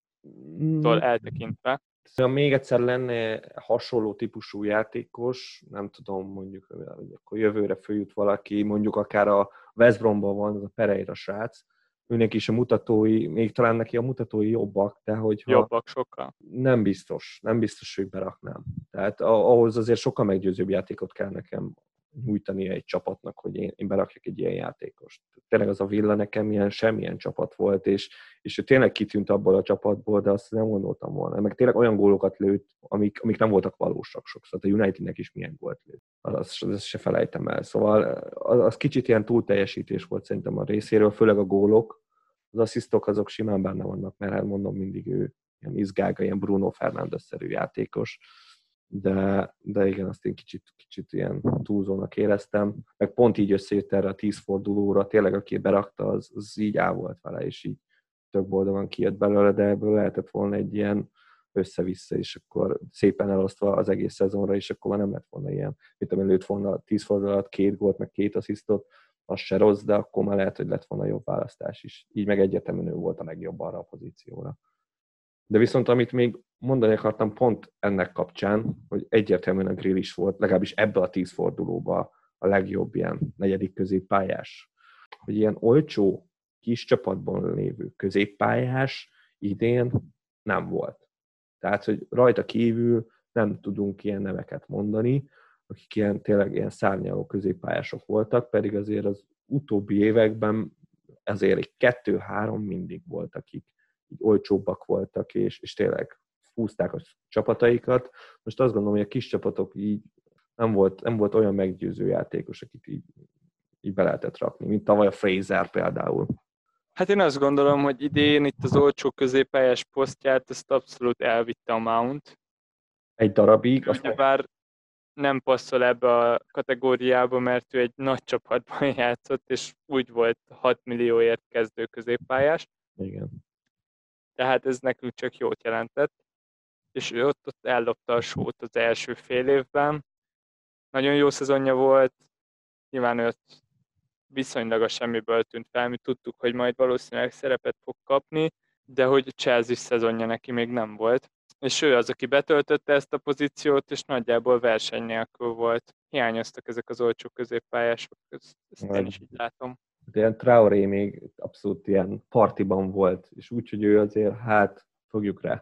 [SPEAKER 2] eltekintve.
[SPEAKER 1] Ha még egyszer lenne hasonló típusú játékos, nem tudom, mondjuk, hogy akkor jövőre följut valaki, mondjuk akár a West Bromban van, az a Pereira srác, őnek is a mutatói, még talán neki a mutatói jobbak, de hogyha...
[SPEAKER 2] Jobbak sokkal.
[SPEAKER 1] Nem biztos, hogy beraknám. Tehát ahhoz azért sokkal meggyőzőbb játékot kell nekem nyújtani egy csapatnak, hogy én berakjak egy ilyen játékost. Tényleg az a Villa nekem semmilyen csapat volt, és ő tényleg kitűnt abból a csapatból, de azt nem gondoltam volna. Meg tényleg olyan gólokat lőtt, amik nem voltak valósak sokszor. A Unitednek is milyen gólt lőtt. Azt se felejtem el. Szóval az kicsit ilyen túlteljesítés volt szerintem a részéről, főleg a gólok. Az asszisztok azok simán benne vannak, mert hát mondom, mindig ő ilyen izgága, ilyen Bruno Fernandes-szerű játékos. De igen, azt én kicsit ilyen túlzónak éreztem. Meg pont így összejött erre a 10 fordulóra, tényleg aki berakta, az így áll volt vele, és így tök boldogan kijött belőle, de ebből lehetett volna egy ilyen össze-vissza, és akkor szépen elosztva az egész szezonra, és akkor már nem lett volna ilyen, mint amely lőtt volna 10 forduló alatt 2 gólt, meg 2 asszisztot, az se rossz, de akkor már lehet, hogy lett volna jobb választás is. Így meg egyértelműen ő volt a legjobb arra a pozícióra. De viszont amit még mondani akartam pont ennek kapcsán, hogy egyértelműen a Grealish volt, legalábbis ebbe a 10 fordulóba a legjobb ilyen negyedik középpályás. Hogy ilyen olcsó kis csapatban lévő középpályás idén nem volt. Tehát, hogy rajta kívül nem tudunk ilyen neveket mondani, akik tényleg ilyen szárnyaló középpályások voltak, pedig azért az utóbbi években azért egy 2-3 mindig volt, akik így olcsóbbak voltak, és tényleg húzták a csapataikat. Most azt gondolom, hogy a kis csapatok így nem volt olyan meggyőző játékos, akit így be lehetett rakni, mint tavaly a Fraser például.
[SPEAKER 2] Hát én azt gondolom, hogy idén itt az olcsó középpályás posztját ezt abszolút elvitte a Mount.
[SPEAKER 1] Egy darabig.
[SPEAKER 2] Ugyebár nem passzol ebbe a kategóriába, mert ő egy nagy csapatban játszott, és úgy volt 6 millióért kezdő középpályás.
[SPEAKER 1] Igen.
[SPEAKER 2] Tehát ez nekünk csak jót jelentett. És ő ott ellopta a sót az első fél évben. Nagyon jó szezonja volt, nyilván őt viszonylag a semmiből tűnt fel, mi tudtuk, hogy majd valószínűleg szerepet fog kapni, de hogy a Chelsea szezonja neki még nem volt. És ő az, aki betöltötte ezt a pozíciót, és nagyjából verseny nélkül volt. Hiányoztak ezek az olcsó középpályások, ezt én is így látom.
[SPEAKER 1] Ilyen Traoré még abszolút ilyen partiban volt, és úgy, hogy ő azért, fogjuk rá.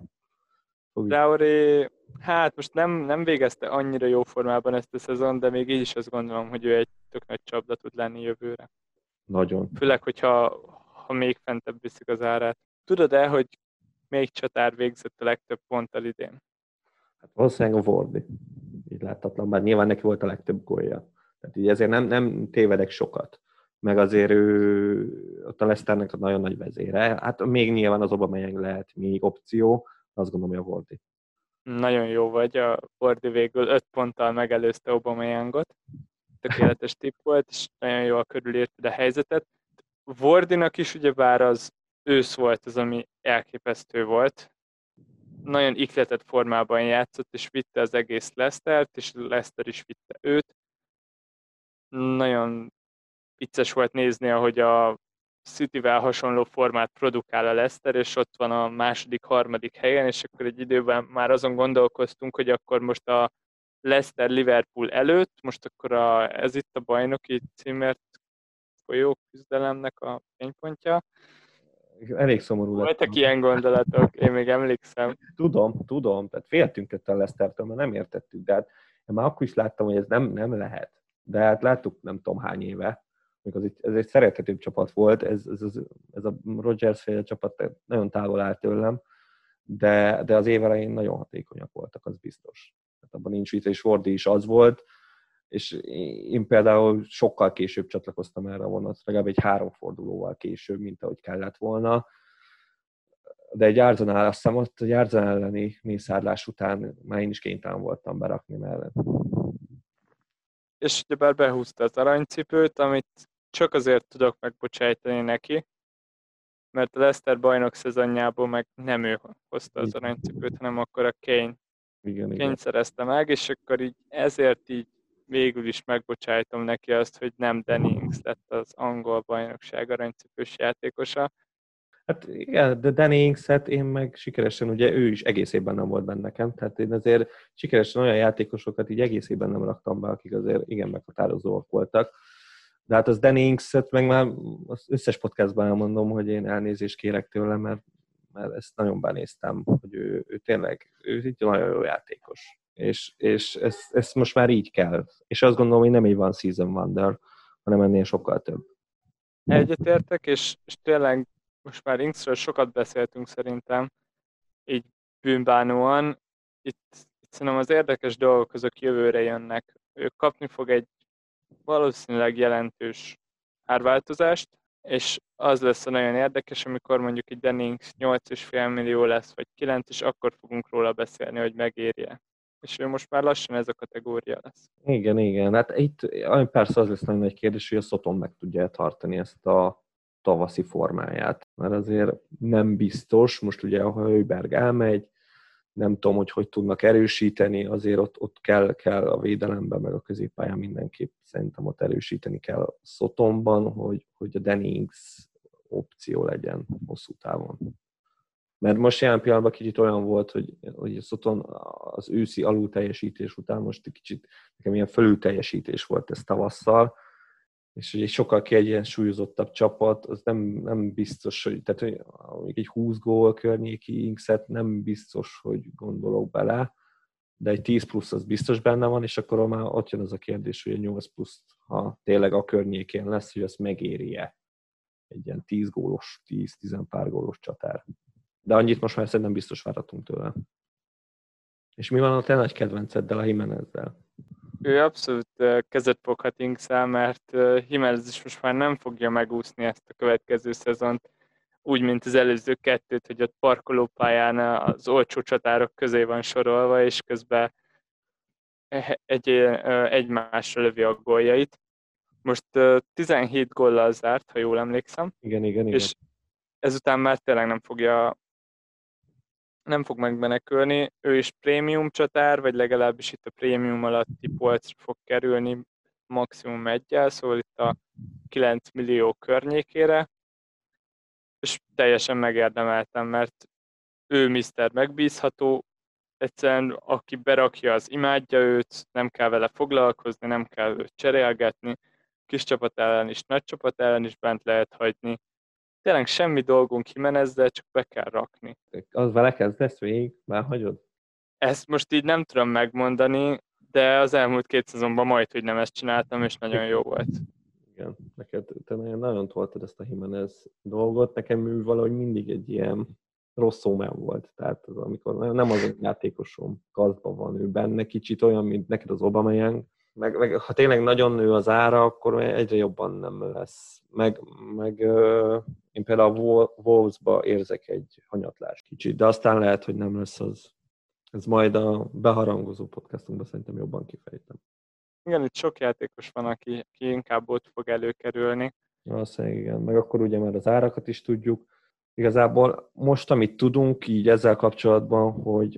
[SPEAKER 2] Traoré, most nem végezte annyira jó formában ezt a szezon, de még így is azt gondolom, hogy ő egy tök nagy csapda tud lenni jövőre.
[SPEAKER 1] Nagyon.
[SPEAKER 2] Főleg, hogyha még fentebb viszik az árát. Tudod-e, hogy melyik csatár végzett a legtöbb ponttal idén?
[SPEAKER 1] Hát valószínűleg a Wardy. Így láthatatlan, bár nyilván neki volt a legtöbb gólja. Tehát így ezért nem tévedek sokat. Meg azért ő ott a Leicesternek a nagyon nagy vezére. Hát még nyilván az Aubameyang lehet még opció, azt gondolom, hogy a Wardy.
[SPEAKER 2] Nagyon jó vagy, a Wardy végül 5 ponttal megelőzte Aubameyangot. Tökéletes tipp volt, és nagyon jól körülírtad a helyzetet. Wardynak is ugyebár az ősz volt az, ami elképesztő volt. Nagyon ihletett formában játszott, és vitte az egész Leicestert, és Leicester is vitte őt. Nagyon vicces volt nézni, ahogy a Cityvel hasonló formát produkál a Leicester, és ott van a második, harmadik helyen, és akkor egy időben már azon gondolkoztunk, hogy akkor most a Leicester-Liverpool előtt, most akkor ez itt a bajnoki címért folyó küzdelemnek a fénypontja.
[SPEAKER 1] Elég szomorú lett.
[SPEAKER 2] Voltak ilyen gondolatok, én még emlékszem.
[SPEAKER 1] Tudom, tehát féltünk a Leicestertől, mert nem értettük, de hát én már akkor is láttam, hogy ez nem lehet. De hát láttuk nem tudom hány éve, ez egy szerethetőbb csapat volt, ez a Rodgers-féle csapat nagyon távol állt tőlem, de az év elején nagyon hatékonyak voltak, az biztos. Tehát abban nincs vita, és Wardy is az volt, és én például sokkal később csatlakoztam erre a vonatra, legalább egy 3 fordulóval később, mint ahogy kellett volna. De egy Arsenal, azt hiszem ott egy Arsenal elleni mészárlás után már én is kénytelen voltam berakni mellett.
[SPEAKER 2] És ugyebár behúzta az aranycipőt, amit csak azért tudok megbocsájtani neki, mert a Leicester bajnok szezonjából meg nem ő hozta az aranycipőt, hanem akkor a Kane.
[SPEAKER 1] Igen.
[SPEAKER 2] Szerezte meg, és akkor így ezért így végül is megbocsájtom neki azt, hogy nem Danny Ings lett az angol bajnokság aranycipős játékosa.
[SPEAKER 1] Hát igen, de Danny Ings-et én meg sikeresen, ugye ő is egész évben nem volt benne nekem, tehát én azért sikeresen olyan játékosokat így egész évben nem raktam be, akik azért igen meghatározóak voltak. De hát az Danny Ings-et meg már az összes podcastban elmondom, hogy én elnézést kérek tőle, mert ezt nagyon benéztem, hogy ő tényleg ő egy nagyon jó játékos. És ezt most már így kell. És azt gondolom, hogy nem egy van season wonder, hanem ennél sokkal több.
[SPEAKER 2] Egyetértek, és tényleg most már Ingsről sokat beszéltünk szerintem, így bűnbánóan. Itt szerintem az érdekes dolgok azok jövőre jönnek. Ő kapni fog egy valószínűleg jelentős árváltozást, és az lesz a nagyon érdekes, amikor mondjuk egy Dennings 8,5 millió lesz, vagy 9, és akkor fogunk róla beszélni, hogy megérje. És ő most már lassan ez a kategória lesz.
[SPEAKER 1] Igen. Hát itt persze az lesz nagyon nagy kérdés, hogy a Soton meg tudja tartani ezt a tavaszi formáját. Mert azért nem biztos, most ugye a Højbjerg elmegy, nem tudom, hogy tudnak erősíteni, azért ott kell a védelemben, meg a középpályán mindenképp szerintem ott erősíteni kell a Sotonban, hogy a Dennings opció legyen hosszú távon. Mert most jelen pillanatban kicsit olyan volt, hogy a Soton az őszi alulteljesítés után most egy kicsit nekem ilyen fölülteljesítés volt ez tavasszal, és hogy egy sokkal kiegyensúlyozottabb csapat, az nem biztos, hogy egy 20 gól környéki Inkset nem biztos, hogy gondolok bele, de egy 10 plusz az biztos benne van, és akkor már ott jön az a kérdés, hogy a 8 plusz, ha tényleg a környékén lesz, hogy azt megéri-e egy ilyen 10 gólos, 10 pár gólos csatár. De annyit most már szerintem biztos várhatunk tőle. És mi van a te nagy kedvenceddel, a Jimenezzel?
[SPEAKER 2] Ő abszolút kezet foghat Inkszel, mert Jimenez is most már nem fogja megúszni ezt a következő szezont, úgy, mint az előző kettőt, hogy ott parkolópályán az olcsó csatárok közé van sorolva, és közben egymásra lövi a góljait. Most 17 góllal zárt, ha jól emlékszem.
[SPEAKER 1] Igen.
[SPEAKER 2] És ezután már tényleg nem fog megmenekülni. Ő is prémium csatár, vagy legalábbis itt a prémium alatti polcra fog kerülni maximum egyel, szóval itt a 9 millió környékére, és teljesen megérdemeltem, mert ő Mr. megbízható, egyszerűen aki berakja, az imádja őt, nem kell vele foglalkozni, nem kell őt cserélgetni, kis csapat ellen is, nagy csapat ellen is bent lehet hagyni. Tényleg semmi dolgunk Jimenezzel, csak be kell rakni.
[SPEAKER 1] Az vele kezdesz végig? Már hagyod?
[SPEAKER 2] Ezt most így nem tudom megmondani, de az elmúlt 2 szezonban majd, hogy nem ezt csináltam, és nagyon jó volt.
[SPEAKER 1] Igen, neked te nagyon toltad ezt a Jimenez dolgot, nekem ő valahogy mindig egy ilyen rossz omen volt, tehát amikor nem az egy játékosom, gazban van ő benne, kicsit olyan, mint neked az Aubameyang, meg ha tényleg nagyon nő az ára, akkor egyre jobban nem lesz. Meg én például a Wolvesba érzek egy hanyatlást kicsit, de aztán lehet, hogy nem lesz az. Ez majd a beharangozó podcastunkban szerintem jobban kifejtem.
[SPEAKER 2] Igen, itt sok játékos van, aki inkább ott fog előkerülni.
[SPEAKER 1] Valószínűleg igen, meg akkor ugye már az árakat is tudjuk. Igazából most, amit tudunk így ezzel kapcsolatban,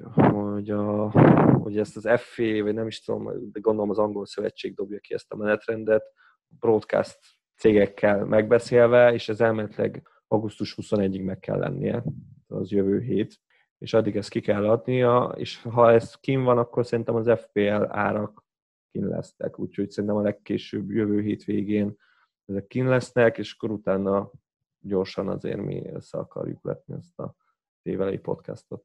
[SPEAKER 1] hogy ezt az FA, vagy nem is tudom, de gondolom az angol szövetség dobja ki ezt a menetrendet, broadcast cégekkel megbeszélve, és ez elméletileg augusztus 21-ig meg kell lennie, az jövő hét, és addig ezt ki kell adnia, és ha ez kim van, akkor szerintem az FPL árak kin lesznek, úgyhogy szerintem a legkésőbb jövő hét végén ezek kin lesznek, és akkor utána gyorsan azért mi össze akarjuk vetni ezt a tévelei podcastot.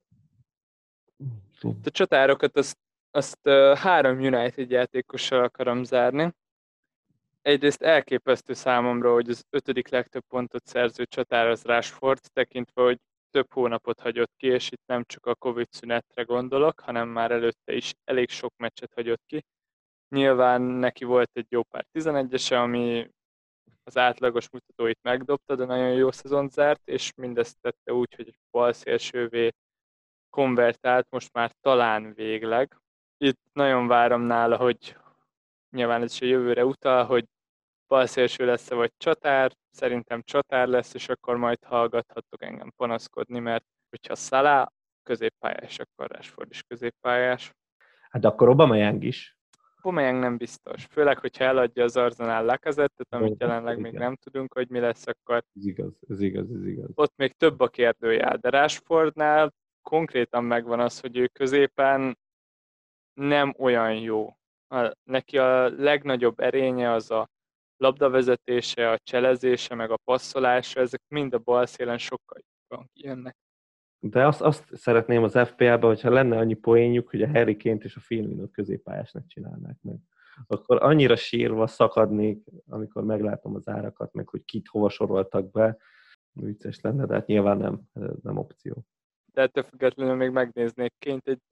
[SPEAKER 2] A csatárokat azt 3 United játékossal akarom zárni. Egyrészt elképesztő számomra, hogy az 5. legtöbb pontot szerző csatár az Rashford, tekintve, hogy több hónapot hagyott ki, és itt nem csak a Covid szünetre gondolok, hanem már előtte is elég sok meccset hagyott ki. Nyilván neki volt egy jó pár 11-ese, ami az átlagos mutatóit megdobta, de nagyon jó szezont zárt, és mindezt tette úgy, hogy egy balszélsővé konvertált, most már talán végleg. Itt nagyon várom nála, hogy nyilván ez is a jövőre utal, hogy balszélső lesz-e vagy csatár, szerintem csatár lesz, és akkor majd hallgathattok engem panaszkodni, mert hogyha Salah középpályás, akkor Rashford is középpályás.
[SPEAKER 1] Hát akkor Aubameyang is.
[SPEAKER 2] Aubameyang nem biztos. Főleg, hogyha eladja az Arsenal Lacazettet, amit
[SPEAKER 1] Igen.
[SPEAKER 2] jelenleg még nem tudunk, hogy mi lesz, akkor
[SPEAKER 1] Ez igaz.
[SPEAKER 2] ott még több a kérdőjel. De Rashfordnál konkrétan megvan az, hogy ő középen nem olyan jó. Neki a legnagyobb erénye az a labdavezetése, a cselezése, meg a passzolása, ezek mind a bal szélen sokkal jobban kijönnek.
[SPEAKER 1] De azt szeretném az FPL-ben, hogyha lenne annyi poénjuk, hogy a Harry Kane-t és a Firminót középpályásnak csinálnák meg. Akkor annyira sírva szakadnék, amikor meglátom az árakat, meg hogy kit hova soroltak be, vicces lenne, de hát nyilván nem opció.
[SPEAKER 2] De ettől függetlenül még megnéznék Kane-t egy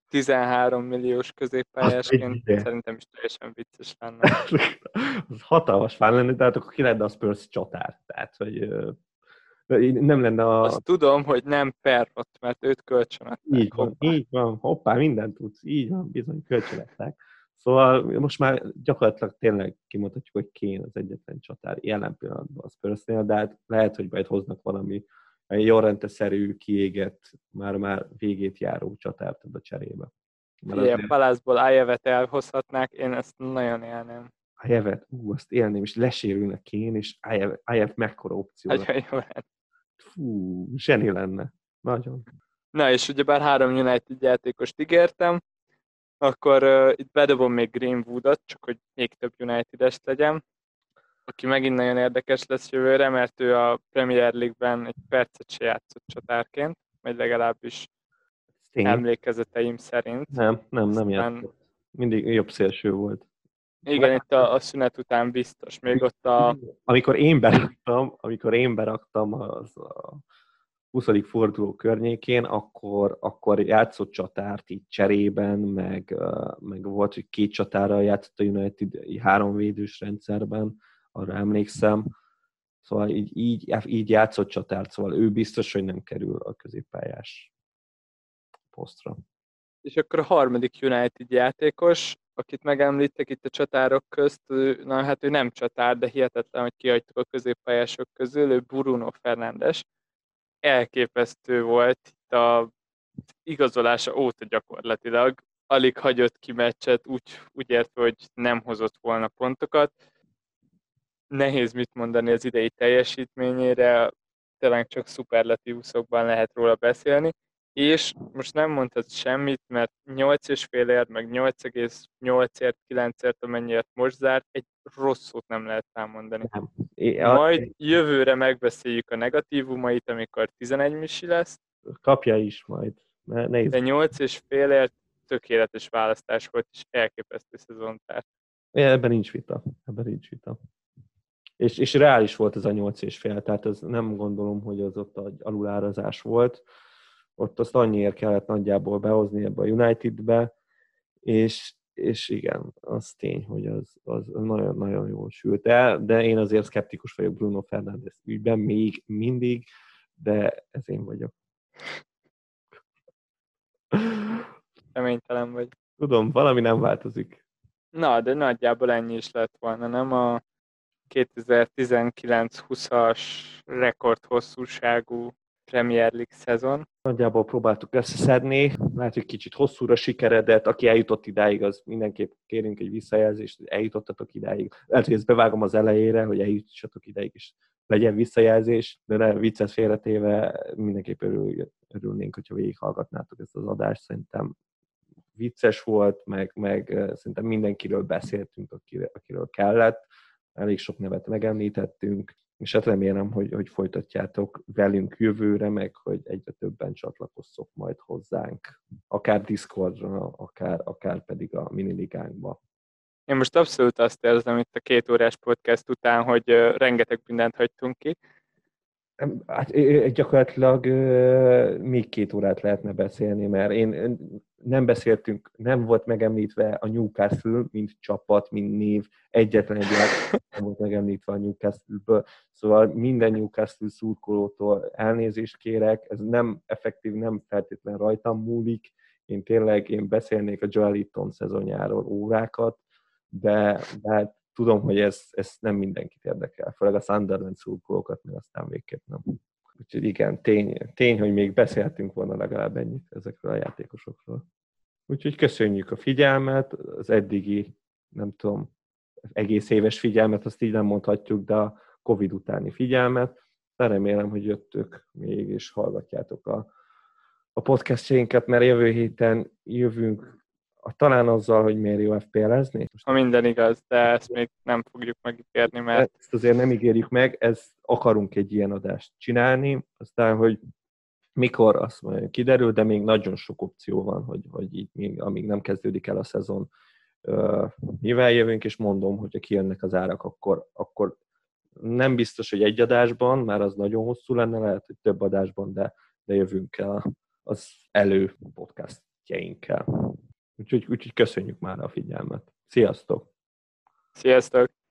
[SPEAKER 2] 13 milliós középpályásként, szerintem is teljesen vicces lenne.
[SPEAKER 1] Az hatalmas fán lenne, de hát akkor ki lenne a Spurs csatár. Tehát, hogy nem lenne a...
[SPEAKER 2] Azt tudom, hogy nem Perrot, mert őt kölcsönadták.
[SPEAKER 1] Így van, hoppá, mindent tudsz. Így van, bizony, kölcsönadták. Szóval most már gyakorlatilag tényleg kimondhatjuk, hogy Kane az egyetlen csatár jelen pillanatban a Spursnél, de hát lehet, hogy majd hoznak valami Llorente-szerű, kiégett, már végét járó csatárt a cserébe.
[SPEAKER 2] Ilyen Palace-ból Ajevet elhozhatnák, én ezt nagyon élném.
[SPEAKER 1] Ajevet, azt élném, és lesérülnek Kane, és Ajev mekkora opció.
[SPEAKER 2] Nagyon jó lenne.
[SPEAKER 1] Fú, zseni lenne. Nagyon.
[SPEAKER 2] Na, és ugyebár 3 United játékost ígértem, akkor itt bedobom még Greenwoodot, csak hogy még több United-est legyen, aki megint nagyon érdekes lesz jövőre, mert ő a Premier League-ben egy percet se játszott csatárként, vagy legalábbis emlékezeteim szerint.
[SPEAKER 1] Nem játszott. Mindig jobb szélső volt.
[SPEAKER 2] Igen, itt a szünet után biztos. Még ott a...
[SPEAKER 1] Amikor én beraktam az a 20. forduló környékén, akkor játszott csatárt így cserében, meg volt, hogy 2 csatárral játszott a United 3 védős rendszerben, arra emlékszem. Szóval így játszott csatárt, szóval ő biztos, hogy nem kerül a középpályás posztra.
[SPEAKER 2] És akkor a 3. United játékos, akit megemlítek itt a csatárok közt, ő nem csatár, de hihetetlen, hogy kihagytuk a középpályások közül, ő Bruno Fernandes. Elképesztő volt itt a igazolása óta gyakorlatilag. Alig hagyott ki meccset, úgy értve, hogy nem hozott volna pontokat. Nehéz mit mondani az idei teljesítményére, tényleg csak szuperlatívuszokban lehet róla beszélni. És most nem mondhatsz semmit, mert 8,5-ért, meg 8,8-ért, 9-ért, amennyiért most zárt, egy rossz szót nem lehet elmondani. Majd jövőre megbeszéljük a negatívumait, amikor 11 misi lesz.
[SPEAKER 1] Kapja is majd.
[SPEAKER 2] De 8,5-ért tökéletes választás volt, és elképesztő szezontárt.
[SPEAKER 1] Ebben nincs vita. és reális volt ez a 8,5, tehát ez nem gondolom, hogy az ott egy alulárazás volt. Ott azt annyiért kellett nagyjából behozni ebbe a Unitedbe, és igen, az tény, hogy az nagyon-nagyon jól sült el, de én azért szkeptikus vagyok Bruno Fernandes ügyben még mindig, de ez én vagyok.
[SPEAKER 2] Reménytelen vagy.
[SPEAKER 1] Tudom, valami nem változik.
[SPEAKER 2] Na, de nagyjából ennyi is lett volna, nem? A 2019-20-as rekordhosszúságú Premier League szezon.
[SPEAKER 1] Nagyjából próbáltuk összeszedni, lehet, hogy kicsit hosszúra sikeredett, aki eljutott idáig, az mindenképp kérünk egy visszajelzést, hogy eljutottatok idáig. Lehet, hogy ezt bevágom az elejére, hogy eljutsatok idáig, és legyen visszajelzés, de viccet félretéve mindenképp örülnénk, hogyha végighallgatnátok ezt az adást. Szerintem vicces volt, meg szerintem mindenkiről beszéltünk, akiről kellett. Elég sok nevet megemlítettünk, és hát remélem, hogy folytatjátok velünk jövőre, meg hogy egyre többen csatlakoztok majd hozzánk. Akár Discordra, akár pedig a miniligánkba.
[SPEAKER 2] Én most abszolút azt érzem itt a 2 órás podcast után, hogy rengeteg mindent hagytunk ki.
[SPEAKER 1] Hát gyakorlatilag még 2 órát lehetne beszélni, mert én nem beszéltünk, nem volt megemlítve a Newcastle, mint csapat, mint név, egyetlen egy nem volt megemlítve a Newcastle-ből. Szóval minden Newcastle szurkolótól elnézést kérek, ez nem effektív, nem feltétlen rajtam múlik. Én beszélnék a Joelinton szezonjáról órákat, de tudom, hogy ez nem mindenkit érdekel, főleg a Sunderland szurkolókat, mert aztán végképp nem. Úgyhogy igen, tény, hogy még beszéltünk volna legalább ennyit ezekről a játékosokról. Úgyhogy köszönjük a figyelmet, az eddigi, nem tudom, egész éves figyelmet, azt így nem mondhatjuk, de a Covid utáni figyelmet. De remélem, hogy jöttök még, és hallgatjátok a podcastjainkat, mert jövő héten jövünk talán azzal, hogy miért jó FPL-ezni.
[SPEAKER 2] Ha minden igaz, de ezt még nem fogjuk megígérni, mert...
[SPEAKER 1] Ezt azért nem ígérjük meg, akarunk egy ilyen adást csinálni, aztán, hogy mikor, azt majd kiderül, de még nagyon sok opció van, hogy így még, amíg nem kezdődik el a szezon, mivel jövünk, és mondom, hogyha kijönnek az árak, akkor nem biztos, hogy egy adásban, már az nagyon hosszú lenne, lehet, hogy több adásban, de jövünk el az elő podcastjeinkkel. Úgyhogy köszönjük már a figyelmet. Sziasztok!
[SPEAKER 2] Sziasztok!